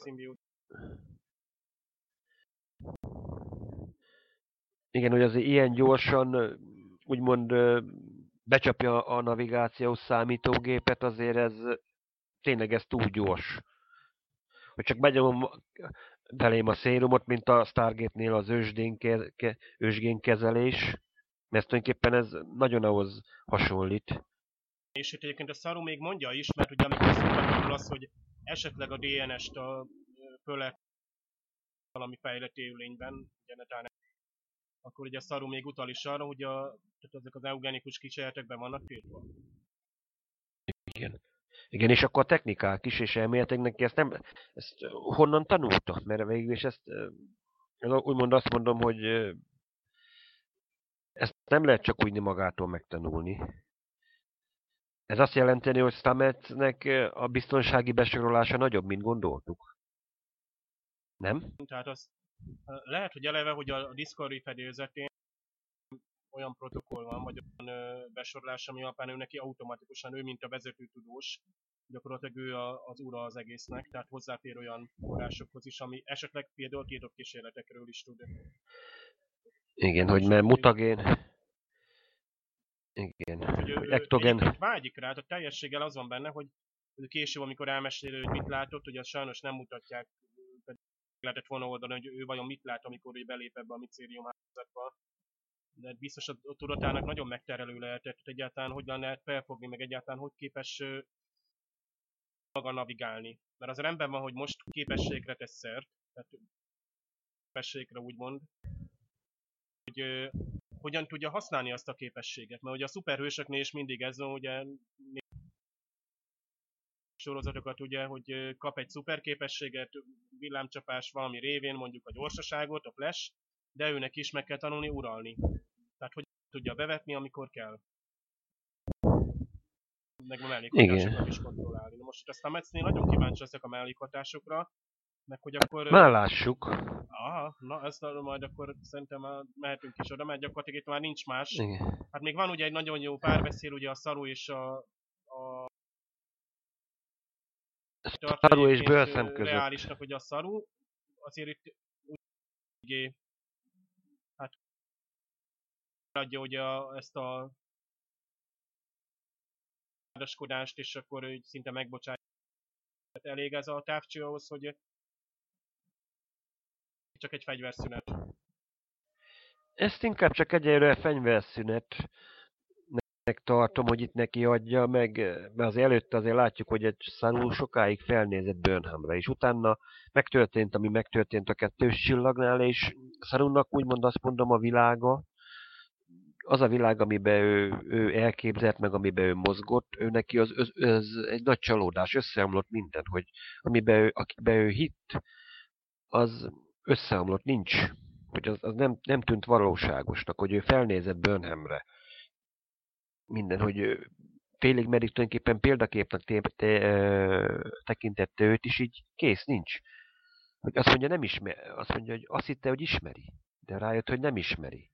igen, hogy azért ilyen gyorsan úgymond becsapja a navigációs számítógépet, azért ez tényleg ez túl gyors. Hogy csak benyomom belém a szérumot, mint a Stargate-nél az ősgénkezelés, mert tulajdonképpen ez nagyon ahhoz hasonlít. És itt egyébként a Saru még mondja is, mert ugye amikor szóba az, hogy esetleg a DNS-t föl lehet valami fejlett élőlényben, ugye netán, akkor ugye a Saru még utal is arra, hogy tehát ezek az eugenikus kísérletekben vannak tiltva. Igen. Igen, és akkor a technikák is, és elméletek neki ezt honnan tanulta? Mert végül is úgymond azt mondom, hogy ezt nem lehet csak úgy magától megtanulni. Ez azt jelenteni, hogy Stametsnek a biztonsági besorolása nagyobb, mint gondoltuk. Nem? Tehát az lehet, hogy eleve, hogy a Discovery fedélzetén olyan protokoll van, vagy olyan besorolás, ami alapján ő neki automatikusan, ő mint a vezető tudós, gyakorlatilag ő az ura az egésznek, tehát hozzáfér olyan forrásokhoz is, ami esetleg például tiltott kísérletekről is tud. Igen, hogy mert mutagén. Igen, Úgyhogy hogy ő egyébként ektogen. vágyik rá, a teljességgel az van benne, hogy később, amikor elmeséli, hogy mit látott, hogy azt sajnos nem mutatják, pedig lehetett volna oldani, hogy ő vajon mit lát, amikor ő belép ebbe a micérium házatba. De biztos a tudatának nagyon megterelő lehetett, hogy egyáltalán hogy lehet felfogni, meg egyáltalán hogy képes maga navigálni. Mert az rendben van, hogy most képességre tesz szert, tehát képességre úgymond, hogy hogyan tudja használni azt a képességet. Mert ugye a szuperhősöknél is mindig ez van, ugye sorozatokat ugye, hogy kap egy szuperképességet, villámcsapás valami révén, mondjuk a gyorsaságot, a flash, de őnek is meg kell tanulni uralni. Tehát hogy tudja bevetni, amikor kell. Meg a mellékhatásokat is Igen. kontrollálni. Na most itt a Stametsnél nagyon kíváncsi leszek a mellékhatásokra, meg hogy akkor... Már lássuk. Aha, na ezt majd akkor szerintem mehetünk is oda, mert gyakorlatilag itt már nincs más. Igen. Hát még van ugye egy nagyon jó párbeszéd, ugye a Saru és a tartja Saru és egyébként Bölszem között. reálisnak, hogy a Saru azért itt úgy hát adja ugye ezt a vádaskodást, és akkor így szinte megbocsátja. Elég ez a távcső ahhoz, hogy csak egy fegyverszünet. Ezt inkább csak egyelőre fegyverszünetnek tartom, hogy itt neki adja, mert azért előtte azért látjuk, hogy egy Saru sokáig felnézett Burnhamra, és utána megtörtént, ami megtörtént a kettős csillagnál, és Sarunak úgymond azt mondom a világa, az a világ, amiben ő elképzelt, meg amiben ő mozgott, ő neki az egy nagy csalódás, összeomlott minden, hogy akikben ő hitt, az összeomlott, nincs. Hogy az nem tűnt valóságosnak, hogy ő felnézett Burnhamre. Minden, hogy félig meddig tulajdonképpen példaképnek tekintette őt is, így kész, nincs. Hogy azt mondja, nem ismer, azt mondja, hogy azt hitte, hogy ismeri, de rájött, hogy nem ismeri.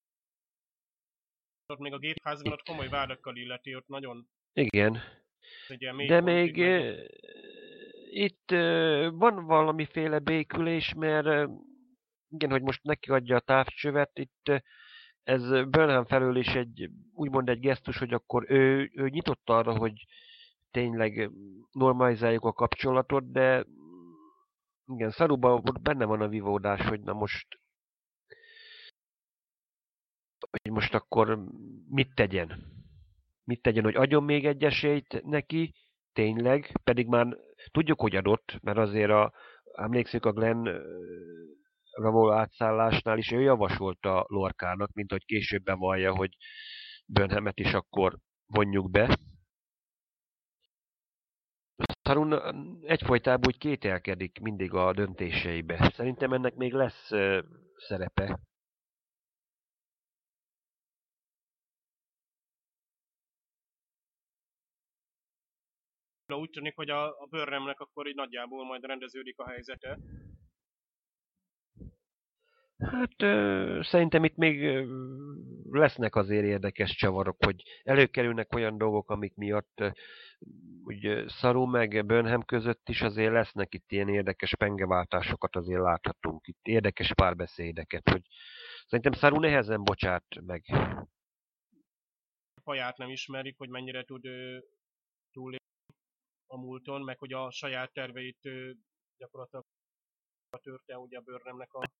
Ott még a gépházban ott komoly vádakkal illeti, ott nagyon Igen, egy ilyen de mélypontig még megy. itt van valamiféle békülés, mert igen, hogy most neki adja a távcsövet, itt ez Burnham felől is úgymond egy gesztus, hogy akkor ő nyitott arra, hogy tényleg normalizáljuk a kapcsolatot, de igen, Saruban benne van a vívódás, hogy na most akkor mit tegyen? Mit tegyen, hogy adjon még egy esélyt neki, tényleg, pedig már tudjuk, hogy adott, mert azért emlékszünk a Glenn való átszállásnál is ő javasolta Lorkának, mint hogy később bevallja, hogy Burnhamet is akkor vonjuk be. Harun egyfolytában úgy kételkedik mindig a döntéseibe. Szerintem ennek még lesz szerepe. Úgy tűnik, hogy a Burnhamnek akkor így nagyjából majd rendeződik a helyzete. Hát szerintem itt még lesznek azért érdekes csavarok, hogy előkerülnek olyan dolgok, amik miatt úgy Saru meg Burnham között is azért lesznek itt ilyen érdekes pengeváltásokat azért láthatunk. Itt érdekes párbeszédeket, hogy szerintem Saru nehezen bocsát meg. A faját nem ismerik, hogy mennyire tud túlélni a múlton, meg hogy a saját terveit gyakorlatilag törte ugye a Burnhamnek a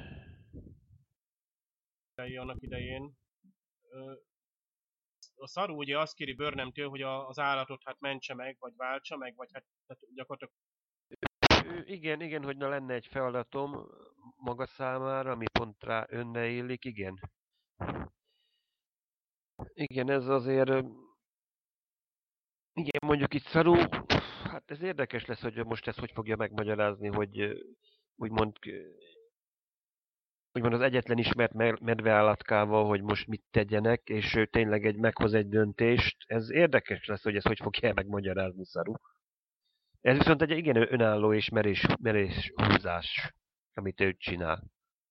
annak idején. A Saru ugye azt kéri Burnhamtől, hogy az állatot hát mentse meg, vagy váltsa meg, vagy hát tehát gyakorlatilag Igen, hogy na lenne egy feladatom maga számára, ami pont rá önne illik, igen. Igen, ez azért Igen, mondjuk itt Szaru, hát ez érdekes lesz, hogy most ezt hogy fogja megmagyarázni, hogy úgymond, úgymond az egyetlen ismert medveállatkával, hogy most mit tegyenek, és ő tényleg meghoz egy döntést. Ez érdekes lesz, hogy ezt hogy fogja megmagyarázni Szaru. Ez viszont egy igen önálló és merés húzás, amit ő csinál.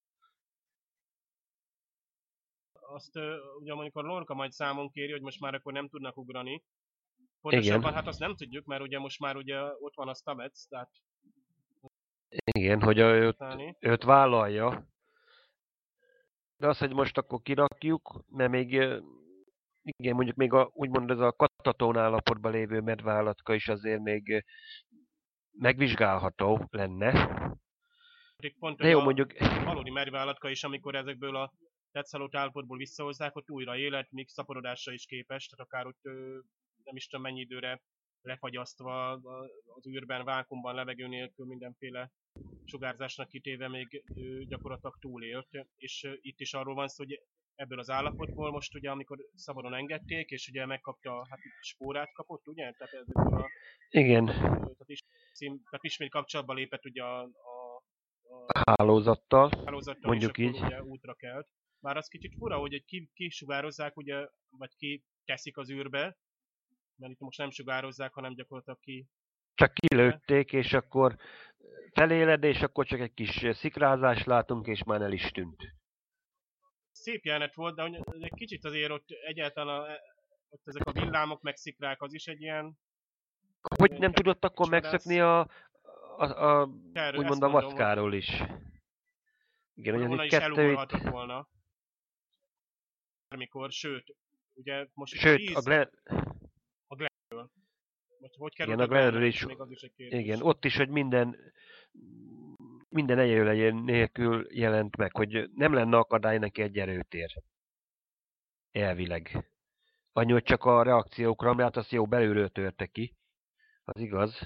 Azt ugye mondjuk a Lorca majd számon kéri, hogy most már akkor nem tudnak ugrani. Igen, Pontosabban hát azt nem tudjuk, mert ugye most már ugye ott van a Stamets, tehát igen, hogy őt vállalja. De az, hogy most akkor kirakjuk, mert még, igen, mondjuk még úgymond ez a katatón állapotban lévő medveállatka is azért még megvizsgálható lenne. pont, De hogy jó, a mondjuk, valódi medveállatka is, amikor ezekből a tetszalott állapotból visszahozzák, ott újra élet, még szaporodásra is képes, tehát akár ott nem is tudom mennyi időre lefagyasztva az űrben, vákumban, levegő nélkül mindenféle sugárzásnak kitéve még gyakorlatilag túlélt, és itt is arról van szó, hogy ebből az állapotból most ugye, amikor szabadon engedték, és ugye megkapta, hát itt spórát kapott, ugye? Tehát ebből igen, tehát ismét kapcsolatba lépett ugye a hálózattal, hálózattal, és mondjuk akkor így. ugye útra kelt. Bár az kicsit fura, hogy kisugározzák, ugye, vagy ki teszik az űrbe, mert itt most nem sugározzák, hanem gyakorlatilag ki. Csak kilőtték, és akkor feléled, és akkor csak egy kis szikrázást látunk, és már el is tűnt. Szép jelenet volt, de egy kicsit azért ott egyáltalán ott ezek a villámok, meg szikrák, az is egy ilyen... Hogy nem tudott akkor megszökni úgymond Ezt a mondom, hogy vackáról is. Igen, hogy az onnan itt is kettő itt... elugorhatott volna. Bármikor, sőt, ugye most itt a Sőt, víz, a Glenről. Hogy igen, került a a Glenre, Glenről is, még az is egy igen, kérdés. ott is, hogy minden egyelőlegyen nélkül jelent meg, hogy nem lenne akadály neki egy erőtér. Elvileg. Annyi, hogy csak a reakciókra, mert azt jó belülről törte ki. Az igaz.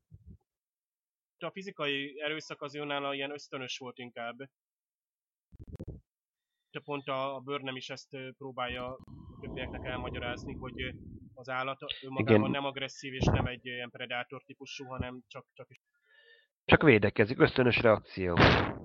A fizikai erőszak az őnála ilyen ösztönös volt inkább. De pont a Burnham is ezt próbálja a többieknek elmagyarázni, hogy az állat önmagában Igen, nem agresszív és nem egy ilyen predátor típusú, hanem csak is. csak védekezik, ösztönös reakció.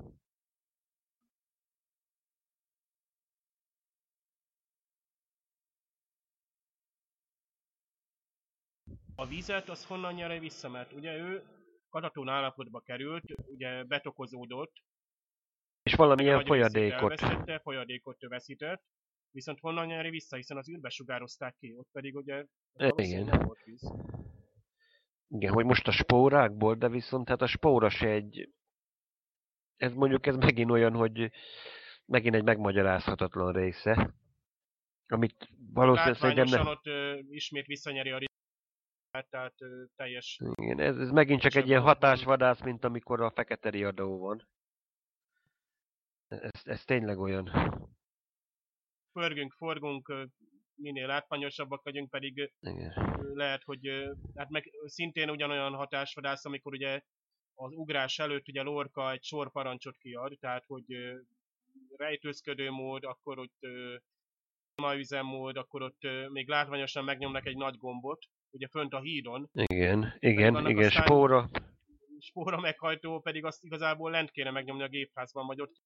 A vizet az honnan nyere vissza, mert ugye ő katatón állapotba került, ugye betokozódott, És meg a valamilyen nagy részét folyadékot. elvesztette, folyadékot veszített, viszont honnan nyeri vissza, hiszen az űrbe sugározták ki, ott pedig ugye valószínűleg nem Igen. volt víz. Igen, hogy most a spórákból, de viszont hát a spóra se egy... ez megint olyan, hogy megint egy megmagyarázhatatlan része. Amit valószínűleg szerintem Látványosan ne... ott ismét visszanyeri a ritmát, tehát teljes Igen, ez megint csak egy ilyen hatásvadász, mint amikor a fekete riadó van. Ez tényleg olyan. Pörgünk, forgunk, minél látványosabbak vagyunk, pedig Igen. lehet, hogy hát meg szintén ugyanolyan hatásvadász, amikor ugye az ugrás előtt ugye Lorca egy sor parancsot kiad, tehát hogy rejtőzködő mód, akkor ott üzemmód, akkor ott még látványosan megnyomnak egy nagy gombot, ugye fönt a hídon, pedig annak Igen, aztán spóra. spóra meghajtó, pedig azt igazából lent kéne megnyomni a gépházban, vagy ott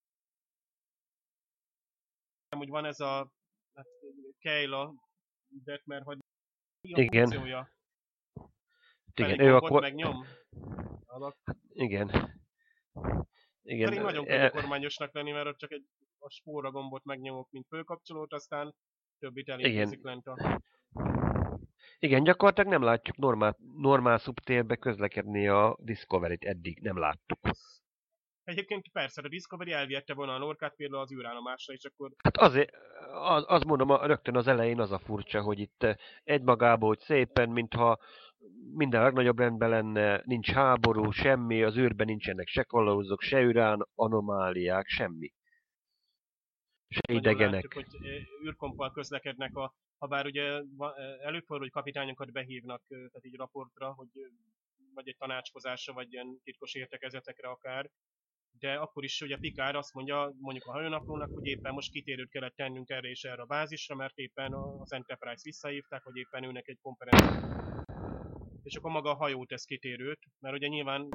hogy van ez a hát, Kejla, mert hogy mi a Igen, funkciója? igen, Pedig ő gombot akkor... megnyom? Igen, igen, Pedig nagyon könnyű kormányosnak lenni, mert ott csak a spóra gombot megnyomok, mint főkapcsolót, aztán többit igen. elintézik lent a... Igen, gyakorlatilag nem látjuk normál szubtérbe közlekedni a Discovery-t, eddig nem láttuk. Egyébként persze, a Discovery elvihette volna a Lorcát például az űrállomásra, és akkor Hát azért, azt mondom, rögtön az elején az a furcsa, hogy itt egymagából, hogy szépen, mintha minden a legnagyobb rendben lenne, nincs háború, semmi, az űrben nincsenek se kalózok, se ürán, anomáliák, semmi. Se nagyon idegenek. látjuk, hogy űrkompal közlekednek, ha bár ugye előfordul, hogy kapitányokat behívnak, tehát így raportra, hogy vagy egy tanácskozásra, vagy ilyen titkos értekezetekre akár, de akkor is ugye Picard azt mondja mondjuk a hajónaplónak, hogy éppen most kitérőt kellett tennünk erre és erre a bázisra, mert éppen az Enterprise visszahívták, hogy éppen őnek egy konferencia. És akkor maga a hajó tesz kitérőt, mert ugye nyilván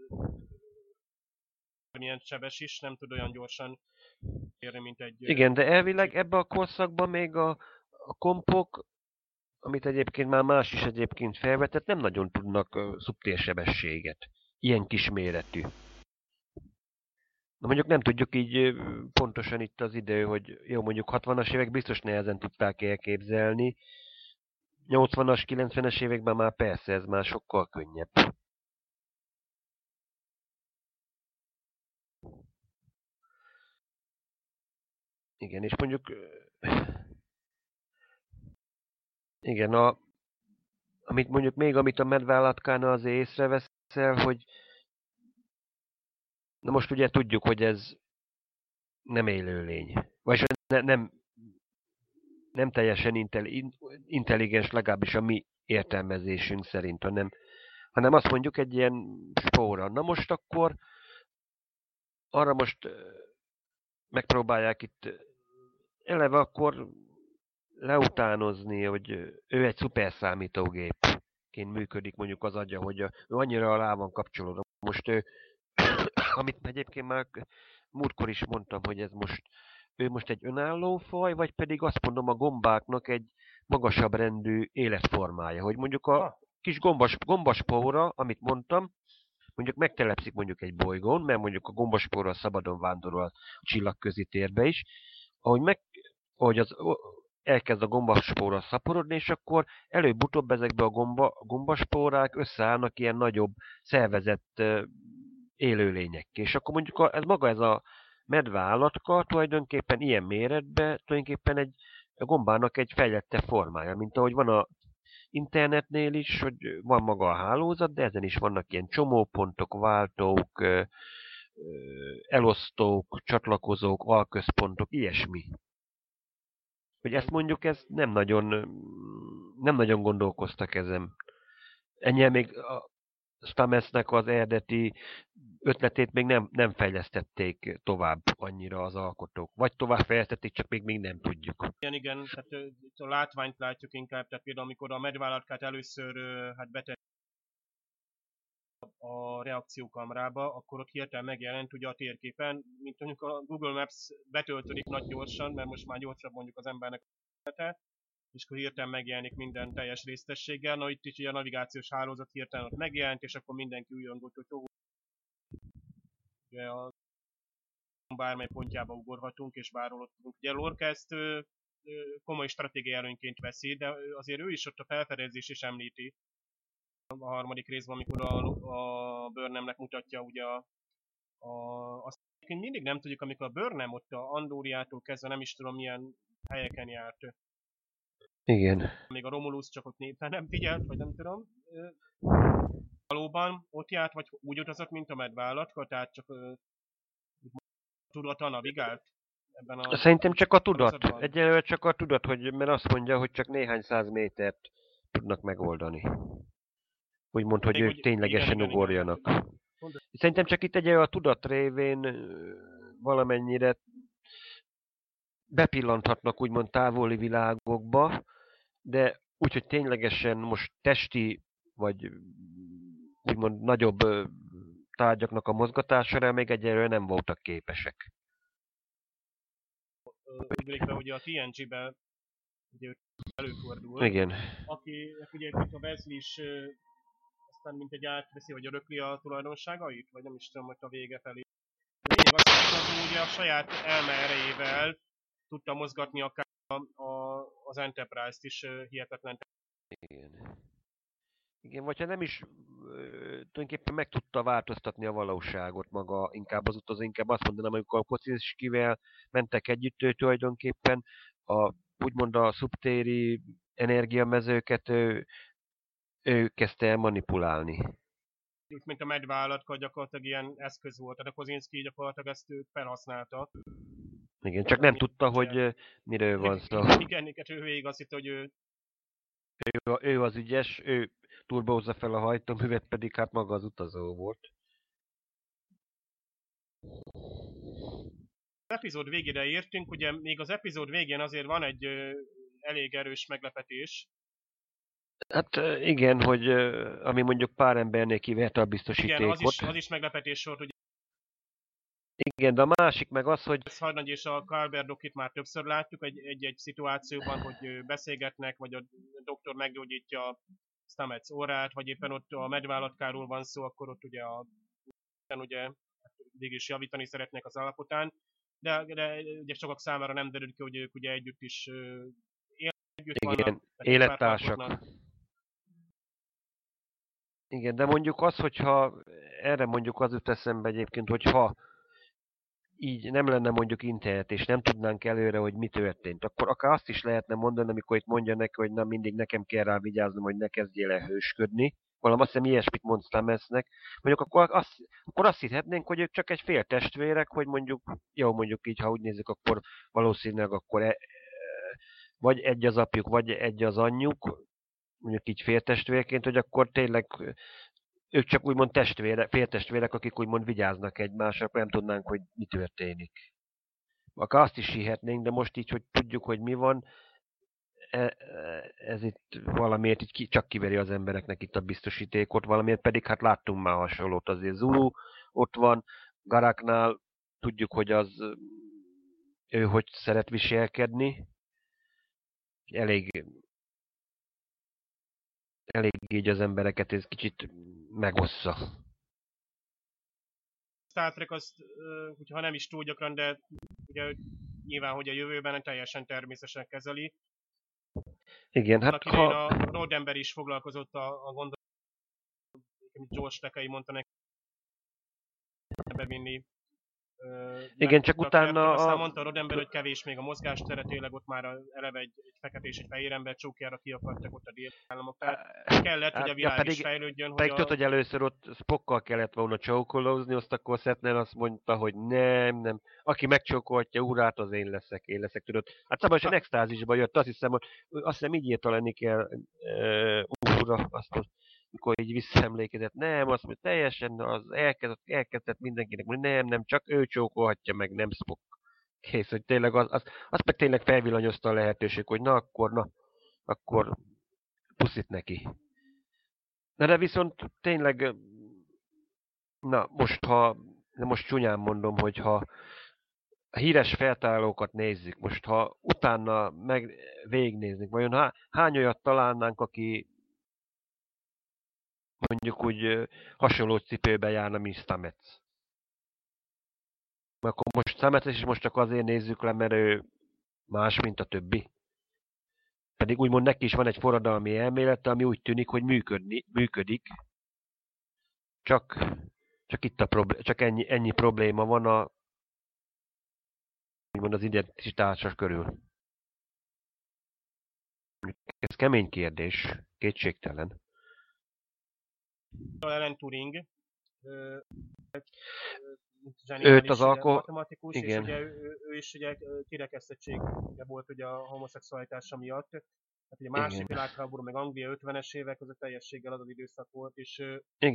milyen sebes is, nem tud olyan gyorsan érni, mint egy... Igen, de elvileg ebben a korszakban még a kompok, amit egyébként már más is egyébként felvetett, nem nagyon tudnak szubtérsebességet. Ilyen kisméretű. Na mondjuk nem tudjuk így pontosan itt az idő, hogy jó, mondjuk 60-as évek biztos nehezen tudták elképzelni. 80-as, 90-es években már persze ez már sokkal könnyebb. Igen, és mondjuk... Igen, amit mondjuk még, amit a medvállatkánál azért észreveszel, hogy na most ugye tudjuk, hogy ez nem élőlény. Vagy nem teljesen intelligens, legalábbis a mi értelmezésünk szerint, hanem azt mondjuk egy ilyen spóra. Na most akkor arra most megpróbálják itt eleve akkor leutánozni, hogy ő egy szuperszámítógépként működik mondjuk az agya, hogy ő annyira alá van kapcsolódva. Most ő, amit egyébként már múltkor is mondtam, hogy ő most egy önálló faj, vagy pedig azt mondom a gombáknak egy magasabb rendű életformája, hogy mondjuk a kis gombaspóra, amit mondtam, mondjuk megtelepszik mondjuk egy bolygón, mert mondjuk a gombaspóra szabadon vándorol a csillagközi térbe is, ahogy elkezd a gombaspóra szaporodni, és akkor előbb-utóbb ezekbe a gombaspórák összeállnak ilyen nagyobb szervezett élőlényekké. És akkor mondjuk ez a medve állatka tulajdonképpen ilyen méretben tulajdonképpen a gombának egy fejlettebb formája, mint ahogy van a internetnél is, hogy van maga a hálózat, de ezen is vannak ilyen csomópontok, váltók, elosztók, csatlakozók, alközpontok, ilyesmi. Hogy ezt mondjuk, nem nagyon gondolkoztak ezen. Ennyien még a Stametsnek az eredeti ötletét még nem fejlesztették tovább annyira az alkotók. Vagy tovább fejlesztették, csak még nem tudjuk. Igen, tehát a látványt látjuk inkább, tehát például amikor a medvállatkát először hát betett a reakciókamrába, akkor ott hirtelen megjelent ugye a térképen, mint mondjuk a Google Maps betöltődik nagy gyorsan, mert most már gyorsabb mondjuk az embernek a területe, és akkor hirtelen megjelenik minden teljes részletességgel. Na itt is ugye a navigációs hálózat hirtelen ott megjelent, és akkor mindenki újongott, hogy ugye a bármely pontjába ugorhatunk, és bárolottunk. Ugye Lorca ezt komoly stratégiai előnyként veszi, de azért ő is ott a felfedezés is említi a harmadik részben, amikor a Burnhamnek mutatja ugye azt mindig nem tudjuk, amikor a Burnham ott a Andóriától kezdve nem is tudom milyen helyeken járt. Igen. Még a Romulus csak ott nem figyelt, vagy nem tudom. Valóban ott járt, vagy úgy utazott, mint a medvállatka, tehát csak tudata navigált ebben a... Szerintem csak a tudat. Egyelőre csak a tudat, mert azt mondja, hogy csak néhány száz métert tudnak megoldani. Úgymond, hogy ők ténylegesen ugorjanak. Igen. Szerintem csak itt egyelőre a tudat révén valamennyire bepillanthatnak úgymond távoli világokba, de úgyhogy ténylegesen most testi, vagy úgymond nagyobb tárgyaknak a mozgatására még egyelőre nem voltak képesek. Ugrik ugye a TNG-ben ugye előfordul. Igen. Aki ugye itt a Wesley is aztán mint egy átveszi, vagy örökli a tulajdonságait, vagy nem is tudom, hogy a vége felé. A lényeg az, hogy ugye a saját elme erejével tudta mozgatni akár az Enterprise-t is hihetetlen. Igen. Igen, vagy ha nem is tulajdonképpen meg tudta változtatni a valóságot maga, inkább az utazó, inkább azt mondanám, amikor a Kocinskivel mentek együtt, ő tulajdonképpen úgymond a szubtéri energiamezőket ő kezdte el manipulálni. Úgy, mint a medvállatka, gyakorlatilag ilyen eszköz volt, tehát a Kozinski gyakorlatilag ezt ő felhasználta. Igen, csak nem tudta, hogy miről van szó. Igen, ő végig azt hitte, hogy ő az ügyes, ő turbózza fel a hajtóművet, pedig hát maga az utazó volt. Az epizód végére értünk, ugye még az epizód végén azért van egy elég erős meglepetés. Hát igen, hogy ami mondjuk pár embernél kiverte a Igen, biztosítékot. az is meglepetés volt, hogy Igen, de a másik meg az, hogy... ez Hadnagy és a Kalberdokit már többször látjuk egy szituációban, hogy beszélgetnek, vagy a doktor meggyógyítja Stamets órát, vagy éppen ott a medválatkáról van szó, akkor ott ugye végül is javítani szeretnék az állapotán, de ugye sokak számára nem derül ki, hogy ők ugye együtt is együtt igen, vannak, élettársak. Igen, de mondjuk az, hogyha erre mondjuk az jut eszembe egyébként, hogyha így nem lenne mondjuk internet, és nem tudnánk előre, hogy mi történt, akkor akár azt is lehetne mondani, amikor itt mondja neki, hogy na mindig nekem kell rá vigyáznom, hogy ne kezdjél el hősködni. Valami azt hiszem ilyesmit mond Stametsnek. Mondjuk akkor azt hihetnénk, hogy ők csak egy fél testvérek, hogy mondjuk, jó mondjuk így, ha úgy nézzük, akkor valószínűleg akkor vagy egy az apjuk, vagy egy az anyjuk, mondjuk így féltestvérként, hogy akkor tényleg ők csak úgymond féltestvérek, akik úgymond vigyáznak egymásra, akkor nem tudnánk, hogy mi történik. Akár azt is hihetnénk, de most így, hogy tudjuk, hogy mi van, ez itt valamiért így csak kiveri az embereknek itt a biztosítékot, valamiért pedig hát láttunk már hasonlót, azért Zulu ott van, Garaknál tudjuk, hogy ő hogy szeret viselkedni, elég így az embereket ez kicsit megossza. Star Trek azt, hogyha nem is túl gyakran, de ugye nyilván, hogy a jövőben teljesen természetesen kezeli. Igen, hát a Roddenberry is foglalkozott a gondolat, amit George Takei mondta neki, bevinni. Igen, csak utána... Aztán mondta a Roddenberry, hogy kevés még a mozgástere, tényleg ott már eleve egy fekete és egy fehér ember csókjára kiakadtak ott a déli államok. Tehát kellett, hogy a világ is fejlődjön. Pedig tudod, hogy először ott Spockkal kellett volna csókolózni, azt akkor Shatner azt mondta, hogy nem. Aki megcsókolhatja úrát, az én leszek, tudod. Hát szabadon extázisba jött, azt hiszem így írta lenni kell úrra, mikor így visszaemlékezett, nem, azt mondja, teljesen elkezdett mindenkinek mondani, nem, csak ő csókolhatja meg, nem Spock. Kész, hogy tényleg az meg tényleg felvillanyozta a lehetőség, hogy na akkor puszit neki. Na de viszont tényleg, most csúnyán mondom, hogy ha a híres feltalálókat nézzük, most ha utána meg végignézzük, vajon hány olyat találnánk, aki mondjuk úgy hasonló cipőbe járna, mint Stamets. Akkor most Stamets is most csak azért nézzük le, mert ő más, mint a többi. Pedig úgymond neki is van egy forradalmi elmélete, ami úgy tűnik, hogy működik. Csak itt csak ennyi probléma van úgymond az identitása körül. Ez kemény kérdés, kétségtelen. Alan Turing, őt az matematikus, igen. És ugye ő is ugye kirekesztettség volt ugye a homoszexualitása miatt. Tehát ugye a második világháború, meg Anglia 50-es évek, az a teljességgel az az időszak volt, és...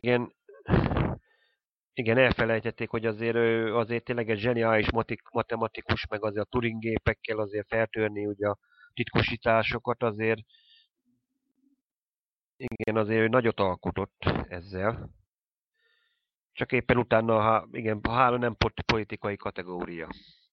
Igen, elfelejtették, hogy azért tényleg egy zseniális matematikus, meg azért a Turing gépekkel azért feltörni ugye a titkosításokat azért. Igen, azért ő nagyot alkotott ezzel. Csak éppen utána, hála nem politikai kategória.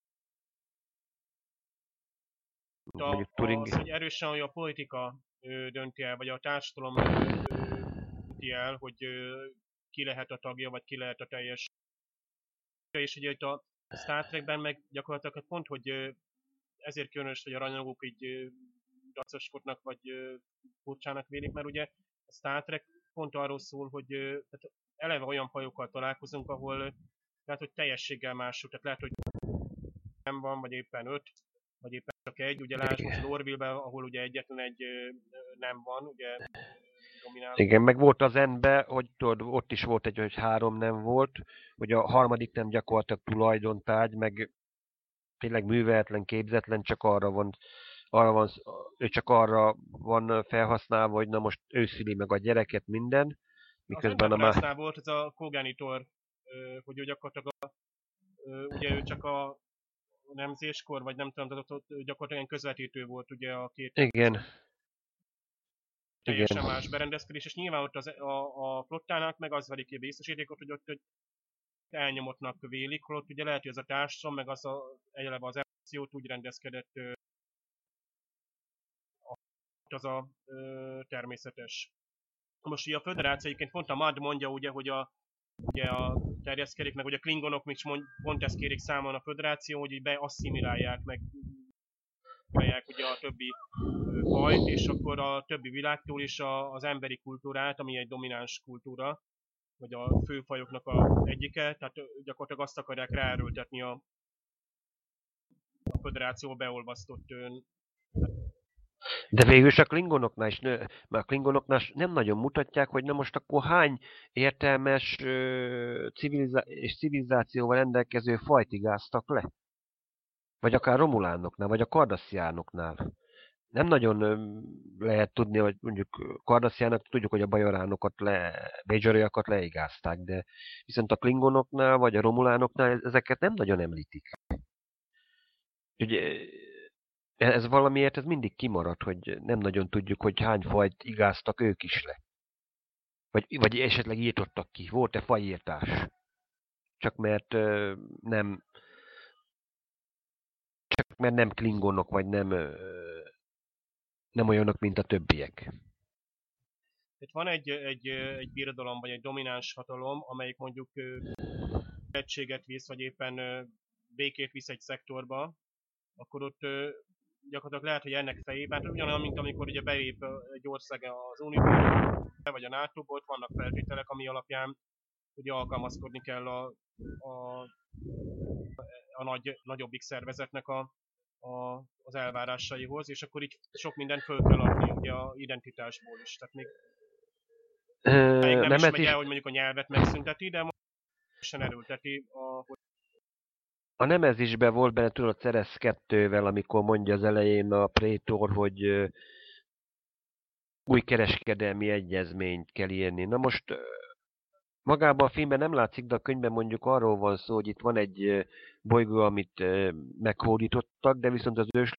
Az, hogy erősen hogy a politika dönti el, vagy a társadalom dönti el, hogy ki lehet a tagja, vagy ki lehet a teljes. És ugye itt a Star Trekben meg gyakorlatilag pont, hogy ezért különös, hogy a rajongók így dacoskodnak, vagy furcsának vélik, mert ugye a Star Trek pont arról szól, hogy tehát eleve olyan fajokkal találkozunk, ahol lehet, hogy teljességgel mások, tehát lehet, hogy nem van, vagy éppen 5, vagy éppen csak egy, ugye lásd most az Orville-ben, ahol ugye egyetlen egy nem van, ugye domináló. Igen, meg volt az N-be, hogy tudod, ott is volt egy, hogy 3 nem volt, hogy a harmadik nem gyakorlatilag tulajdontárgy, meg tényleg műveletlen, képzetlen, csak ő csak arra van felhasználva, hogy na most ő szüli meg a gyereket, minden. Miközben az volt ez a Kogenitor, hogy ő gyakorlatilag ugye ő csak a nemzéskor, vagy nem tudom, tehát ott gyakorlatilag közvetítő volt ugye a két Igen. teljesen Igen. más berendezkedés, és nyilván ott a flottának meg az verik ki a biztosítékot, hogy ott elnyomottnak vélik, holott ugye lehet, hogy ez a társadalom, meg eleve az evolúciót úgy rendezkedett, az a természetes. Most ugye a föderáció egyébként pont a MAD mondja ugye, hogy ugye a terjeszkedik, meg ugye a klingonok is pont ezt kérik számon a föderáció, hogy így beasszimilálják, meg ugye a többi fajt, és akkor a többi világtól is az emberi kultúrát, ami egy domináns kultúra, vagy a főfajoknak egyike, tehát gyakorlatilag azt akarják ráerőltetni a föderáció beolvasztott. De végül is a klingonoknál is, mert a klingonoknál nem nagyon mutatják, hogy na most akkor hány értelmes és civilizációval rendelkező fajt igáztak le. Vagy akár romulánoknál, vagy a kardassziánoknál. Nem nagyon lehet tudni, hogy mondjuk kardassziának tudjuk, hogy a bajoránokat bajoriakat leigázták, de viszont a klingonoknál, vagy a romulánoknál ezeket nem nagyon említik. Ugye, ez valamiért ez mindig kimarad, hogy nem nagyon tudjuk, hogy hány fajt igáztak ők is le. Vagy esetleg írtottak ki. Volt-e fajírtás? Csak mert nem klingonok, vagy nem olyanok, mint a többiek. Itt van egy birodalom, vagy egy domináns hatalom, amelyik mondjuk egységet visz, vagy éppen békét visz egy szektorba, akkor ott gyakorlatilag lehet, hogy ennek fejében, hát ugyanolyan, mint amikor ugye belép egy ország az Unióba, vagy a NATO-ba, ott vannak feltételek, ami alapján ugye alkalmazkodni kell a nagyobbik szervezetnek az elvárásaihoz, és akkor így sok mindent föl kell adni ugye a identitásból is. Tehát még nem is megy el, hogy mondjuk a nyelvet megszünteti, de most erőlteti a Nemezisben volt benne, tudod, Ceres 2-vel, amikor mondja az elején a Prétor, hogy új kereskedelmi egyezményt kell írni. Na most magában a filmben nem látszik, de a könyvben mondjuk arról van szó, hogy itt van egy bolygó, amit meghódítottak, de viszont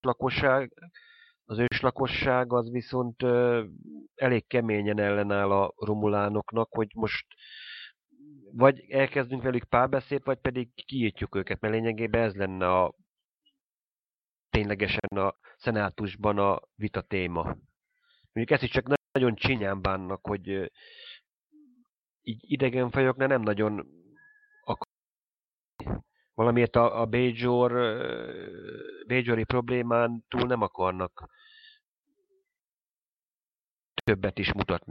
az őslakosság az viszont elég keményen ellenáll a romulánoknak, hogy most vagy elkezdünk velük párbeszéd, vagy pedig kiírtjuk őket, mert lényegében ez lenne ténylegesen a szenátusban a vita téma. Mondjuk ezt is csak nagyon csinyán bánnak, hogy így idegen fajoknál nem nagyon valamiért a Bajori problémán túl nem akarnak többet is mutatni.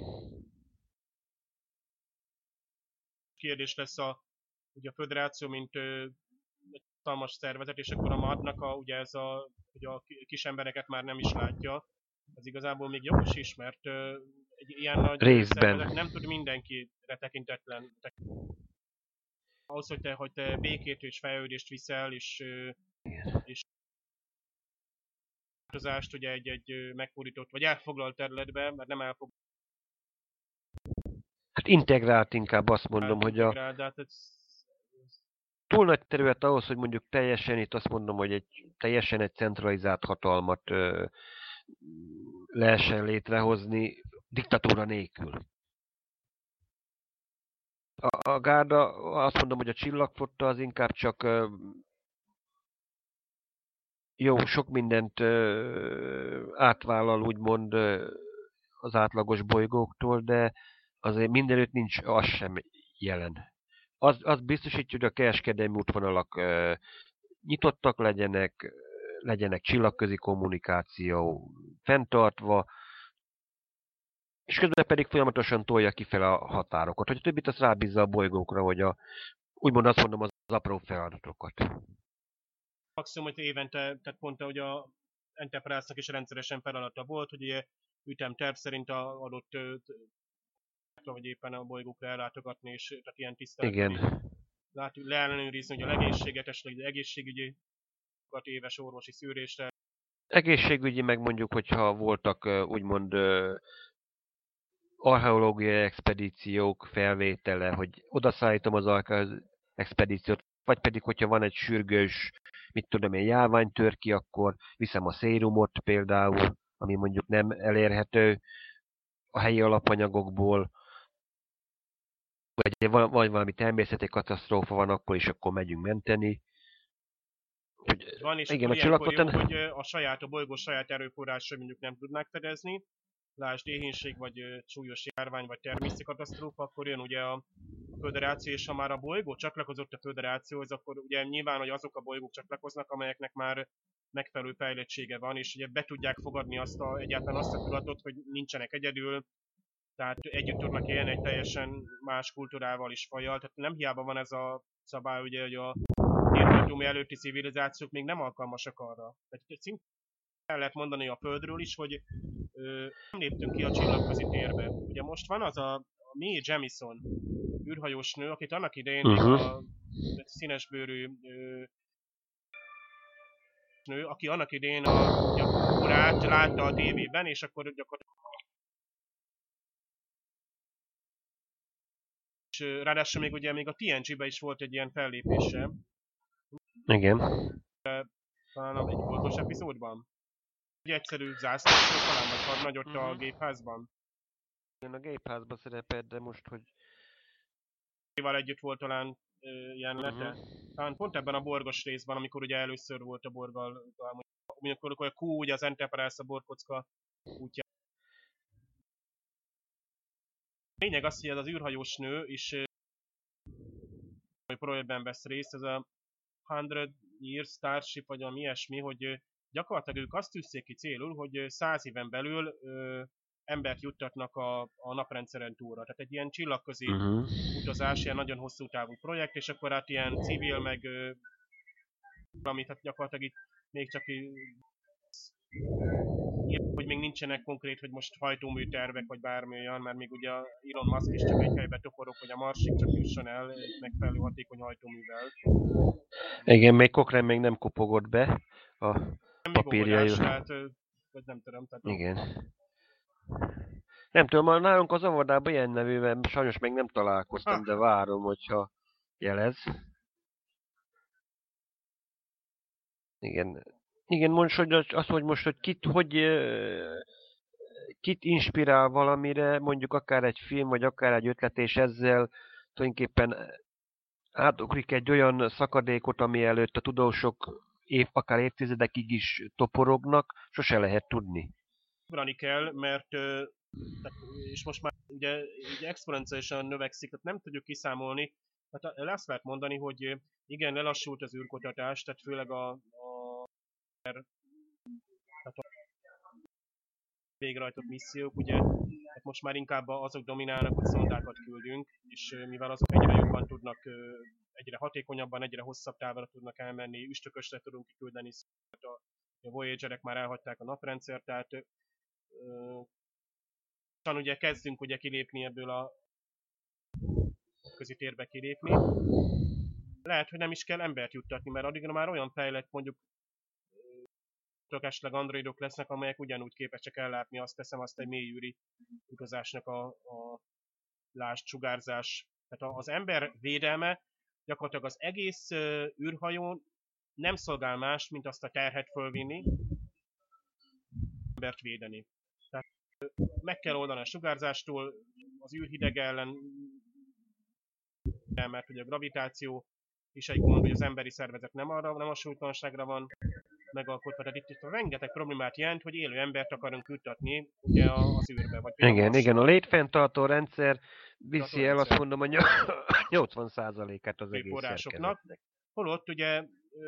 Kérdés lesz ugye a föderáció, mint egy hatalmas szervezet, és akkor a MAD-nak ugye ugye a kis embereket már nem is látja. Ez igazából még jogos is, mert egy ilyen nagy szervezet nem tud mindenkire tekintetlen. Ahhoz, hogy te békét és fejlődést viszel, és változást ugye egy meghódított, vagy elfoglalt területbe, mert nem elfoglalt. Hát integrált inkább azt mondom, hogy túl nagy terület ahhoz, hogy mondjuk teljesen, itt azt mondom, hogy teljesen egy centralizált hatalmat lehessen létrehozni diktatúra nélkül. A gárda, azt mondom, hogy a csillagflotta az inkább csak jó, sok mindent átvállal úgymond az átlagos bolygóktól, de azért mindenütt nincs az sem jelen. Az biztosítja, hogy a kereskedelmi útvonalak nyitottak legyenek csillagközi kommunikáció fenntartva, és közben pedig folyamatosan tolja kifele a határokat, hogy a többit azt rábízza a bolygókra, hogy úgymond azt mondom, az apró feladatokat. Maximum, hogy évente, tehát pont hogy a Enterprise-nak is rendszeresen feladata volt, hogy ugye ütemterv szerint adott vagy éppen a bolygókra ellátogatni, és tehát ilyen tiszteletben leellenőrizni, hogy a legénységet, esetleg az egészségügyi éves orvosi szűrésre. Egészségügyi, meg mondjuk, hogyha voltak úgymond archeológiai expedíciók felvétele, hogy odaszállítom az expedíciót, vagy pedig, hogyha van egy sürgős, mit tudom én, járvány tör ki, akkor viszem a szérumot például, ami mondjuk nem elérhető a helyi alapanyagokból, vagy valami természeti katasztrófa van, akkor is akkor megyünk menteni. Van, és Igen, akkor a ilyenkor jó, csillagkaton... hogy a bolygó saját erőforrásai mondjuk nem tudnák fedezni, lásd éhínség, vagy súlyos járvány, vagy természeti katasztrófa, akkor jön ugye a föderáció, és ha már a bolygó csatlakozott a föderációhoz, akkor ugye nyilván, hogy azok a bolygók csatlakoznak, amelyeknek már megfelelő fejlettsége van, és ugye be tudják fogadni egyáltalán azt a tudatot, hogy nincsenek egyedül, tehát együtt tudnak élni egy teljesen más kultúrával is fajjal, tehát nem hiába van ez a szabály, ugye, hogy a írtótómi előtti civilizációk még nem alkalmasak arra. Tehát szintén el lehet mondani a Földről is, hogy nem léptünk ki a csillagközi térbe. Ugye most van az a Mae Jemison űrhajós nő, akit annak idején még a színesbőrű nő, aki annak idején a urát látta a tévében, és akkor gyakorlatilag és ráadásul még ugye még a TNG-be is volt egy ilyen fellépése. Igen. Talán egy bolygós epizódban. Egy egyszerű zászlósról talán vagy hadnagy ott a gépházban. Igen, a gépházban szerepelt, de most, hogy... Együtt volt talán jelenete. Talán pont ebben a borgos részben, amikor ugye először volt a borgal, amikor a Q, ugye az Enterprise a borkocka útján. Lényeg az, hogy ez az űrhajós nő is projektben vesz részt, ez a 100 Year Starship, vagy valami ilyesmi, hogy gyakorlatilag ők azt tűzték ki célul, hogy 100 éven belül embert juttatnak a naprendszeren túlra. Tehát egy ilyen csillagközi utazás, ilyen nagyon hosszú távú projekt, és akkor hát ilyen civil, meg valamit, hát gyakorlatilag itt még csak hogy még nincsenek konkrét, hogy most hajtómű tervek, vagy bármi olyan, mert még ugye Elon Musk is csak egy helybe toporok, hogy a Marsig csak jusson el egy megfelelő hatékony hajtóművel. Igen, még Cochrane még nem kopogott be a papírjai. Tehát, vagy nem tudom. Tehát igen. Nem tudom, nálunk az avardában ilyen nevűvel sajnos még nem találkoztam, de várom, hogyha jelez. Igen. Igen, most, hogy az, hogy most, hogy kit inspirál valamire, mondjuk akár egy film, vagy akár egy ötlet, és ezzel tulajdonképpen átugrik egy olyan szakadékot, ami előtt a tudósok akár évtizedekig is toporognak, sose lehet tudni. Ugrani kell, mert és most már ugye exponenciálisan növekszik, tehát nem tudjuk kiszámolni. Hát azt lehet mondani, hogy igen, lelassult az űrkutatás, tehát főleg a végrehajtott missziók, ugye, hát most már inkább azok dominálnak, hogy szondákat küldünk, és mivel azok egyre jobban tudnak, egyre hatékonyabban, egyre hosszabb távra tudnak elmenni, üstökösre tudunk kiküldeni, a Voyagerek már elhagyták a naprendszert, tehát ugye kezdünk ugye kilépni ebből a közi térbe kilépni. Lehet, hogy nem is kell embert juttatni, mert addigra már olyan fejlett mondjuk esetleg androidok lesznek, amelyek ugyanúgy képesek ellátni azt egy mélyűri utazásnak a lásd, sugárzás. Tehát az ember védelme gyakorlatilag az egész űrhajón nem szolgál más, mint azt a terhet fölvinni, embert védeni. Tehát meg kell oldani a sugárzástól, az űrhideg ellen, mert ugye a gravitáció is egy gond, hogy az emberi szervezet nem a súlytalanságra van megalkotva. Tehát itt rengeteg problémát jelent, hogy élő embert akarunk juttatni ugye az űrbe. Vagy igen, a létfenntartó rendszer viszi el, azt mondom, a 80%-át az egész szerkezetnek. Holott ugye,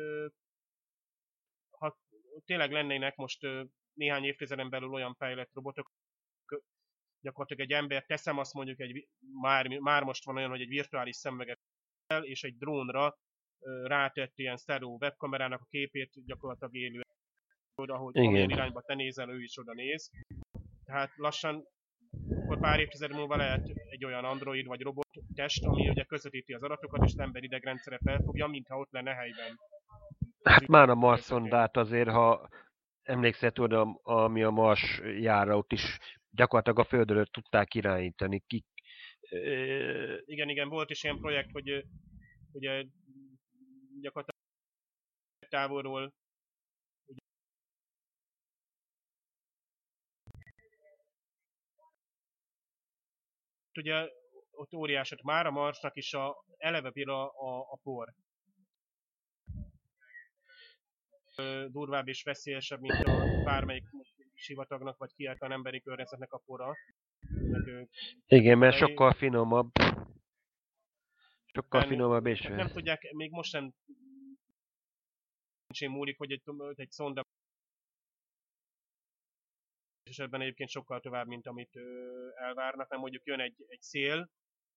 ha tényleg lennének most néhány évtizeden belül olyan fejlett robotok, gyakorlatilag egy ember, teszem azt mondjuk, már most van olyan, hogy egy virtuális szemüveget és egy drónra rátett ilyen sztereó webkamerának a képét gyakorlatilag élő, ahogy amilyen irányba te nézel, ő is oda néz. Tehát lassan, akkor pár évtized múlva lehet egy olyan android vagy robot test, ami ugye közvetíti az adatokat, és az ember idegrendszere felfogja, mintha ott lenne helyben. Hát már a Mars szondát azért, ha emlékszel, tudod, ami a Mars járót is gyakorlatilag a Földről tudták irányítani. Igen, volt is ilyen projekt, hogy ugye gyakorlatilag távolról ugye ott óriásat már a Marsnak is eleve bír a por. Durvább és veszélyesebb, mint a bármelyik sivatagnak vagy kiáltal emberi környezetnek a pora. Igen, mert sokkal finomabb. Sokkal finomabb és... Nem tudják, még most sem múlik, hogy egy szonda esetben egyébként sokkal tovább, mint amit elvárnak, mert mondjuk jön egy szél,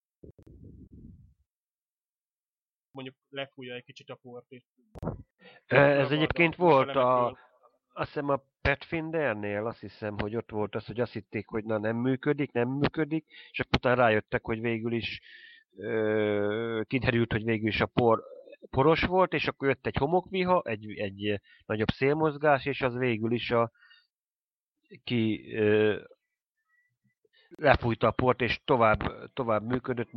mondjuk lefújja egy kicsit a port. Ez egyébként volt azt hiszem a Pathfindernél, azt hiszem, hogy ott volt az, hogy azt hitték, hogy na nem működik, és akkor utána rájöttek, hogy végül is kiderült, hogy végül is a poros volt, és akkor jött egy homokviha, egy nagyobb szélmozgás, és az végül is lefújta a port, és tovább működött,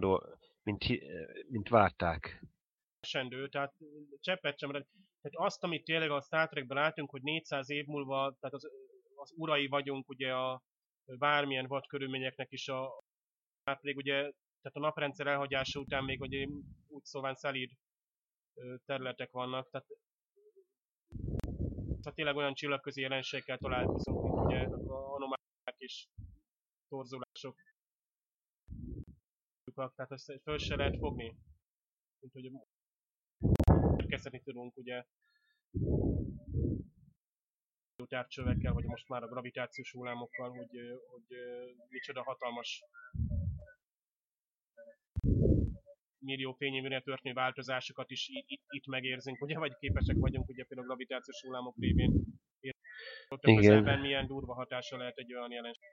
mint várták. Esendő, tehát cseppet sem. Tehát azt, amit tényleg a Star Trekben látunk, hogy 400 év múlva, tehát az urai vagyunk ugye a bármilyen vad körülményeknek is már pedig ugye, tehát a naprendszer elhagyása után még ugye úgy szóval szelíd területek vannak, tehát tényleg olyan csillagközi jelenségekkel találkozunk, mint ugye a anomáliák és torzulások. Tehát ezt föl se lehet fogni. Mint hogy kezdeni tudunk ugye távcsövekkel, vagy most már a gravitációs hullámokkal, hogy micsoda hatalmas millió fényévre történő változásokat is itt megérzünk, ugye, vagy képesek vagyunk ugye például a gravitációs hullámok révén. Ott a közelben milyen durva hatása lehet egy olyan jelenség.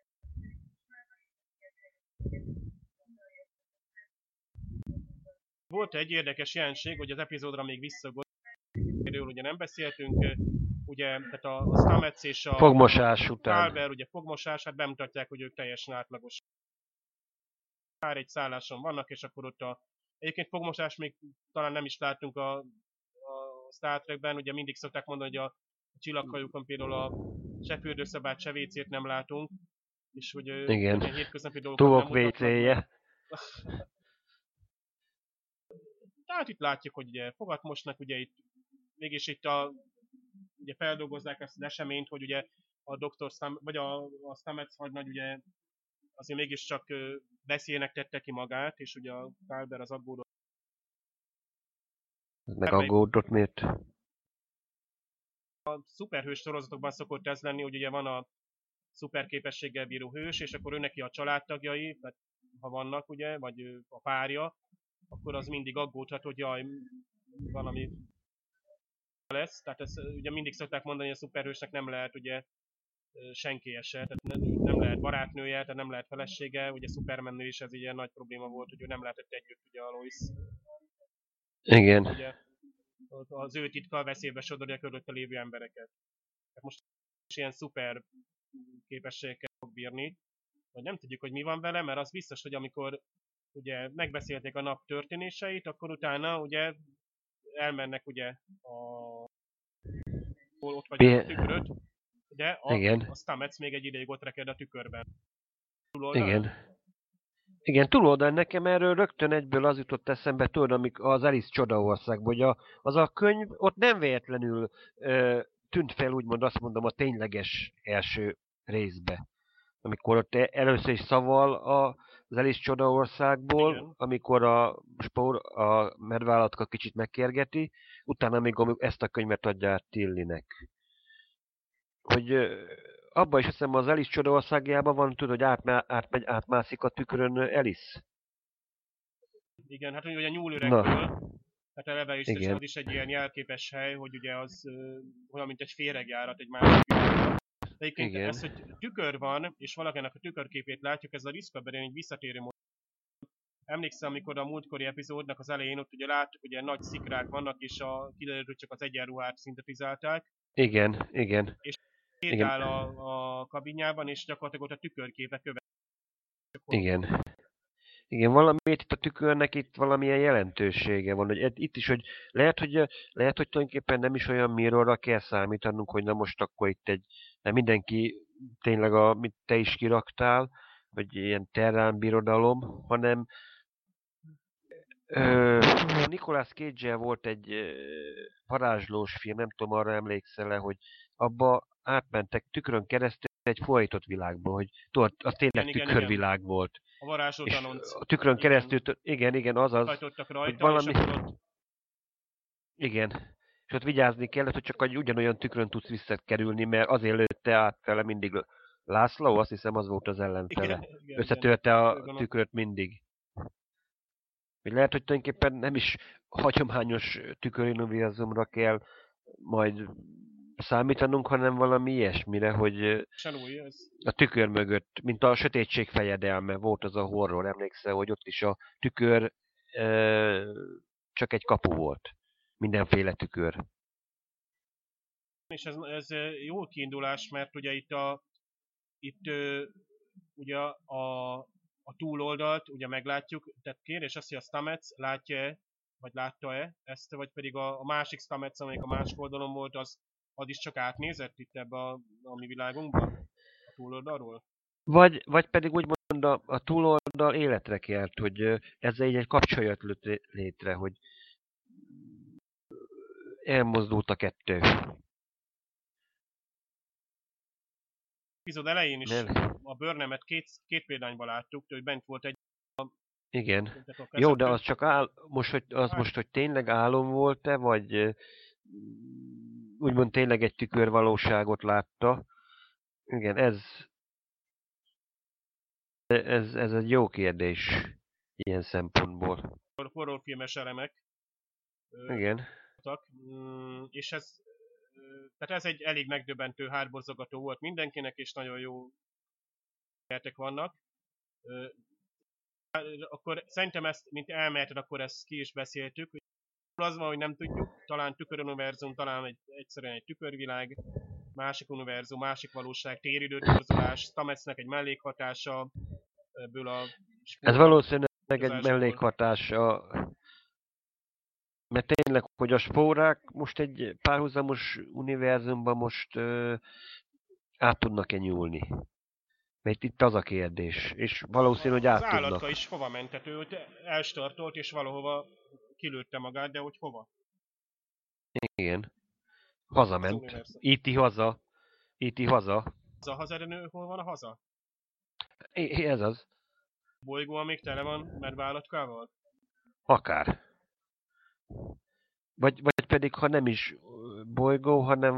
Volt egy érdekes jelenség, hogy az epizódra még visszagondolunk, ugye nem beszéltünk, ugye, tehát a Stamets és a fogmosás után. Culber, ugye fogmosás, hát bemutatják, hogy ők teljesen átlagos. Már egy szálláson vannak, és akkor ott egyébként fogmosás még talán nem is láttunk a Star Trekben, ugye mindig szokták mondani, hogy a csillaghajókon például se fürdőszobát, se WC-t nem látunk, és hogy igen. hétköznapi dolgokat nem mutatnak. Tehát itt látjuk, hogy ugye fogat mosnak, ugye itt mégis itt ugye feldolgozzák ezt az eseményt, hogy ugye a Dr. vagy a Stamets hadnagy ugye azért mégiscsak veszélynek tette ki magát, és ugye a Culber az aggódott. Meg aggódott miért? A szuperhős sorozatokban szokott ez lenni, hogy ugye van a szuperképességgel bíró hős, és akkor ő neki a családtagjai, tehát ha vannak ugye, vagy a párja, akkor az mindig aggódhat, hogy jaj, valami lesz. Tehát ezt ugye mindig szokták mondani, hogy a szuperhősnek nem lehet ugye senki se, tehát nem lehet barátnője, tehát nem lehet felesége, ugye Supermannél is ez ilyen nagy probléma volt, hogy ő nem lehetett együtt ugye a Lois. Igen. Ugye az ő titka veszélybe sodorja körülötte lévő embereket. Tehát most is ilyen szuper képességekkel fog bírni, vagy nem tudjuk, hogy mi van vele, mert az biztos, hogy amikor ugye megbeszélték a nap történéseit, akkor utána ugye elmennek ugye ott vagy a tükröt, de a Stamets még egy ideig ott reked a tükörben. Igen, túloldalán nekem erről rögtön egyből az jutott eszembe, tudod, amik az Alice Csodaországban, hogy az a könyv ott nem véletlenül tűnt fel, úgymond azt mondom, a tényleges első részbe. Amikor ott először is szaval az Alice Csodaországból, igen. Amikor a medvállatka kicsit megkérgeti, utána még ezt a könyvet adja át Tillinek. Hogy abban is hiszem az Alice Csodaországjában van, tudod, hogy átmászik a tükrön Alice. Igen, hát ugye a nyúlüregből, hát eleve is, az is egy ilyen jelképes hely, hogy ugye az olyan, mint egy féregjárat, egy másik tükör. De egyébként ez, hogy tükör van, és valakinek a tükörképét látjuk, ez a Discovery-en egy visszatérő mód. Emlékszem, amikor a múltkori epizódnak az elején ott ugye láttuk, hogy nagy szikrák vannak, és kiderült, hogy csak az egyenruhát szintetizálták. Igen. És sétál a kabinjában, és gyakorlatilag ott a tükörképe következik. Igen. Igen, valamiért itt a tükörnek itt valamilyen jelentősége van, hogy itt is, hogy lehet, hogy tulajdonképpen nem is olyan mirrorra kell számítanunk, hogy na most akkor itt nem mindenki tényleg, amit te is kiraktál, hogy ilyen terrán birodalom, hanem Nicolas Cage-el volt egy varázslós film, nem tudom, arra emlékszel-e, hogy abba átmentek tükrön keresztül egy fordított világba, hogy tudod, az tényleg Igen. tükörvilág volt. A varázsló És tanonc. a tükrön keresztül, igen, azaz, Hajtottak hogy rajta, és valami, akkor ott igen, és ott vigyázni kellett, hogy csak ugyanolyan tükrön tudsz visszakerülni, mert azért lőtte át vele mindig László, azt hiszem az volt az ellenfele. igen. Összetörte a Főgonosz. tükröt mindig. Hogy lehet, hogy tulajdonképpen nem is hagyományos tüköruniverzumra kell majd számítanunk, hanem valami ilyesmire, hogy Sen új ez. a tükör mögött, mint a sötétség fejedelme volt az a horror, emlékszel, hogy ott is a tükör csak egy kapu volt. Mindenféle tükör. És ez jó kiindulás, mert ugye itt ugye a túloldalt ugye meglátjuk, tehát kérdés az, hogy a Stamets látja-e, vagy látta-e ezt, vagy pedig a másik Stamets, amelyik a másik oldalon volt, az is csak átnézett itt ebbe a mi világunkba, a túloldalról? Vagy pedig úgymond a túloldal életre kelt, hogy ezzel így egy kapcsolat jött létre, hogy elmozdult a kettő. Epizód elején is Mert, a Burnhamet két példányban láttuk, hogy bent volt egy igen. a Jó, de kezet, az csak most, hogy tényleg álom volt-e, vagy úgymond tényleg egy tükörvalóságot látta. Igen, ez egy jó kérdés ilyen szempontból. horrorfilmes elemek Igen. voltak, és tehát ez egy elég megdöbbentő, hátborzongató volt mindenkinek, és nagyon jó eltek vannak. Akkor szerintem ezt, mint elméleted, akkor ezt ki is beszéltük. Az van, hogy nem tudjuk, talán tüköruniverzum, talán egyszerűen egy tükörvilág, másik univerzum, másik valóság, téridőtorzulás, Stametsnek egy mellékhatása ebből a Ez spóra valószínűleg egy utazásból. mellékhatás, mert tényleg, hogy a spórák most egy párhuzamos univerzumban most át tudnak-e nyúlni? Mert itt az a kérdés, és valószínű, hogy Az át állatka tudnak. is hova mentető, hogy elstartolt és valahova kilőtte magát, de hogy hova? Igen. Az Hazament. univerzum. Íti haza. Íti haza. Az a hazarenő, hol van a haza? Ez az. Bolygó, amíg tele van medvállatkával? Akár. Vagy pedig, ha nem is bolygó, hanem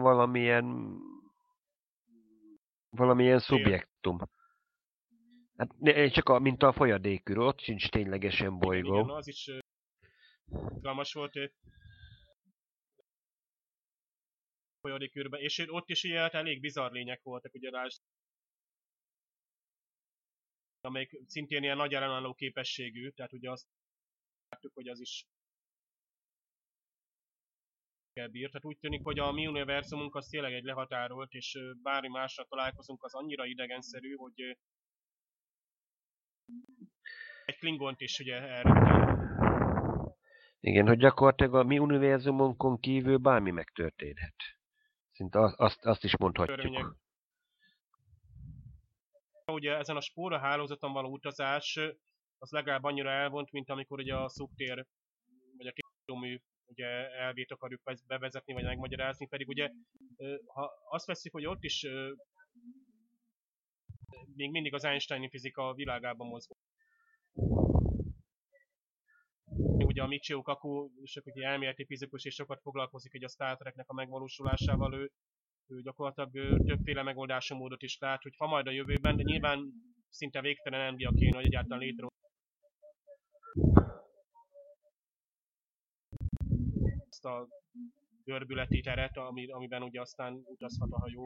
valamilyen Tér. szubjektum. Hát csak mint a folyadékűr, ott sincs ténylegesen Igen, bolygó. az is izgalmas volt folyadékűrben, és ott is ilyen hát elég bizarr lények voltak, ugye rá, amelyik szintén ilyen nagy ellenálló képességű, tehát ugye azt láttuk, hogy az is bír. Tehát úgy tűnik, hogy a mi univerzumunk az tényleg egy lehatárolt, és bármi másra találkozunk, az annyira idegenszerű, hogy egy klingont is ugye elrögtön. Igen, hogy gyakorlatilag a mi univerzumunkon kívül bármi megtörténhet. Szinte azt is Törvények. mondhatjuk. Ugye ezen a spóra hálózaton való utazás az legalább annyira elvont, mint amikor ugye a szubtér vagy a térmű ugye elvét akarjuk bevezetni vagy megmagyarázni, pedig ugye ha azt veszik, hogy ott is még mindig az Einsteini fizika világában mozgó. Ugye a Michio Kaku, csak ugye elméleti fizikus és sokat foglalkozik ugye a Star Treknek a megvalósulásával, ő gyakorlatilag többféle megoldási módot is lát, hogy ha majd a jövőben, de nyilván szinte végtelen energia kéne, hogy egyáltalán létre azt a görbületi teret, amiben ugye aztán utazhat a hajó.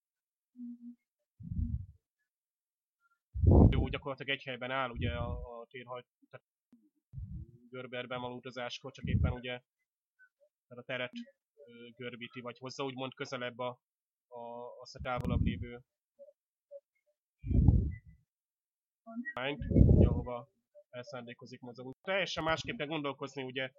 Jó, gyakorlatilag egy helyben áll ugye a térhajt, tehát görberben való utazáskor, csak éppen ugye a teret görbíti, vagy hozza úgymond közelebb azt a távolabb lévő pályányt, ugye ahova elszándékozik mozogni. Teljesen másképp kell gondolkozni, ugye,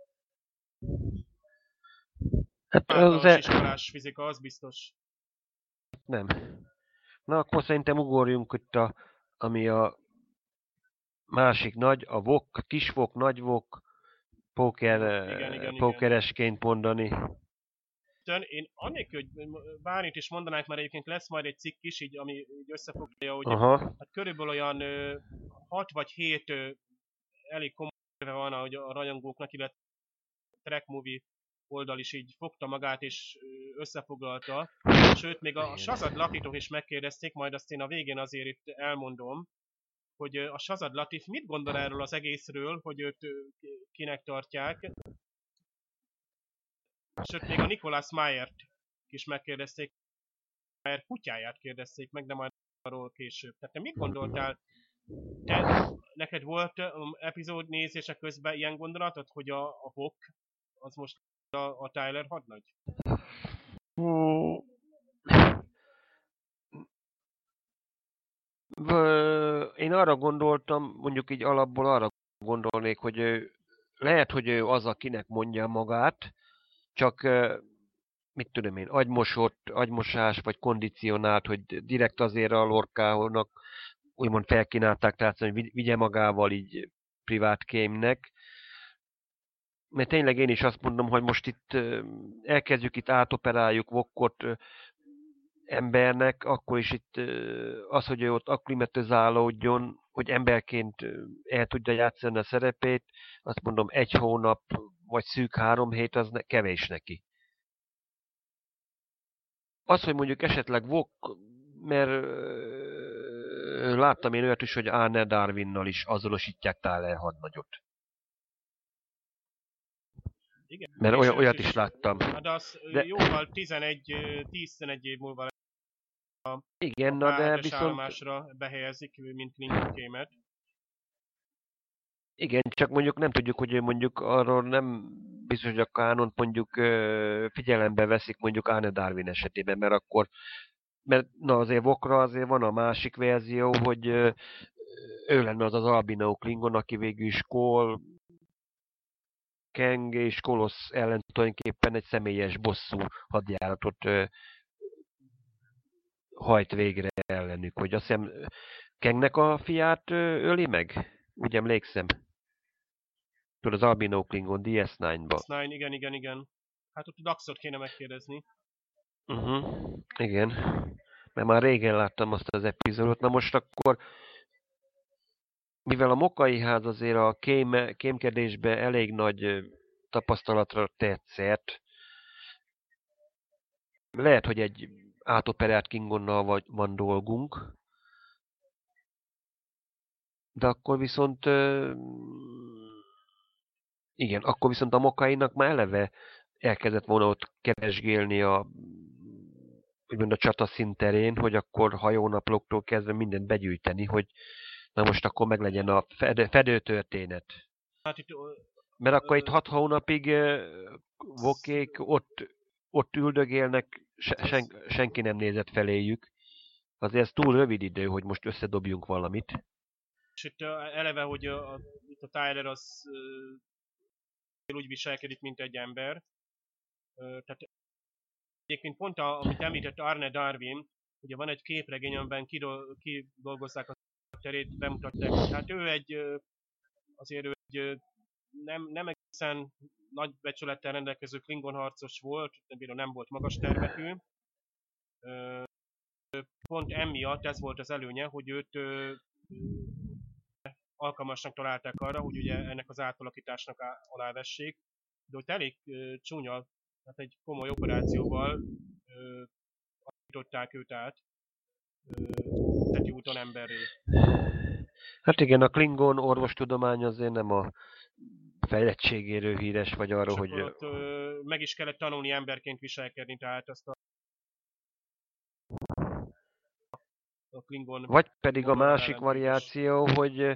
Hát általános iskolás fizika, az biztos. nem. Na akkor szerintem ugorjunk itt ami a másik nagy, a VOK, kis VOK, nagy VOK, Igen. pókeresként mondani. Én annélkül, hogy bármit is mondanánk, mert egyébként lesz majd egy cikk is, így, ami így összefoglalja, hogy Aha. hát körülbelül olyan 6 vagy 7 elég komoly éve van, ahogy a rajongóknak, illetve a Track Movie oldal is így fogta magát és összefoglalta. Sőt, még a Shazad Latitot is megkérdezték, majd azt én a végén azért itt elmondom, hogy a Shazad Latif mit gondol erről az egészről, hogy őt kinek tartják. Sőt, még a Nicholas Meyer-t is megkérdezték, Meyer kutyáját kérdezték meg, de majd arról később. Tehát te mit gondoltál? Neked volt epizód nézése közben ilyen gondolatod, hogy a VOK az most a Tyler hadnagy? Én arra gondoltam, mondjuk így alapból arra gondolnék, hogy lehet, hogy ő az, akinek mondja magát, csak mit tudom én, agymosás vagy kondicionált, hogy direkt azért a Lorkának úgymond felkínálták látszani, hogy vigye magával így privát kémnek. Mert tényleg én is azt mondom, hogy most itt elkezdjük itt átoperáljuk Vokkot embernek, akkor is itt az, hogy ő ott akklimatizálódjon, hogy emberként el tudja játszani a szerepét, azt mondom 1 hónap vagy szűk 3 hét, az kevés neki. Az, hogy mondjuk esetleg Vok, mert láttam én olyat is, hogy Arne Darwinnal is azonosítják Tyler hadnagyot. Igen. Mert olyat is láttam. De az jóval 10-11 év múlva igen, a na de K7-es viszont... állomásra behelyezik, mint Klingon kémet. Igen, csak mondjuk nem tudjuk, hogy ő mondjuk arról nem biztos, hogy a kánont mondjuk figyelembe veszik mondjuk Arne Darwin esetében, mert akkor, mert na azért Vokra azért van a másik verzió, hogy ő lenne az az albino Klingon, aki végül is Kang és Kolosz ellen tulajdonképpen egy személyes bosszú hadjáratot hajt végre ellenük, hogy azt hiszem Kangnek a fiát öli meg? Úgy emlékszem. Tudod, az albino Klingon DS9-ba. DS9, igen. Hát ott a Daxot kéne megkérdezni. Igen. Mert már régen láttam azt az epizódot. Na most akkor, mivel a Mokai ház azért a kémkedésbe elég nagy tapasztalatra tett szert, lehet, hogy egy átoperált Klingonnal van dolgunk, de akkor viszont igen, akkor viszont a Mokainak már eleve elkezdett volna ott keresgélni úgymond a csata színterén, hogy akkor hajónaplóktól kezdve mindent begyűjteni, hogy na most akkor meglegyen a fedőtörténet. Hát itt, mert akkor itt 6 hónapig Vokék ott üldögélnek, senki nem nézett feléjük. Azért ez túl rövid idő, hogy most összedobjunk valamit. És itt eleve, hogy itt a Tyler az úgy viselkedik, mint egy ember. Tehát egyébként pont amit említett Arne Darwin, ugye van egy képregény, amiben kidolgozzák a terét, bemutatták. Hát ő azért ő egy nem egészen nagy becsülettel rendelkező Klingon harcos volt, nem volt magas termetű. Pont emiatt ez volt az előnye, hogy őt alkalmasnak találták arra, hogy ugye ennek az átalakításnak alávessék. De ott elég csúnya, hát egy komoly operációval alakították őt át teti úton emberré. Hát igen, a Klingon orvostudomány azért nem a fejlettségéről híres, vagy arról, hogy... Ott meg is kellett tanulni emberként viselkedni, tehát azt a Klingon... Vagy pedig a másik variáció, hogy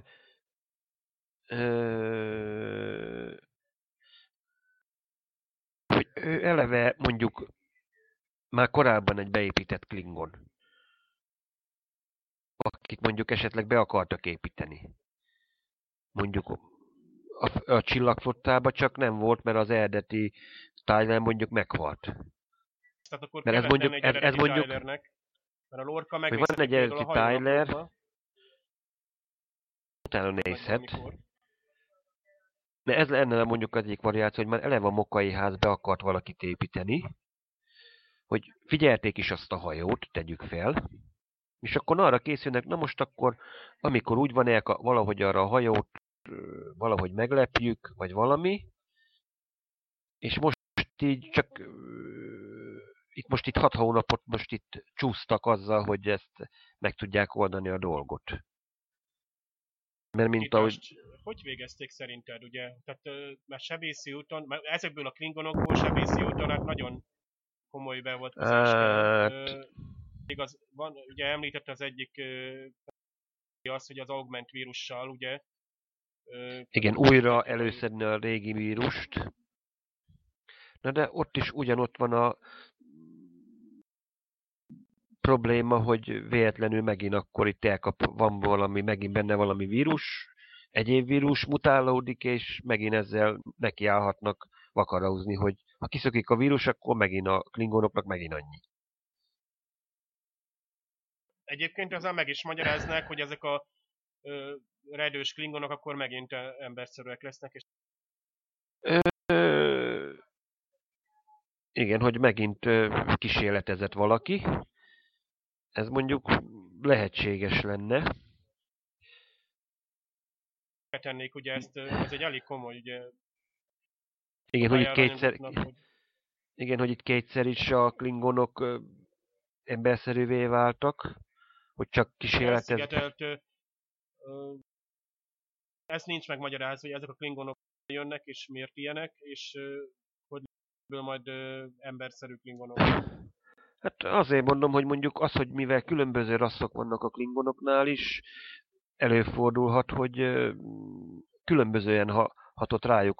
hogy ő eleve mondjuk már korábban egy beépített Klingon, akik mondjuk esetleg be akartak építeni. mondjuk a csillagflottában, csak nem volt, mert az eredeti Tyler mondjuk meghalt. Tehát akkor Mert kellett lenni egy ez eredeti mondjuk, Tylernek, mert a Lorca hogy van megnézheti egy például a eredeti Tyler, hajónaplóba, utána vagy nézhet. valamikor. De ez lenne mondjuk az egyik variáció, hogy már eleve a Mokai házba akart valakit építeni, hogy figyelték is azt a hajót, tegyük fel, és akkor arra készülnek, na most akkor, amikor úgy van valahogy arra a hajót valahogy meglepjük, vagy valami, és most így csak itt 6 hónapot most itt csúsztak azzal, hogy ezt meg tudják oldani a dolgot. Mert mint ahogy... Hogy végezték szerinted, ugye? Tehát mert sebészi úton, mert ezekből a klingonokból sebészi úton hát nagyon komoly beavatkozást kell. Igaz, van, ugye említette az egyik az, hogy az augment vírussal, ugye? Igen, újra előszedni a régi vírust. Na de ott is ugyanott van a probléma, hogy véletlenül megint akkor itt van valami, megint benne valami vírus, egyéb vírus mutálódik, és megint ezzel nekiállhatnak vakarauzni, hogy ha kiszökik a vírus, akkor megint a klingonoknak megint annyi. Egyébként ezzel meg is magyaráznák, hogy ezek a redős klingonok akkor megint emberszerűek lesznek, és igen, hogy megint kísérletezett valaki. Ez mondjuk lehetséges lenne. tennék ugye ezt, ez egy elég komoly, ugye... Igen, hogy itt kétszer is a klingonok emberszerűvé váltak, hogy csak kísérleteztek. Ez nincs megmagyarázva, hogy ezek a klingonok jönnek, és miért ilyenek, és hogy majd emberszerű klingonok. Hát azért mondom, hogy mondjuk az, hogy mivel különböző rasszok vannak a klingonoknál is, előfordulhat, hogy különbözően hatott rájuk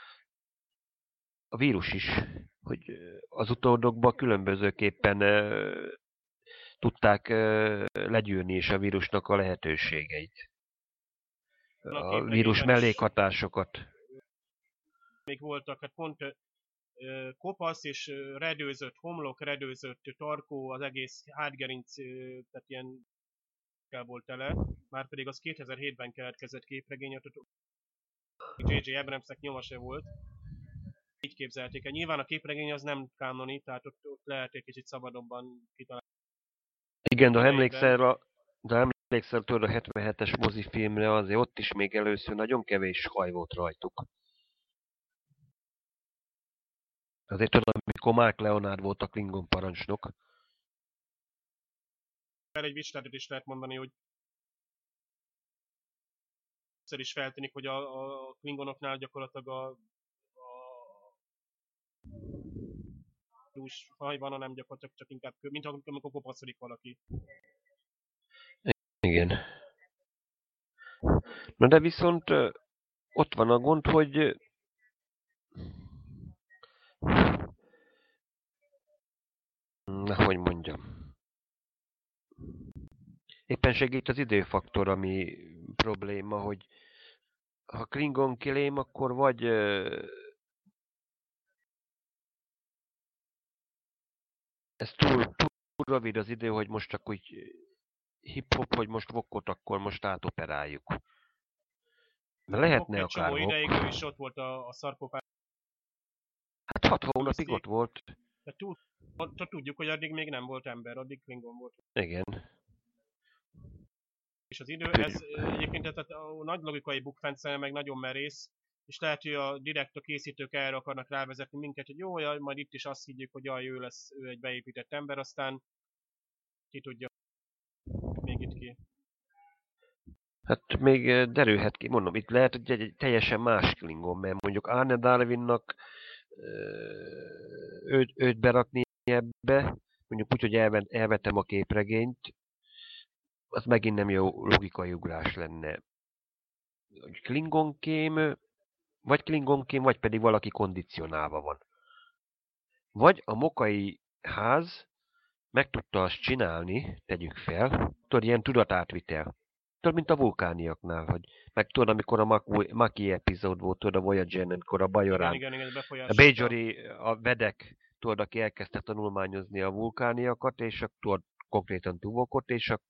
a vírus is, hogy az utódokban különbözőképpen tudták legyűrni is a vírusnak a lehetőségeit. A vírus mellékhatásokat. Még voltak, hát pont kopasz és redőzött, homlok redőzött tarkó, az egész hátgerinc, tehát ilyen volt tele, márpedig az 2007-ben keletkezett képregény, J.J. Abramsnek nyoma se volt. Így képzelték el. Nyilván a képregény az nem kánoni, tehát ott lehet egy kicsit szabadabban kitalálni. Igen, de emlékszel tőle a 77-es mozifilmre, azért ott is még először nagyon kevés haj volt rajtuk. Azért tudom, amikor Mark Leonard volt a Klingon parancsnok. Egy vistátot is lehet mondani, hogy egyszer is feltűnik, hogy a Klingonoknál gyakorlatilag a dús haj van, hanem gyakorlatilag csak inkább, mint amikor kopaszodik valaki. Igen. Na de viszont ott van a gond, hogy hogy mondjam. Éppen segít az időfaktor, ami probléma, hogy ha Klingon kilém, akkor vagy ez túl rövid az idő, hogy most csak úgy hip-hop, hogy most vokkot, akkor most átoperáljuk. Mert lehetne akár vok. Ideig ő is ott volt a szarkofág. Hát 6 hónapig ott volt. De tudjuk, hogy addig még nem volt ember, addig Klingon volt. Igen. És az idő, ez egyébként tehát a nagy logikai bukfencel meg nagyon merész, és lehet, hogy direkt a készítők erre akarnak rávezetni minket, hogy jó, jaj, majd itt is azt higgyük, hogy jaj, ő egy beépített ember, aztán ki tudja még itt ki. Hát még derülhet ki, mondom, itt lehet, hogy egy teljesen más Klingon, mert mondjuk Arne Darwinnak őt berakni ebbe, mondjuk úgy, hogy elvettem a képregényt, az megint nem jó logikai ugrás lenne. Klingonkém, vagy pedig valaki kondicionálva van. Vagy a Mokai ház meg tudta azt csinálni, tegyük fel, tudod, ilyen tudatátvitel. Tudod, mint a vulkániaknál, hogy meg tudod, amikor a Maki epizód volt, tudod, a Voyager-en, amikor a Bajorán, Igen, a befolyásolta. Bajori, a vedek, tudod, aki elkezdte tanulmányozni a vulkániakat, és akkor konkrétan Tuvokot,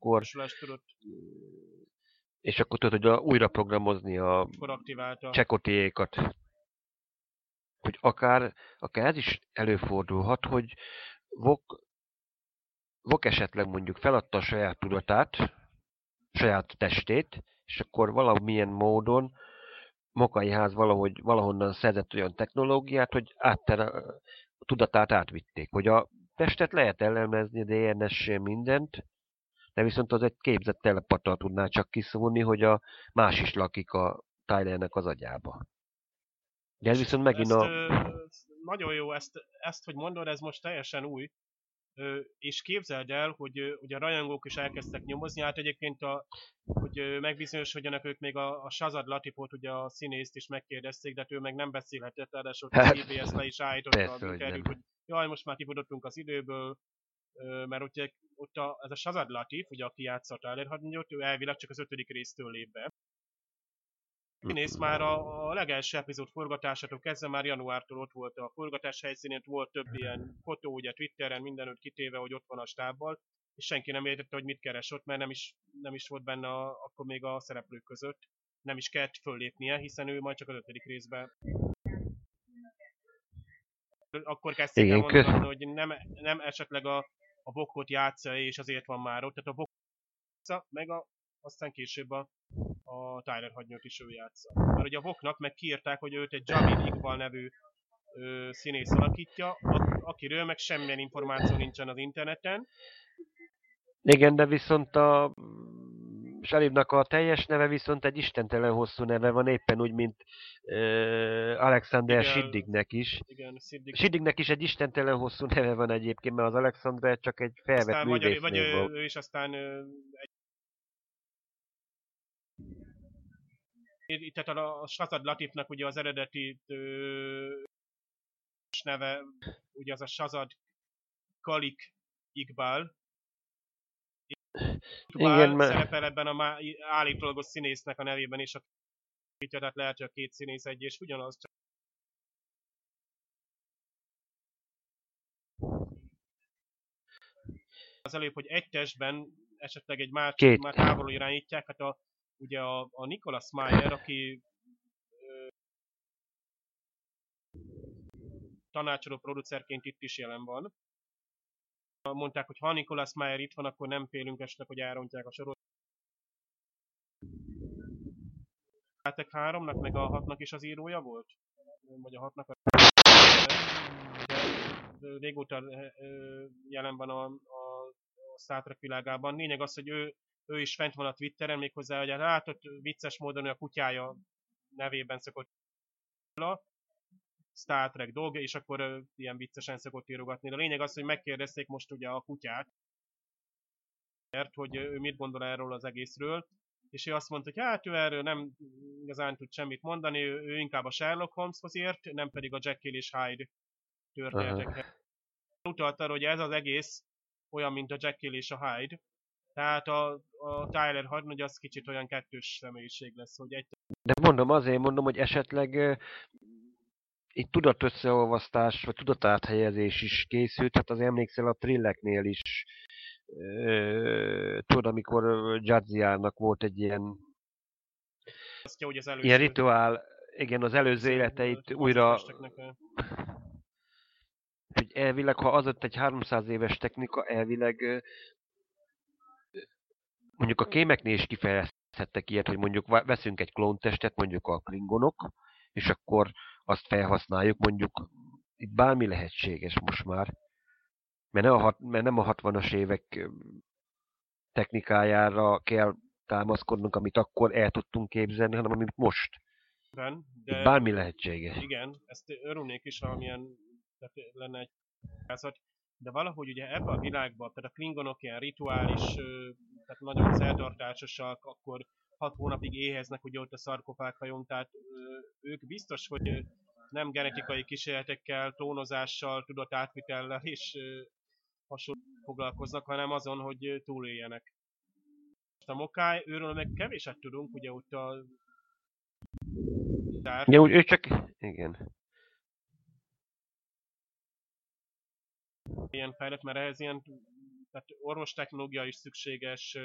és akkor tudod, hogy újra programozni a aktiválta. Csekotiékat. Hogy akár ez is előfordulhat, hogy Vok esetleg mondjuk feladta a saját tudatát, saját testét, és akkor valamilyen módon Mokai ház valahonnan szerzett olyan technológiát, hogy a tudatát átvitték. Hogy a testet lehet elemezni DNS-sel mindent, de viszont az egy képzett telepattal tudná csak kiszólni, hogy a más is lakik a Tylernek az agyába. De ez viszont megint nagyon jó, ezt, hogy mondod, ez most teljesen új. És képzeld el, hogy ugye a rajongók is elkezdtek nyomozni, hát egyébként, hogy megbizonyosodjanak ők még a Shazad Latifot, ugye a színészt is megkérdezték, de hát ő meg nem beszélhetett, ráadásul a CBS le is állította az interjút, hogy jaj, most már kifutottunk az időből, mert ugye ott ez a Shazad Latif, ugye aki játszott Tyler hadnagyot, ő elvileg csak az 5. résztől lép be. Színész már a legelső epizód forgatásától kezdve már januártól ott volt a forgatás helyszínén, volt több ilyen fotó, ugye Twitteren mindenütt kitéve, hogy ott van a stábbal, és senki nem értette, hogy mit keres ott, mert nem is volt benne akkor még a szereplők között. Nem is kellett föllépnie, hiszen ő majd csak az 5. részben. Akkor kezdték el mondani, hogy nem esetleg a Vokot játsza, és azért van már ott. Tehát a Vok játsza, meg aztán később a Tyler hadnyot is ő játsza. Mert ugye a Voknak meg kiírták, hogy őt egy Jamin Iqbal nevű színész alakítja, akiről meg semmilyen információ nincsen az interneten. Igen, de viszont a Sharifnak a teljes neve viszont egy istentelen hosszú neve van, éppen úgy, mint Alexander Siddignek is. Igen, Siddignek is egy istentelen hosszú neve van egyébként, mert az Alexander csak egy felvett művésznév volt. Ő is aztán tehát a Shazad Latifnak ugye az eredeti neve, ugye az a Shazad Kalik Iqbal. Igen, szerepel ebben a állítólagos színésznek a nevében is, tehát lehet, hogy a két színész egy és ugyanaz. Csak az előbb, hogy egy testben esetleg egy már távolról irányítják, hát ugye a Nicholas Meyer, aki tanácsadó producerként itt is jelen van. Mondták, hogy ha Nicholas Meyer itt van, akkor nem félünk esetleg, hogy elrontják a sorozatot. A 3-nak meg a 6-nak is az írója volt? Vagy a 6-nak de régóta jelen van a Star Trek világában. Lényeg az, hogy ő is fent van a Twitteren, méghozzá, hogy látott vicces módon, hogy a kutyája nevében szokott a Star Trek dolga, és akkor ilyen viccesen szokott írogatni. De a lényeg az, hogy megkérdezték most ugye a kutyát, hogy ő mit gondol erről az egészről, és ő azt mondta, hogy hát ő erről nem igazán tud semmit mondani, ő inkább a Sherlock Holmeshoz ért, nem pedig a Jekyll és Hyde történetekhez. Utalt arra, hogy ez az egész olyan, mint a Jekyll és a Hyde, tehát a Tyler hadnagy az kicsit olyan kettős személyiség lesz, hogy egy... De azért mondom, hogy esetleg itt tudatösszeolvasztás, vagy tudatáthelyezés is készült, hát az emlékszel a Trilleknél is, tudod, amikor Jadziának volt egy ilyen rituál, igen, az előző életeit újra, hogy elvileg, ha az ott egy 300 éves technika, elvileg mondjuk a kémeknél is kifejezhettek ilyet, hogy mondjuk veszünk egy klóntestet, mondjuk a klingonok, és akkor azt felhasználjuk, mondjuk itt bármi lehetséges most már, mert nem a 60-as évek technikájára kell támaszkodnunk, amit akkor el tudtunk képzelni, hanem amit most. De bármi lehetséges. Igen, ezt örülnék is, valamilyen lenne egy század, de valahogy ugye ebbe a világban, tehát a klingonok ilyen rituális, tehát nagyon szertartásosak, akkor 6 hónapig éheznek ugye ott a szarkofághajón, tehát ők biztos, hogy nem genetikai kísérletekkel, klónozással, tudatátvitellel és hasonló foglalkoznak, hanem azon, hogy túléljenek. A Mokály, őről meg kevéset tudunk, ugye ott a Ja, úgy ő csak... Igen. ilyen fejlett, mert ehhez ilyen tehát orvostechnológia is szükséges.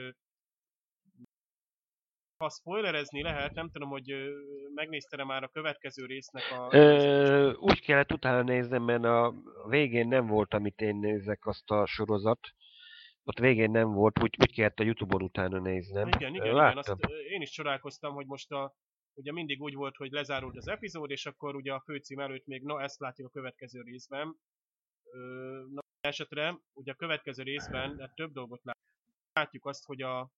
Ha spoilerezni lehet, nem tudom, hogy megnézted már a következő résznek a Úgy kellett utána néznem, mert a végén nem volt, amit én nézek, azt a sorozat. Ott végén nem volt, úgy kellett a Youtube-on utána néznem. Igen, azt én is csodálkoztam, hogy most ugye mindig úgy volt, hogy lezárult az epizód, és akkor ugye a főcím előtt még, na ezt látjuk a következő részben. Na, esetre, ugye a következő részben hát több dolgot látjuk azt, hogy a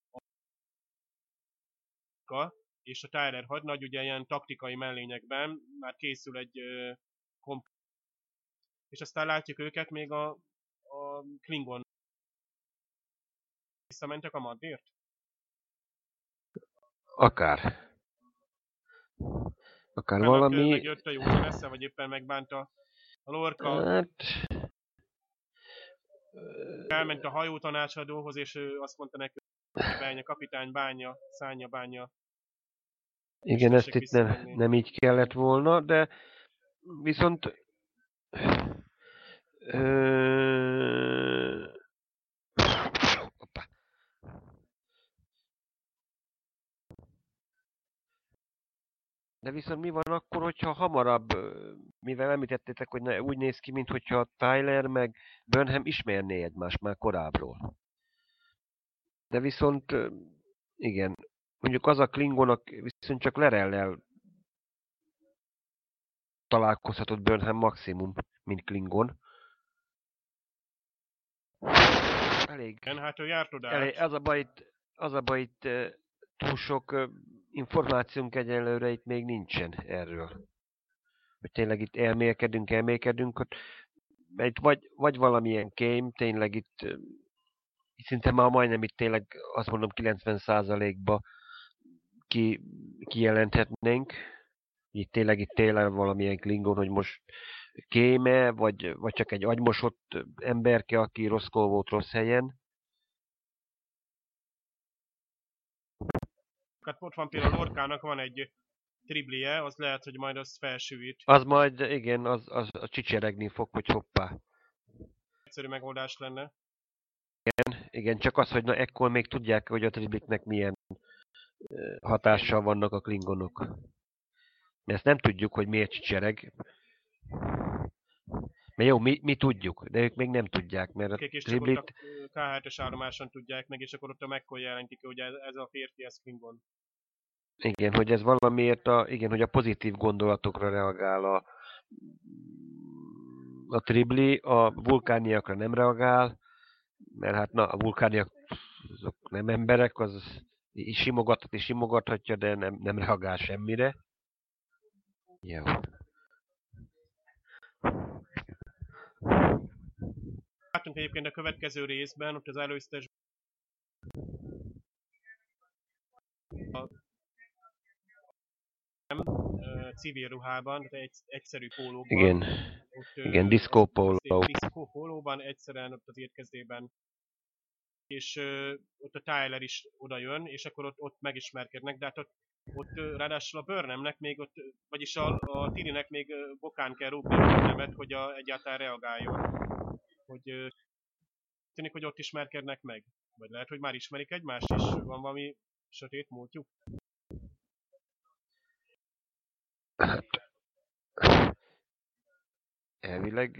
és a Tyler hadnagy ugye ilyen taktikai mellényekben már készül egy és aztán látjuk őket még a Klingon visszamentek a Maddért? Akár. Akár Mert valami... megjött a józan esze, vagy éppen megbánta a Lorca. Hát... Elment a hajó tanácsadóhoz, és ő azt mondta neki, hogy bánja, kapitány bánja, szánja bánja. Igen, ezt itt nem így kellett volna, de viszont... De viszont mi van akkor, hogyha hamarabb, mivel említettétek, hogy úgy néz ki, mintha Tyler meg Burnham ismerné egymást már korábbról. De viszont, igen, mondjuk az a Klingonak viszont csak Lerellel találkozhatott Burnham maximum, mint Klingon. Elég. Igen, hát ő járt oda. Az a baj itt túl sok információnk egyelőre itt még nincsen erről. Hogy tényleg itt elmélkedünk, hogy vagy valamilyen kém, tényleg itt szinte már majdnem itt tényleg azt mondom 90%-ba kijelenthetnénk. Itt tényleg valamilyen Klingon, hogy most kéme, vagy csak egy agymosott emberke, aki rosszkó volt rossz helyen. Hát ott van például a Lorkának van egy triblie, az lehet, hogy majd az felsűvít. Az majd, igen, az csicseregni fog, hogy hoppá. Egyszerű megoldás lenne. Igen, csak az, hogy na ekkor még tudják, hogy a tribliknek milyen hatással vannak a klingonok. Mert ezt nem tudjuk, hogy miért csicsereg. Mert jó, mi tudjuk, de ők még nem tudják, mert a triblit... Csak ott a K7-es állomáson tudják meg, és akkor ott a McCoy jelentik, hogy ez a férfi, ez Klingon. Igen, hogy ez valamiért hogy a pozitív gondolatokra reagál a tribli, a vulkániakra nem reagál, mert hát na, a vulkániak azok nem emberek, az simogathatja, de nem reagál semmire. Jó. Látunk egyébként a következő részben, ott az előztes civil ruhában, tehát egyszerű pólóban. Igen, igen, diszkó póló. Diszkó pólóban, egyszerűen ott az érkezében. És ott a Tyler is oda jön, és akkor ott megismerkednek, de hát ott ráadásul a Burnhamnek még ott, vagyis a Tirinek még bokán kell rúgni a Burnhamet, hogy egyáltalán reagáljon. Hogy tűnik, hogy ott ismerkednek meg. Vagy lehet, hogy már ismerik egymást, és van valami sötét múltjuk. Hát, elvileg,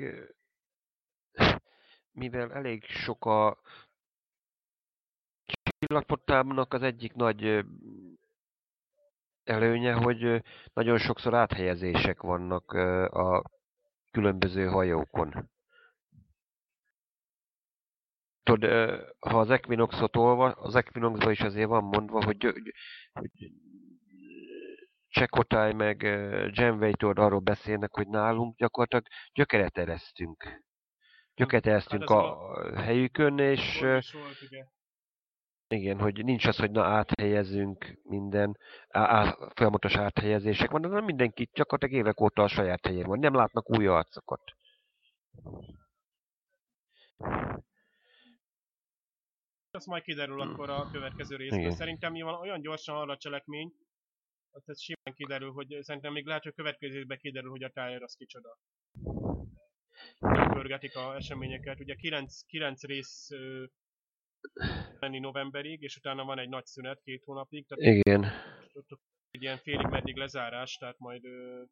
mivel elég sok a csillagportálnak az egyik nagy előnye, hogy nagyon sokszor áthelyezések vannak a különböző hajókon. Tudod, ha az Equinoxot az Equinoxban is azért van mondva, hogy Chakotay meg Janeway arról beszélnek, hogy nálunk gyakorlatilag gyökeret eresztünk. Hát a helyükön, és volt, igen, hogy nincs az, hogy na áthelyezünk minden, folyamatos áthelyezések van, de mindenki gyakorlatilag évek óta a saját helyén van, nem látnak új arcokat. Az majd kiderül akkor a következő részből. Igen. Szerintem mivel olyan gyorsan hal a cselekmény, ez simán kiderül, hogy szerintem még lehet, hogy a következő évben kiderül, hogy a Tyler az kicsoda. Pörgetik a eseményeket. Ugye 9 rész menni novemberig, és utána van egy nagy szünet 2 hónapig, tehát Igen. ott egy ilyen félig meddig lezárás, tehát majd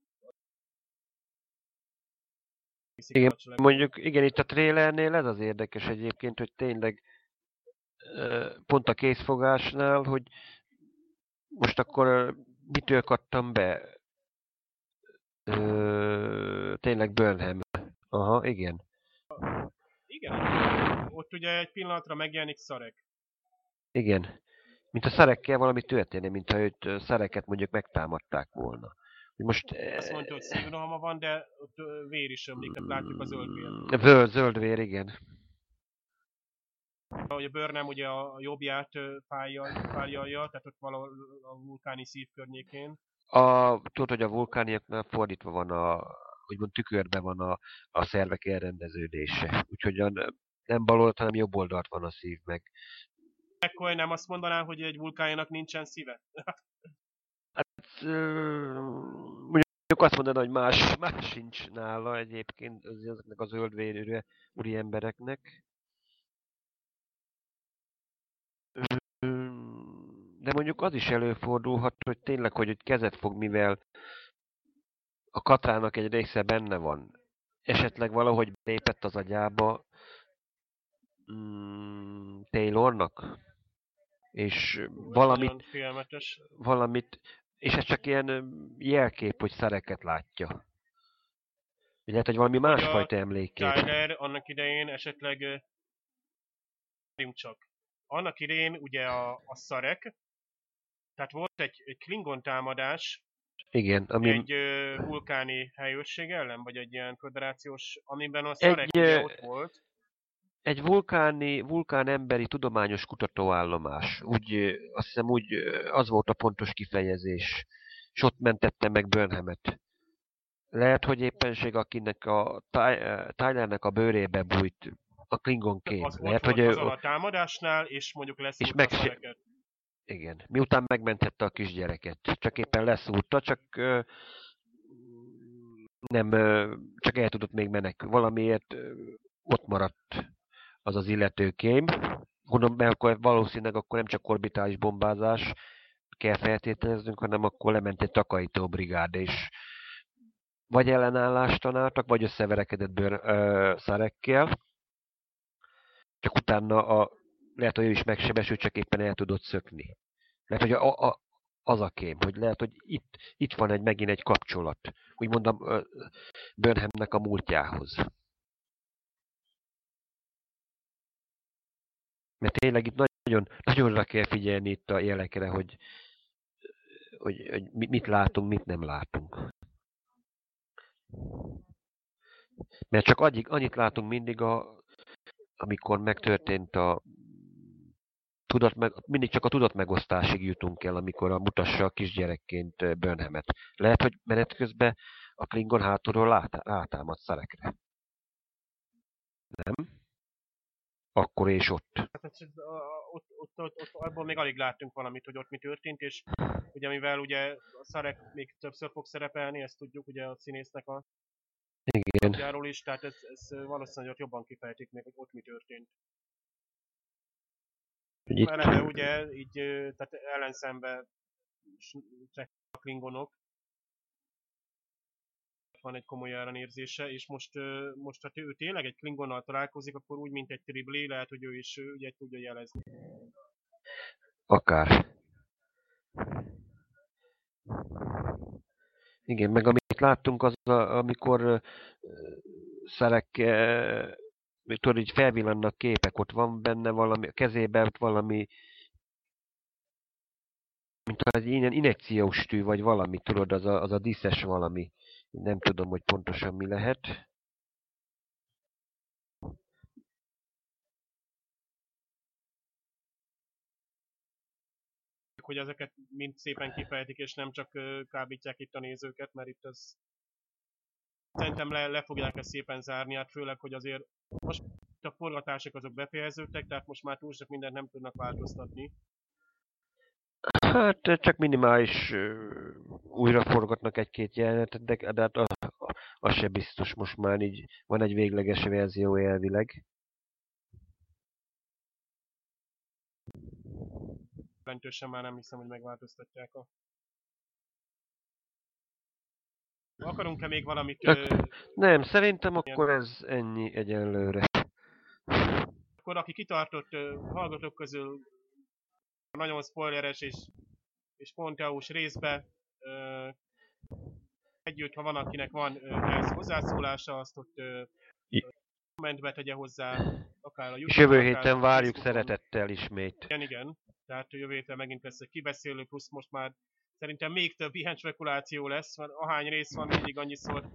Igen, mondjuk igen, itt a trailernél ez az érdekes egyébként, hogy tényleg pont a készfogásnál, hogy most akkor mitől kattam be? Tényleg Burnham. Aha, igen. Igen, ott ugye egy pillanatra megjelenik Szarek. Igen. Mint a szerekkel valami történne, mintha őt szereket mondjuk megtámadták volna. Most, Azt mondta, hogy szívrohama van, de ott vér is ömlik, tehát látjuk a zöld vér. Zöld vér, igen. Ahogy a Burnham ugye a jobbját fájlalja, tehát ott valahol a vulkáni szív környékén. Tudod, hogy a vulkániaknál fordítva van úgymond tükörben van a szervek elrendeződése. Úgyhogy nem bal oldalt, hanem jobb oldalt van a szív meg. Ekkor nem azt mondanám, hogy egy vulkáninak nincsen szíve? Mondjuk azt mondaná, hogy más sincs nála egyébként ezeknek a zöldvérű úri embereknek. De mondjuk az is előfordulhat, hogy tényleg, hogy kezet fog, mivel a Katrának egy része benne van. Esetleg valahogy lépett az agyába Taylornak, és valamit, és ez csak ilyen jelkép, hogy szereket látja. Lehet, hogy valami másfajta emlékkép. Tyler annak idején esetleg csak. Annak idején ugye a szarek, tehát volt egy Klingon támadás, igen, ami... egy vulkáni helyőrség ellen, vagy egy ilyen föderációs, amiben a szarek ugye ott volt. Egy vulkán emberi tudományos kutatóállomás. Azt hiszem az volt a pontos kifejezés. És ott mentette meg Burnhamet. Lehet, hogy éppenség, akinek a Tylernek a bőrébe bújt a Klingon kép. Az lehet, ott volt azon a támadásnál, és mondjuk leszúrta a szareket. Igen. Miután megmentette a kisgyereket. Csak éppen leszúrta, csak nem, csak el tudott még menekülni. Valamiért ott maradt az az illető kém. Gondolom, mert akkor valószínűleg akkor nem csak orbitális bombázás kell feltételeznünk, hanem akkor lement egy takarítóbrigád, és vagy ellenállást tanáltak, vagy összeverekedett Szarekkel. Csak utána lehet, hogy ő is megsebesült, csak éppen el tudott szökni. Lehet, hogy az a kém, hogy lehet, hogy itt van megint egy kapcsolat. Úgy mondom, Burnhamnek a múltjához. Mert tényleg itt nagyon, nagyon rá kell figyelni itt a jelekre, hogy mit látunk, mit nem látunk. Mert csak annyit látunk mindig, amikor megtörtént mindig csak a tudatmegosztásig jutunk el, amikor mutassa a kisgyerekként Burnhamet. Lehet, hogy menet közben a Klingon hátulról rátámad Szarekre. Nem? Akkor és ott. Ott abból még alig láttunk valamit, hogy ott mi történt, és ugye mivel ugye a Szarek még többször fog szerepelni, ezt tudjuk ugye a színésznek a igen. is, tehát ez valószínűleg ott jobban kifejtik még, hogy ott mi történt. Eleve ugye így, tehát ellenszembe a klingonok, van egy komoly ellenérzése, és most ha ő tényleg egy klingonnal találkozik, akkor úgy, mint egy Tribblé, lehet, hogy ő is ugye tudja jelezni. Akár. Igen, meg amit láttunk, az amikor Szarek, tudod, így felvillannak képek, ott van benne valami, a kezében ott valami, mint egy ilyen injekciós tű, vagy valami, tudod, az a díszes valami. Nem tudom, hogy pontosan mi lehet. Hogy ezeket mind szépen kifejtik, és nem csak kábítják itt a nézőket, mert itt ez... Szerintem le fogják ezt szépen zárni, hát főleg, hogy azért most a forgatások azok befejeződtek, tehát most már túl sok mindent nem tudnak változtatni. Hát csak minimális újra forgatnak egy-két jelenetet, de hát az se biztos, most már így van egy végleges verzió elvileg. Jelentősen már nem hiszem, hogy megváltoztatják a... Akarunk-e még valamit... Nem, szerintem akkor ez ennyi egyenlőre. Akkor aki kitartott hallgatók közül nagyon spoileres és ponteus részbe együtt, ha van, akinek van ehhez hozzászólása, azt ott kommentbe tegye hozzá, akár a YouTube-on, És jövő akár héten a várjuk Facebookon. szeretettel ismét. Igen. Tehát jövő héten megint lesz egy kibeszélő, plusz most már szerintem még több ilyen spekuláció lesz, mert ahány rész van, mindig annyiszor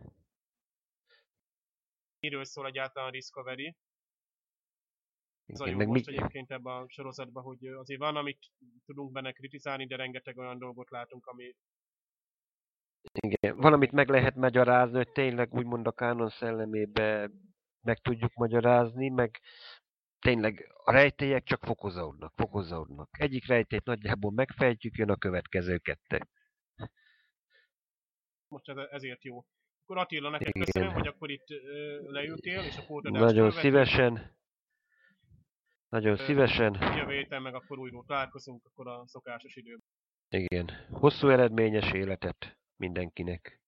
miről szól egyáltalán a Discovery. Ez a jó meg most egyébként ebben a sorozatban, hogy azért van, amit tudunk benne kritizálni, de rengeteg olyan dolgot látunk, ami... Igen, valamit meg lehet magyarázni, hogy tényleg úgymond a kánon szellemébe meg tudjuk magyarázni, meg tényleg a rejtélyek csak fokozódnak. Egyik rejtélyt nagyjából megfejtjük, jön a következő kettő. Most ezért jó. Akkor Attila, neked Igen. köszönöm, hogy akkor itt leültél, és a pótadást Nagyon fölvettük. szívesen. Nagyon szívesen. Jövő héten meg akkor újra találkozunk, akkor a szokásos időben. Igen. Hosszú eredményes életet mindenkinek.